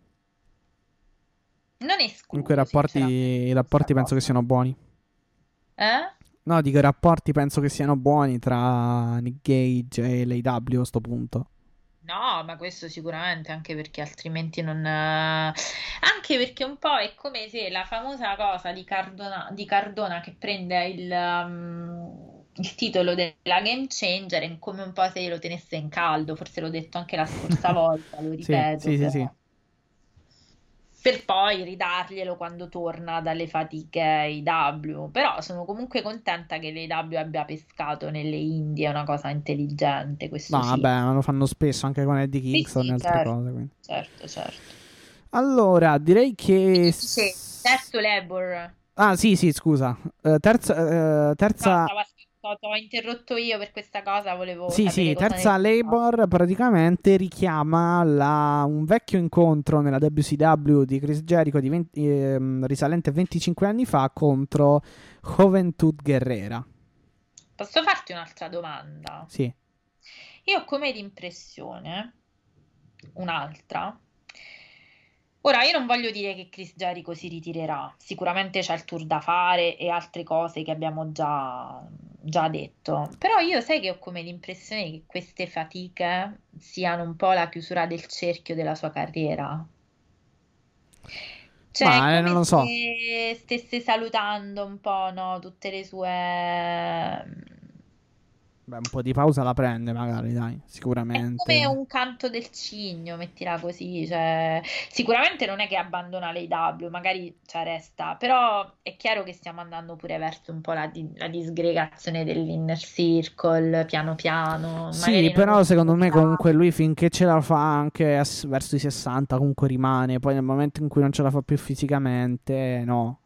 non Comunque i escludo rapporti, sinceramente i questa rapporti penso che cosa. siano buoni. Eh? No, dico i rapporti penso che siano buoni tra Nick Gage e l'A E W a sto punto. No, ma questo sicuramente anche perché altrimenti non... eh, Anche perché un po' è come se la famosa cosa di Cardona, di Cardona che prende il, um, il titolo della Game Changer è come un po' se lo tenesse in caldo, forse l'ho detto anche la scorsa volta, lo Sì, ripeto, sì, sì, sì. però. Per poi ridarglielo quando torna dalle fatiche A E W. Però sono comunque contenta che l'A E W abbia pescato nelle Indie, è una cosa intelligente, No, questo sì. vabbè, ma lo fanno spesso anche con Eddie Sì, Kingston e sì, altre certo, cose. Quindi. certo, certo. Allora, direi che... Quindi dice, s- terzo Labor. Ah, sì, sì, scusa. Eh, terza, eh, No, terza... stavo aspettando. so, ti ho interrotto io per questa cosa, volevo Sì, sapere sì, cosa ne terza pensavo. Labor praticamente richiama la- un vecchio incontro nella W C W di Chris Jericho di venti ehm, risalente a venticinque anni fa contro Juventud Guerrera. Posso farti un'altra domanda? Sì. Io ho come l'impressione, un'altra. Ora, io non voglio dire che Chris Jericho si ritirerà, sicuramente c'è il tour da fare e altre cose che abbiamo già, già detto, però io sai che ho come l'impressione che queste fatiche siano un po' la chiusura del cerchio della sua carriera. Cioè, è Ma eh, non come lo so. se stesse salutando un po', no, tutte le sue... Beh, un po' di pausa la prende magari, dai, È come sicuramente. un canto del cigno, mettila così, cioè, sicuramente non è che abbandona l'A E W, magari cioè, resta, però è chiaro che stiamo andando pure verso un po' la, di- la disgregazione dell'inner circle, piano piano, Sì, magari noi non però ci secondo me vogliamo. comunque lui finché ce la fa anche a s- verso i sessanta comunque rimane, poi nel momento in cui non ce la fa più fisicamente, no.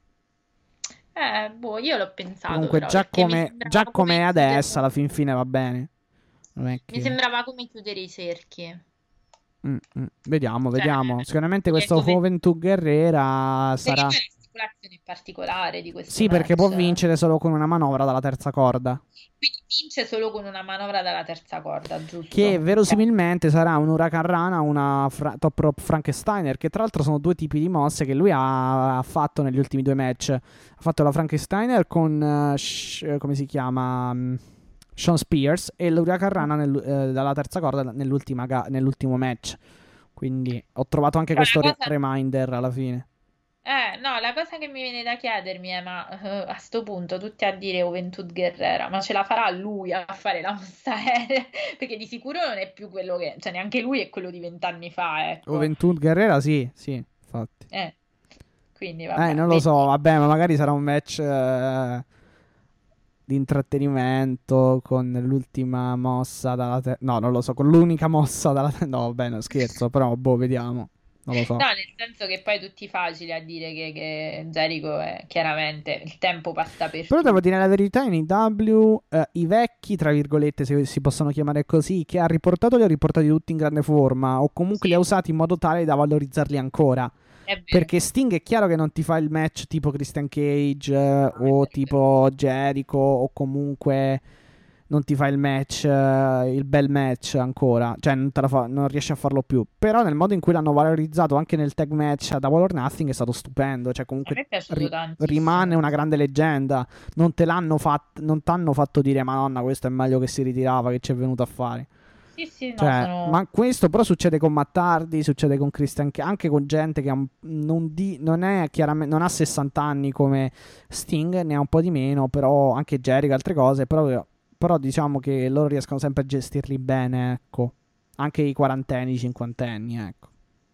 Eh, boh, io l'ho pensato Comunque però, già perché mi come, sembrava già come come è chiudere, adesso, alla fin fine va bene. Non è mi che... sembrava come chiudere i cerchi, Mm, mm. Vediamo, cioè, vediamo. Sicuramente perché questo come... Juventud Guerrera Perché sarà... poi la stipulazione in particolare di questo Sì, perché può match. vincere solo con una manovra dalla terza corda. Quindi vince solo con una manovra dalla terza corda, Che giusto? Ok. verosimilmente sarà un Huracan Rana, una fra- Top Rope Frankensteiner, che tra l'altro sono due tipi di mosse che lui ha, ha fatto negli ultimi due match. Ha fatto la Frankensteiner con, eh, Sh- come si chiama, mm, Sean Spears, e l'Huracan Rana nel- eh, dalla terza corda nell'ultima ga- nell'ultimo match. Quindi ho trovato anche Però questo la re- cosa, reminder alla fine. eh, no, la cosa che mi viene da chiedermi è, ma eh, a sto punto tutti a dire Juventud Guerrera, ma ce la farà lui a fare la mossa aerea? Perché di sicuro non è più quello che, cioè neanche lui è quello di vent'anni fa, ecco. Juventud Guerrera, sì, sì, infatti. Eh, quindi Eh, vabbè, non lo so, vedi. vabbè, ma magari sarà un match eh, di intrattenimento con l'ultima mossa dalla te- no, non lo so, con l'unica mossa dalla te- no, vabbè, no, scherzo, però boh, vediamo. Non lo so. No, nel senso che poi tutti facili a dire che, che Jericho è chiaramente il tempo passa per Però devo tutti. dire la verità, in A E W eh, i vecchi, tra virgolette, se si possono chiamare così, che ha riportato li ha riportati tutti in grande forma o comunque li ha Sì, usati in modo tale da valorizzarli ancora. è vero. Perché Sting è chiaro che non ti fa il match tipo Christian Cage eh, No, è o vero, è vero. tipo Jericho o comunque non ti fa il match, eh, il bel match ancora, cioè non, te la fa- non riesce a farlo più. Però nel modo in cui l'hanno valorizzato anche nel tag match a Double or Nothing è stato stupendo, cioè A comunque me è piaciuto ri- rimane tantissimo. una grande leggenda. Non te l'hanno fatto, non t'hanno fatto dire Madonna, questo è meglio che si ritirava, che ci è venuto a fare. Sì, sì, no, Cioè, sono... ma questo però succede con Mattardi, succede con Christian, Ca- anche con gente che ha un- non, di- non è chiaramente, non ha sessanta anni come Sting, ne ha un po' di meno, però anche Jericho, altre cose, però, però diciamo che loro riescono sempre a gestirli bene, ecco. Anche i quarantenni, i cinquantenni, ecco.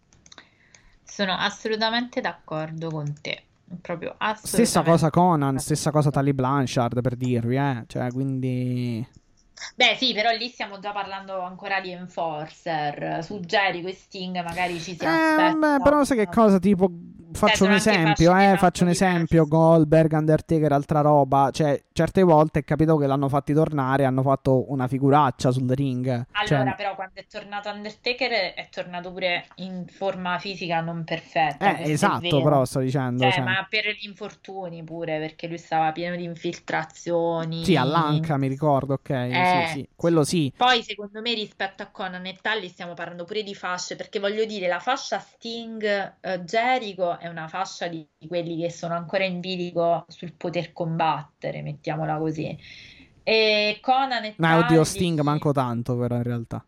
sono assolutamente d'accordo con te. Proprio Stessa assolutamente cosa Conan, stessa cosa d'accordo. Tully Blanchard, per dirvi, eh. Cioè, quindi... Beh, sì, però lì stiamo già parlando ancora di Enforcer. Su Jericho e Sting magari ci si Eh, beh, aspetta. però sai che cosa? Tipo, Cioè, faccio un sono anche esempio, fasce di eh, faccio età un esempio, diverse. Goldberg, Undertaker, altra roba. Cioè, certe volte è capitato che l'hanno fatti tornare, hanno fatto una figuraccia sul ring. Cioè, Allora, però, quando è tornato Undertaker è tornato pure in forma fisica non perfetta, eh, questo è esatto, però vero. sto dicendo, Cioè, cioè. ma per gli infortuni pure, perché lui stava pieno di Sì, infiltrazioni. all'Anca mi ricordo, ok, sì, Eh, sì, quello sì. poi secondo me rispetto a Conan e Tully stiamo parlando pure di fasce, perché voglio dire, la fascia Sting eh, Jericho è una fascia di di quelli che sono ancora in bilico sul poter combattere, mettiamola così. E Conan e No, oddio, Sting Tully, manco tanto, però in realtà.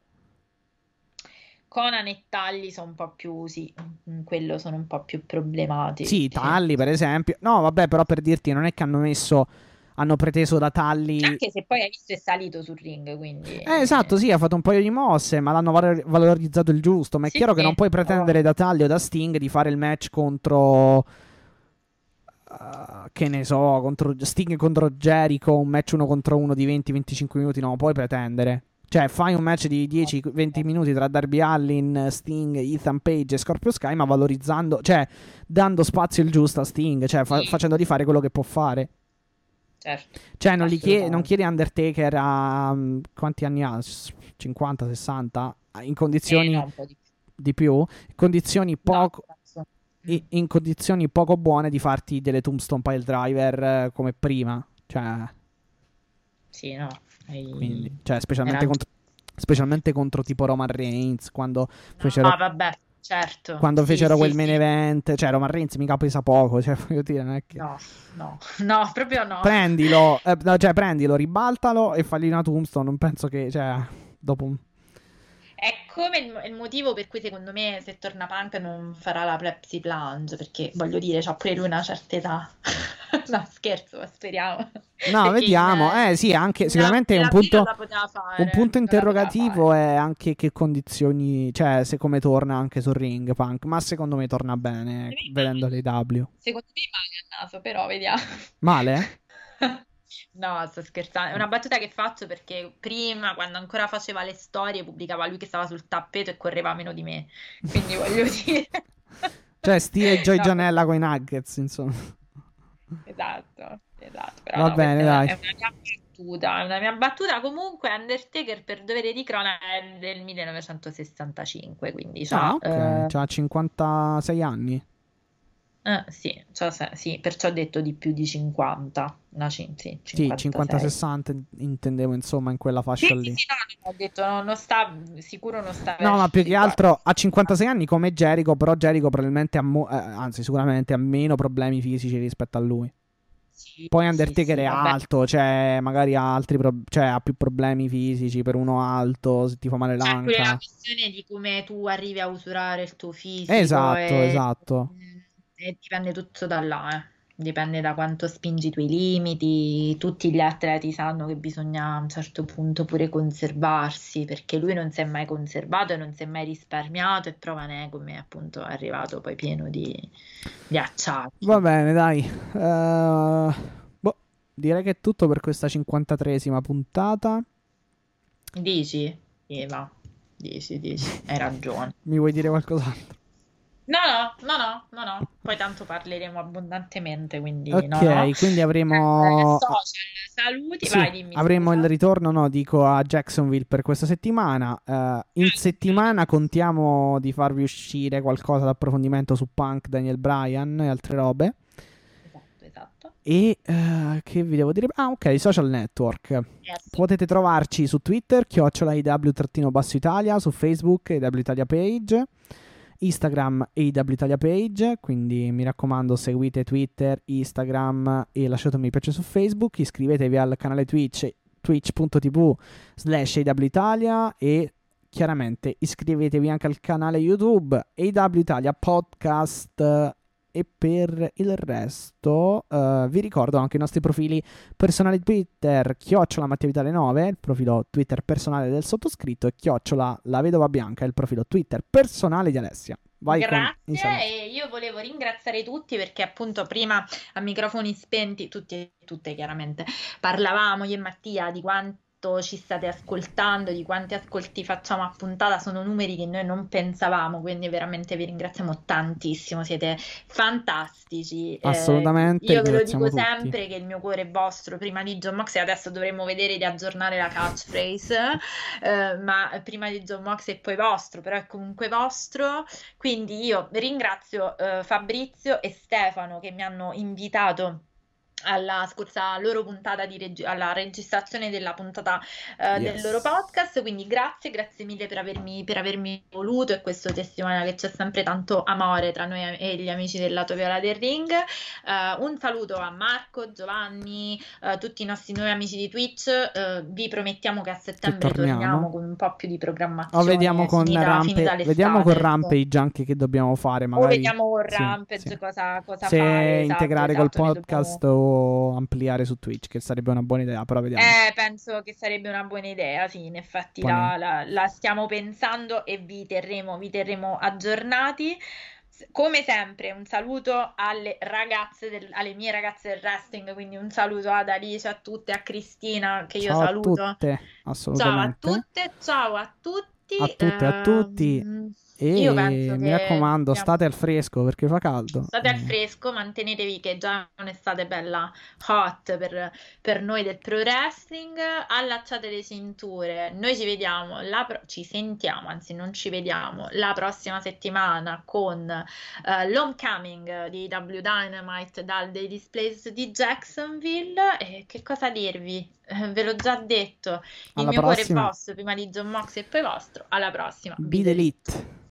Conan e Tully sono un po' più, sì, in quello sono un po' più problematici. Sì, Tully, per esempio. No, vabbè, però per dirti, non è che hanno messo... Hanno preteso da Tully. Anche se poi hai visto è salito sul ring, quindi Eh, esatto, sì, ha fatto un paio di mosse, ma l'hanno valor- valorizzato il giusto. Ma è sì, chiaro che non sì, puoi oh, pretendere da Taglio o da Sting di fare il match contro. Uh, che ne so, contro Sting contro Jericho, un match uno contro uno di venti venticinque minuti. Non lo puoi pretendere. Cioè, fai un match di dieci venti minuti tra Darby Allin, Sting, Ethan Page e Scorpio Sky, ma valorizzando, cioè, dando spazio il giusto a Sting, cioè, fa- sì, facendogli fare quello che può fare. certo. Cioè non, gli chiedi, non Assolutamente. chiedi Undertaker a um, quanti anni ha? S- cinquanta, sessanta? In Eh, condizioni no, un po' di più. di più? In condizioni No, poco, penso. Mm. i- in condizioni poco buone di farti delle Tombstone Pile Driver eh, come prima. Cioè, Sì, no, hai, quindi, cioè hai specialmente ragione. contro, specialmente contro tipo Roman Reigns, quando No, fecero, vabbè, certo. quando Sì, fecero sì, quel main sì. event. Cioè, Roman Reigns mica pesa poco, cioè, voglio dire, non è che... No, no, no, proprio no. Prendilo, eh, no, cioè prendilo, ribaltalo e fagli una Tombstone. Non penso che, cioè, dopo un... È come il, il motivo per cui secondo me se torna Punk non farà la Plexi Plunge, perché voglio dire, c'ha pure lui una certa età. No, scherzo, ma speriamo. No, Perché in, vediamo. Eh sì, anche in sicuramente un A W non punto, la poteva un fare, punto non la poteva interrogativo fare. è anche che condizioni, cioè se come torna anche sul ring Punk, ma secondo me torna bene Secondo me vedendo le male. W. Secondo me male a naso, però vediamo. Male? No, sto scherzando. È una battuta che faccio perché prima, quando ancora faceva le storie, pubblicava lui che stava sul tappeto e correva meno di me. Quindi voglio dire. Cioè Steve e Joy No, Janela con i Nuggets, insomma. esatto, esatto. Però Va no, bene, questa dai. è una mia battuta. È una mia battuta. Comunque, Undertaker per dovere di cronaca è del millenovecentosessantacinque, quindi Ah, c'ha, ok, eh, c'ha cinquantasei anni. eh, sì, c'ha se- sì, perciò ho detto di più di cinquanta. No, cin- sì, Sì, cinquantasei. cinquanta sessanta intendevo, insomma, in quella Sì, fascia sì, lì. sì, no, no, ho detto no, non sta, sicuro non sta No, ma verso più i che cinquanta. altro a cinquantasei anni come Jericho, però Jericho probabilmente ha, mo- eh, anzi sicuramente ha meno problemi fisici rispetto a lui. Sì, Poi sì, Undertaker sì, è vabbè. alto, cioè magari ha altri pro- cioè ha più problemi fisici per uno alto, se ti fa male C'è pure la l'anca. questione di come tu arrivi a usurare il tuo fisico Esatto, e, esatto. e dipende tutto da là, eh. Dipende da quanto spingi i tuoi limiti. Tutti gli atleti sanno che bisogna a un certo punto pure conservarsi, perché lui non si è mai conservato e non si è mai risparmiato e prova ne è come appunto è arrivato poi pieno di, di Va acciacchi. bene, dai. Eh, boh, direi che è tutto per questa cinquantatreesima puntata. Dici? Eva, dici, dici, hai ragione. Mi vuoi dire qualcos'altro? No, no, no, no, no, no. Poi tanto parleremo abbondantemente, quindi no, no. Ok, quindi Eh, avremo... ah, social, saluti, sì, vai, dimmi, avremo il scusa. ritorno, no, dico a Jacksonville per questa settimana. Eh, in Ah, settimana contiamo di farvi uscire qualcosa d'approfondimento su Punk, Daniel Bryan e altre robe. esatto, esatto. E eh, che vi devo dire? Ah, ok, i social network. Yes. Potete trovarci su Twitter, chiocciola I W Italia, su Facebook, I W Italia Page, Instagram e I W Italia Page, quindi mi raccomando seguite Twitter, Instagram e lasciate un mi piace su Facebook, iscrivetevi al canale Twitch, twitch.tv slash I W Italia e chiaramente iscrivetevi anche al canale YouTube I W Italia Podcast. E per il resto uh, vi ricordo anche i nostri profili personali Twitter, chiocciola Mattia Vitale nove, il profilo Twitter personale del sottoscritto, e chiocciola La Vedova Bianca, il profilo Twitter personale di Alessia. Vai con i saluti. Grazie, e io volevo ringraziare tutti perché appunto prima a microfoni spenti, tutti e tutte chiaramente, parlavamo io e Mattia di quanto ci state ascoltando, di quanti ascolti facciamo a puntata, sono numeri che noi non pensavamo, quindi veramente vi ringraziamo tantissimo, siete fantastici. Eh, Assolutamente, io ve lo ringraziamo dico tutti. sempre che il mio cuore è vostro, prima di John Mox, e adesso dovremmo vedere di aggiornare la catchphrase, eh, ma prima di John Mox e poi vostro, però è comunque vostro. Quindi io ringrazio eh, Fabrizio e Stefano che mi hanno invitato alla scorsa loro puntata di reg- alla registrazione della puntata eh, del loro Yes. podcast, quindi grazie, grazie mille per avermi, per avermi voluto, e questo testimonia che c'è sempre tanto amore tra noi e gli amici del lato viola del ring. Eh, un saluto a Marco, Giovanni, eh, tutti i nostri nuovi amici di Twitch. Eh, vi promettiamo che a settembre torniamo. torniamo con un po' più di O programmazione, vediamo con finita, rampe, finita l'estate, vediamo con ecco. Rampage anche che dobbiamo fare, O magari vediamo con sì, Rampage sì. cosa, cosa se fare, esatto, integrare esatto, col ne podcast dobbiamo... o ampliare su Twitch, che sarebbe una buona idea, però vediamo. Eh, penso che sarebbe una buona idea, sì, in effetti Poi ne- la, la- la stiamo pensando e vi terremo, vi terremo aggiornati. S- Come sempre, un saluto alle ragazze, del- alle mie ragazze del wrestling, quindi un saluto ad Alice, a tutte, a Cristina, che io Ciao a saluto. tutte, Ciao a assolutamente. tutte, ciao a tutti. A tutte e a tutti. ehm, E Io penso mi che raccomando, siamo- state al fresco perché fa caldo. state al Eh, fresco, mantenetevi che già è un'estate bella hot per, per noi del pro wrestling, allacciate le cinture, noi ci vediamo, la pro- ci sentiamo, anzi non ci vediamo, la prossima settimana con eh, l'homecoming di W Dynamite dal Daily's Place di Jacksonville. E che cosa dirvi? Eh, ve l'ho già detto, il alla mio cuore è prossima. vostro prima di John Mox e poi vostro. Alla prossima, Be Be the the Elite. elite.